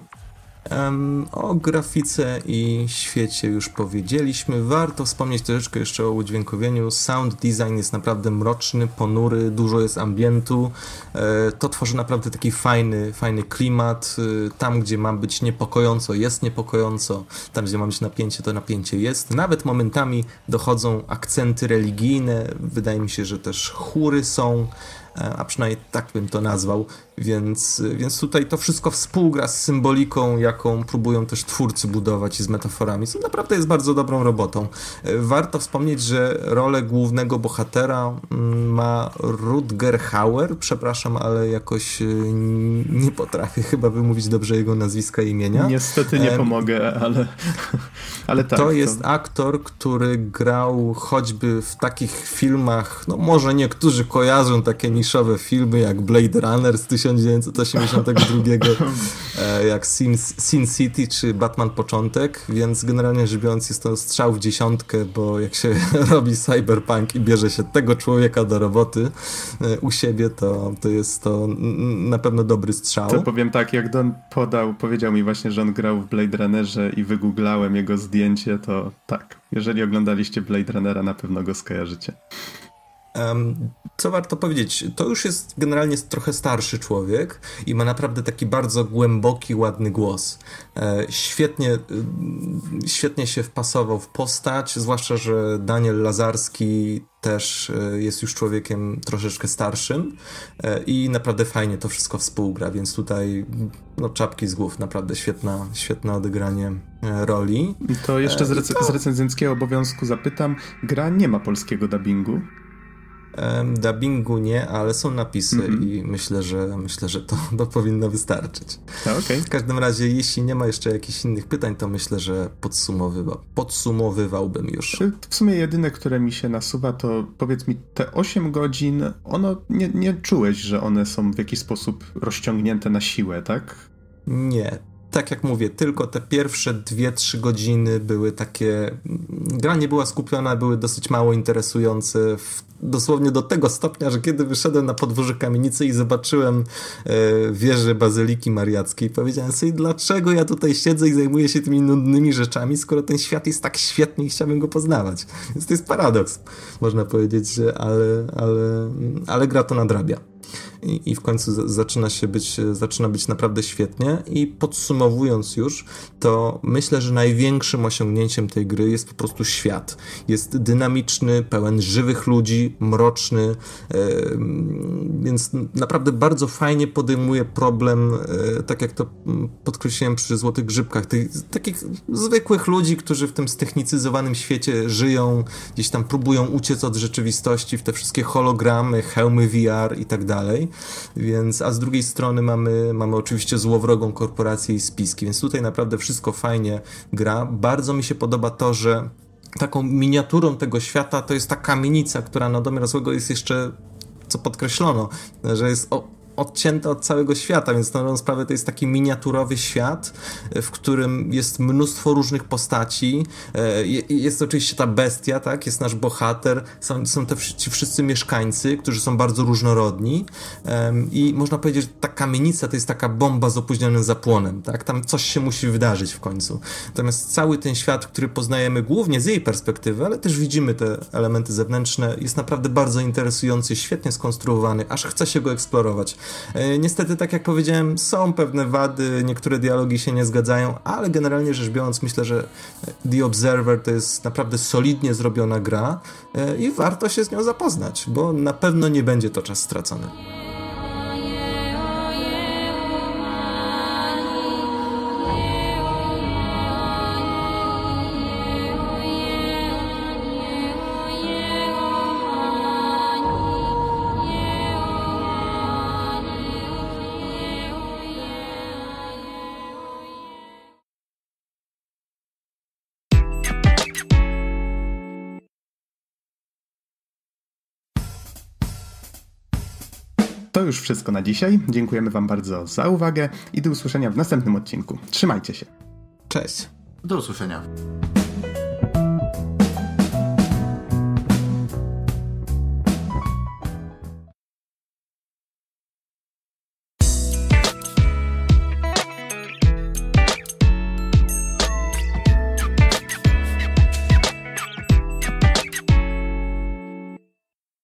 Um, o grafice i świecie już powiedzieliśmy. Warto wspomnieć troszeczkę jeszcze o udźwiękowieniu. Sound design jest naprawdę mroczny, ponury, dużo jest ambientu. E, to tworzy naprawdę taki fajny, fajny klimat. E, tam, gdzie ma być niepokojąco, jest niepokojąco. Tam, gdzie ma być napięcie, to napięcie jest. Nawet momentami dochodzą akcenty religijne. Wydaje mi się, że też chóry są, a przynajmniej tak bym to nazwał, więc, więc tutaj to wszystko współgra z symboliką, jaką próbują też twórcy budować i z metaforami, co naprawdę jest bardzo dobrą robotą. Warto wspomnieć, że rolę głównego bohatera ma Rutger Hauer, przepraszam, ale jakoś nie potrafię chyba wymówić dobrze jego nazwiska i imienia. Niestety nie pomogę, ale, ale tak. To jest to... aktor, który grał choćby w takich filmach, no może niektórzy kojarzą takie niszowe filmy jak Blade Runner z tysiąc dziewięćset osiemdziesiątego drugiego, jak Sin, Sin City czy Batman Początek, więc generalnie rzecz biorąc jest to strzał w dziesiątkę, bo jak się robi cyberpunk i bierze się tego człowieka do roboty u siebie, to, to jest to na pewno dobry strzał. To powiem tak, jak Don podał, powiedział mi właśnie, że on grał w Blade Runnerze i wygooglałem jego zdjęcie, to tak, jeżeli oglądaliście Blade Runnera, na pewno go skojarzycie. Um, co warto powiedzieć, to już jest generalnie trochę starszy człowiek i ma naprawdę taki bardzo głęboki, ładny głos. E, świetnie, e, świetnie się wpasował w postać, zwłaszcza, że Daniel Lazarski też e, jest już człowiekiem troszeczkę starszym e, i naprawdę fajnie to wszystko współgra, więc tutaj no, czapki z głów, naprawdę świetna, świetne odegranie e, roli. To jeszcze z, rec- z recenzenckiego obowiązku zapytam, gra nie ma polskiego dubbingu? Um, dubbingu nie, ale są napisy mm-hmm. i myślę, że myślę, że to, to powinno wystarczyć. Okay. W każdym razie, jeśli nie ma jeszcze jakichś innych pytań, to myślę, że podsumowywa- podsumowywałbym już. W sumie jedyne, które mi się nasuwa, to powiedz mi, te osiem godzin, ono nie, nie czułeś, że one są w jakiś sposób rozciągnięte na siłę, tak? Nie. Tak jak mówię, tylko te pierwsze dwie trzy godziny były takie... Gra nie była skupiona, były dosyć mało interesujące, w, dosłownie do tego stopnia, że kiedy wyszedłem na podwórze kamienicy i zobaczyłem e, wieżę Bazyliki Mariackiej, powiedziałem sobie, dlaczego ja tutaj siedzę i zajmuję się tymi nudnymi rzeczami, skoro ten świat jest tak świetny i chciałbym go poznawać. Więc to jest paradoks, można powiedzieć, ale, ale, ale gra to nadrabia. I, i w końcu z, zaczyna się być, zaczyna być naprawdę świetnie i podsumowując już, to myślę, że największym osiągnięciem tej gry jest po prostu świat. Jest dynamiczny, pełen żywych ludzi, mroczny, e, więc naprawdę bardzo fajnie podejmuje problem, e, tak jak to podkreśliłem przy Złotych Grzybkach, tych takich zwykłych ludzi, którzy w tym ztechnicyzowanym świecie żyją, gdzieś tam próbują uciec od rzeczywistości w te wszystkie hologramy, hełmy V R i tak dalej. Więc, a z drugiej strony mamy, mamy oczywiście złowrogą korporację i spiski, więc tutaj naprawdę wszystko fajnie gra. Bardzo mi się podoba to, że taką miniaturą tego świata to jest ta kamienica, która na domiar złego jest jeszcze, co podkreślono, że jest o, odcięta od całego świata, więc na dobrą sprawę to jest taki miniaturowy świat, w którym jest mnóstwo różnych postaci. Jest oczywiście ta bestia, tak? Jest nasz bohater, są, są te ci wszyscy mieszkańcy, którzy są bardzo różnorodni i można powiedzieć, że ta kamienica to jest taka bomba z opóźnionym zapłonem, tak? Tam coś się musi wydarzyć w końcu. Natomiast cały ten świat, który poznajemy głównie z jej perspektywy, ale też widzimy te elementy zewnętrzne, jest naprawdę bardzo interesujący, świetnie skonstruowany, aż chce się go eksplorować. Niestety, tak jak powiedziałem, są pewne wady, niektóre dialogi się nie zgadzają, ale generalnie rzecz biorąc myślę, że The Observer to jest naprawdę solidnie zrobiona gra i warto się z nią zapoznać, bo na pewno nie będzie to czas stracony. To już wszystko na dzisiaj. Dziękujemy Wam bardzo za uwagę i do usłyszenia w następnym odcinku. Trzymajcie się. Cześć. Do usłyszenia.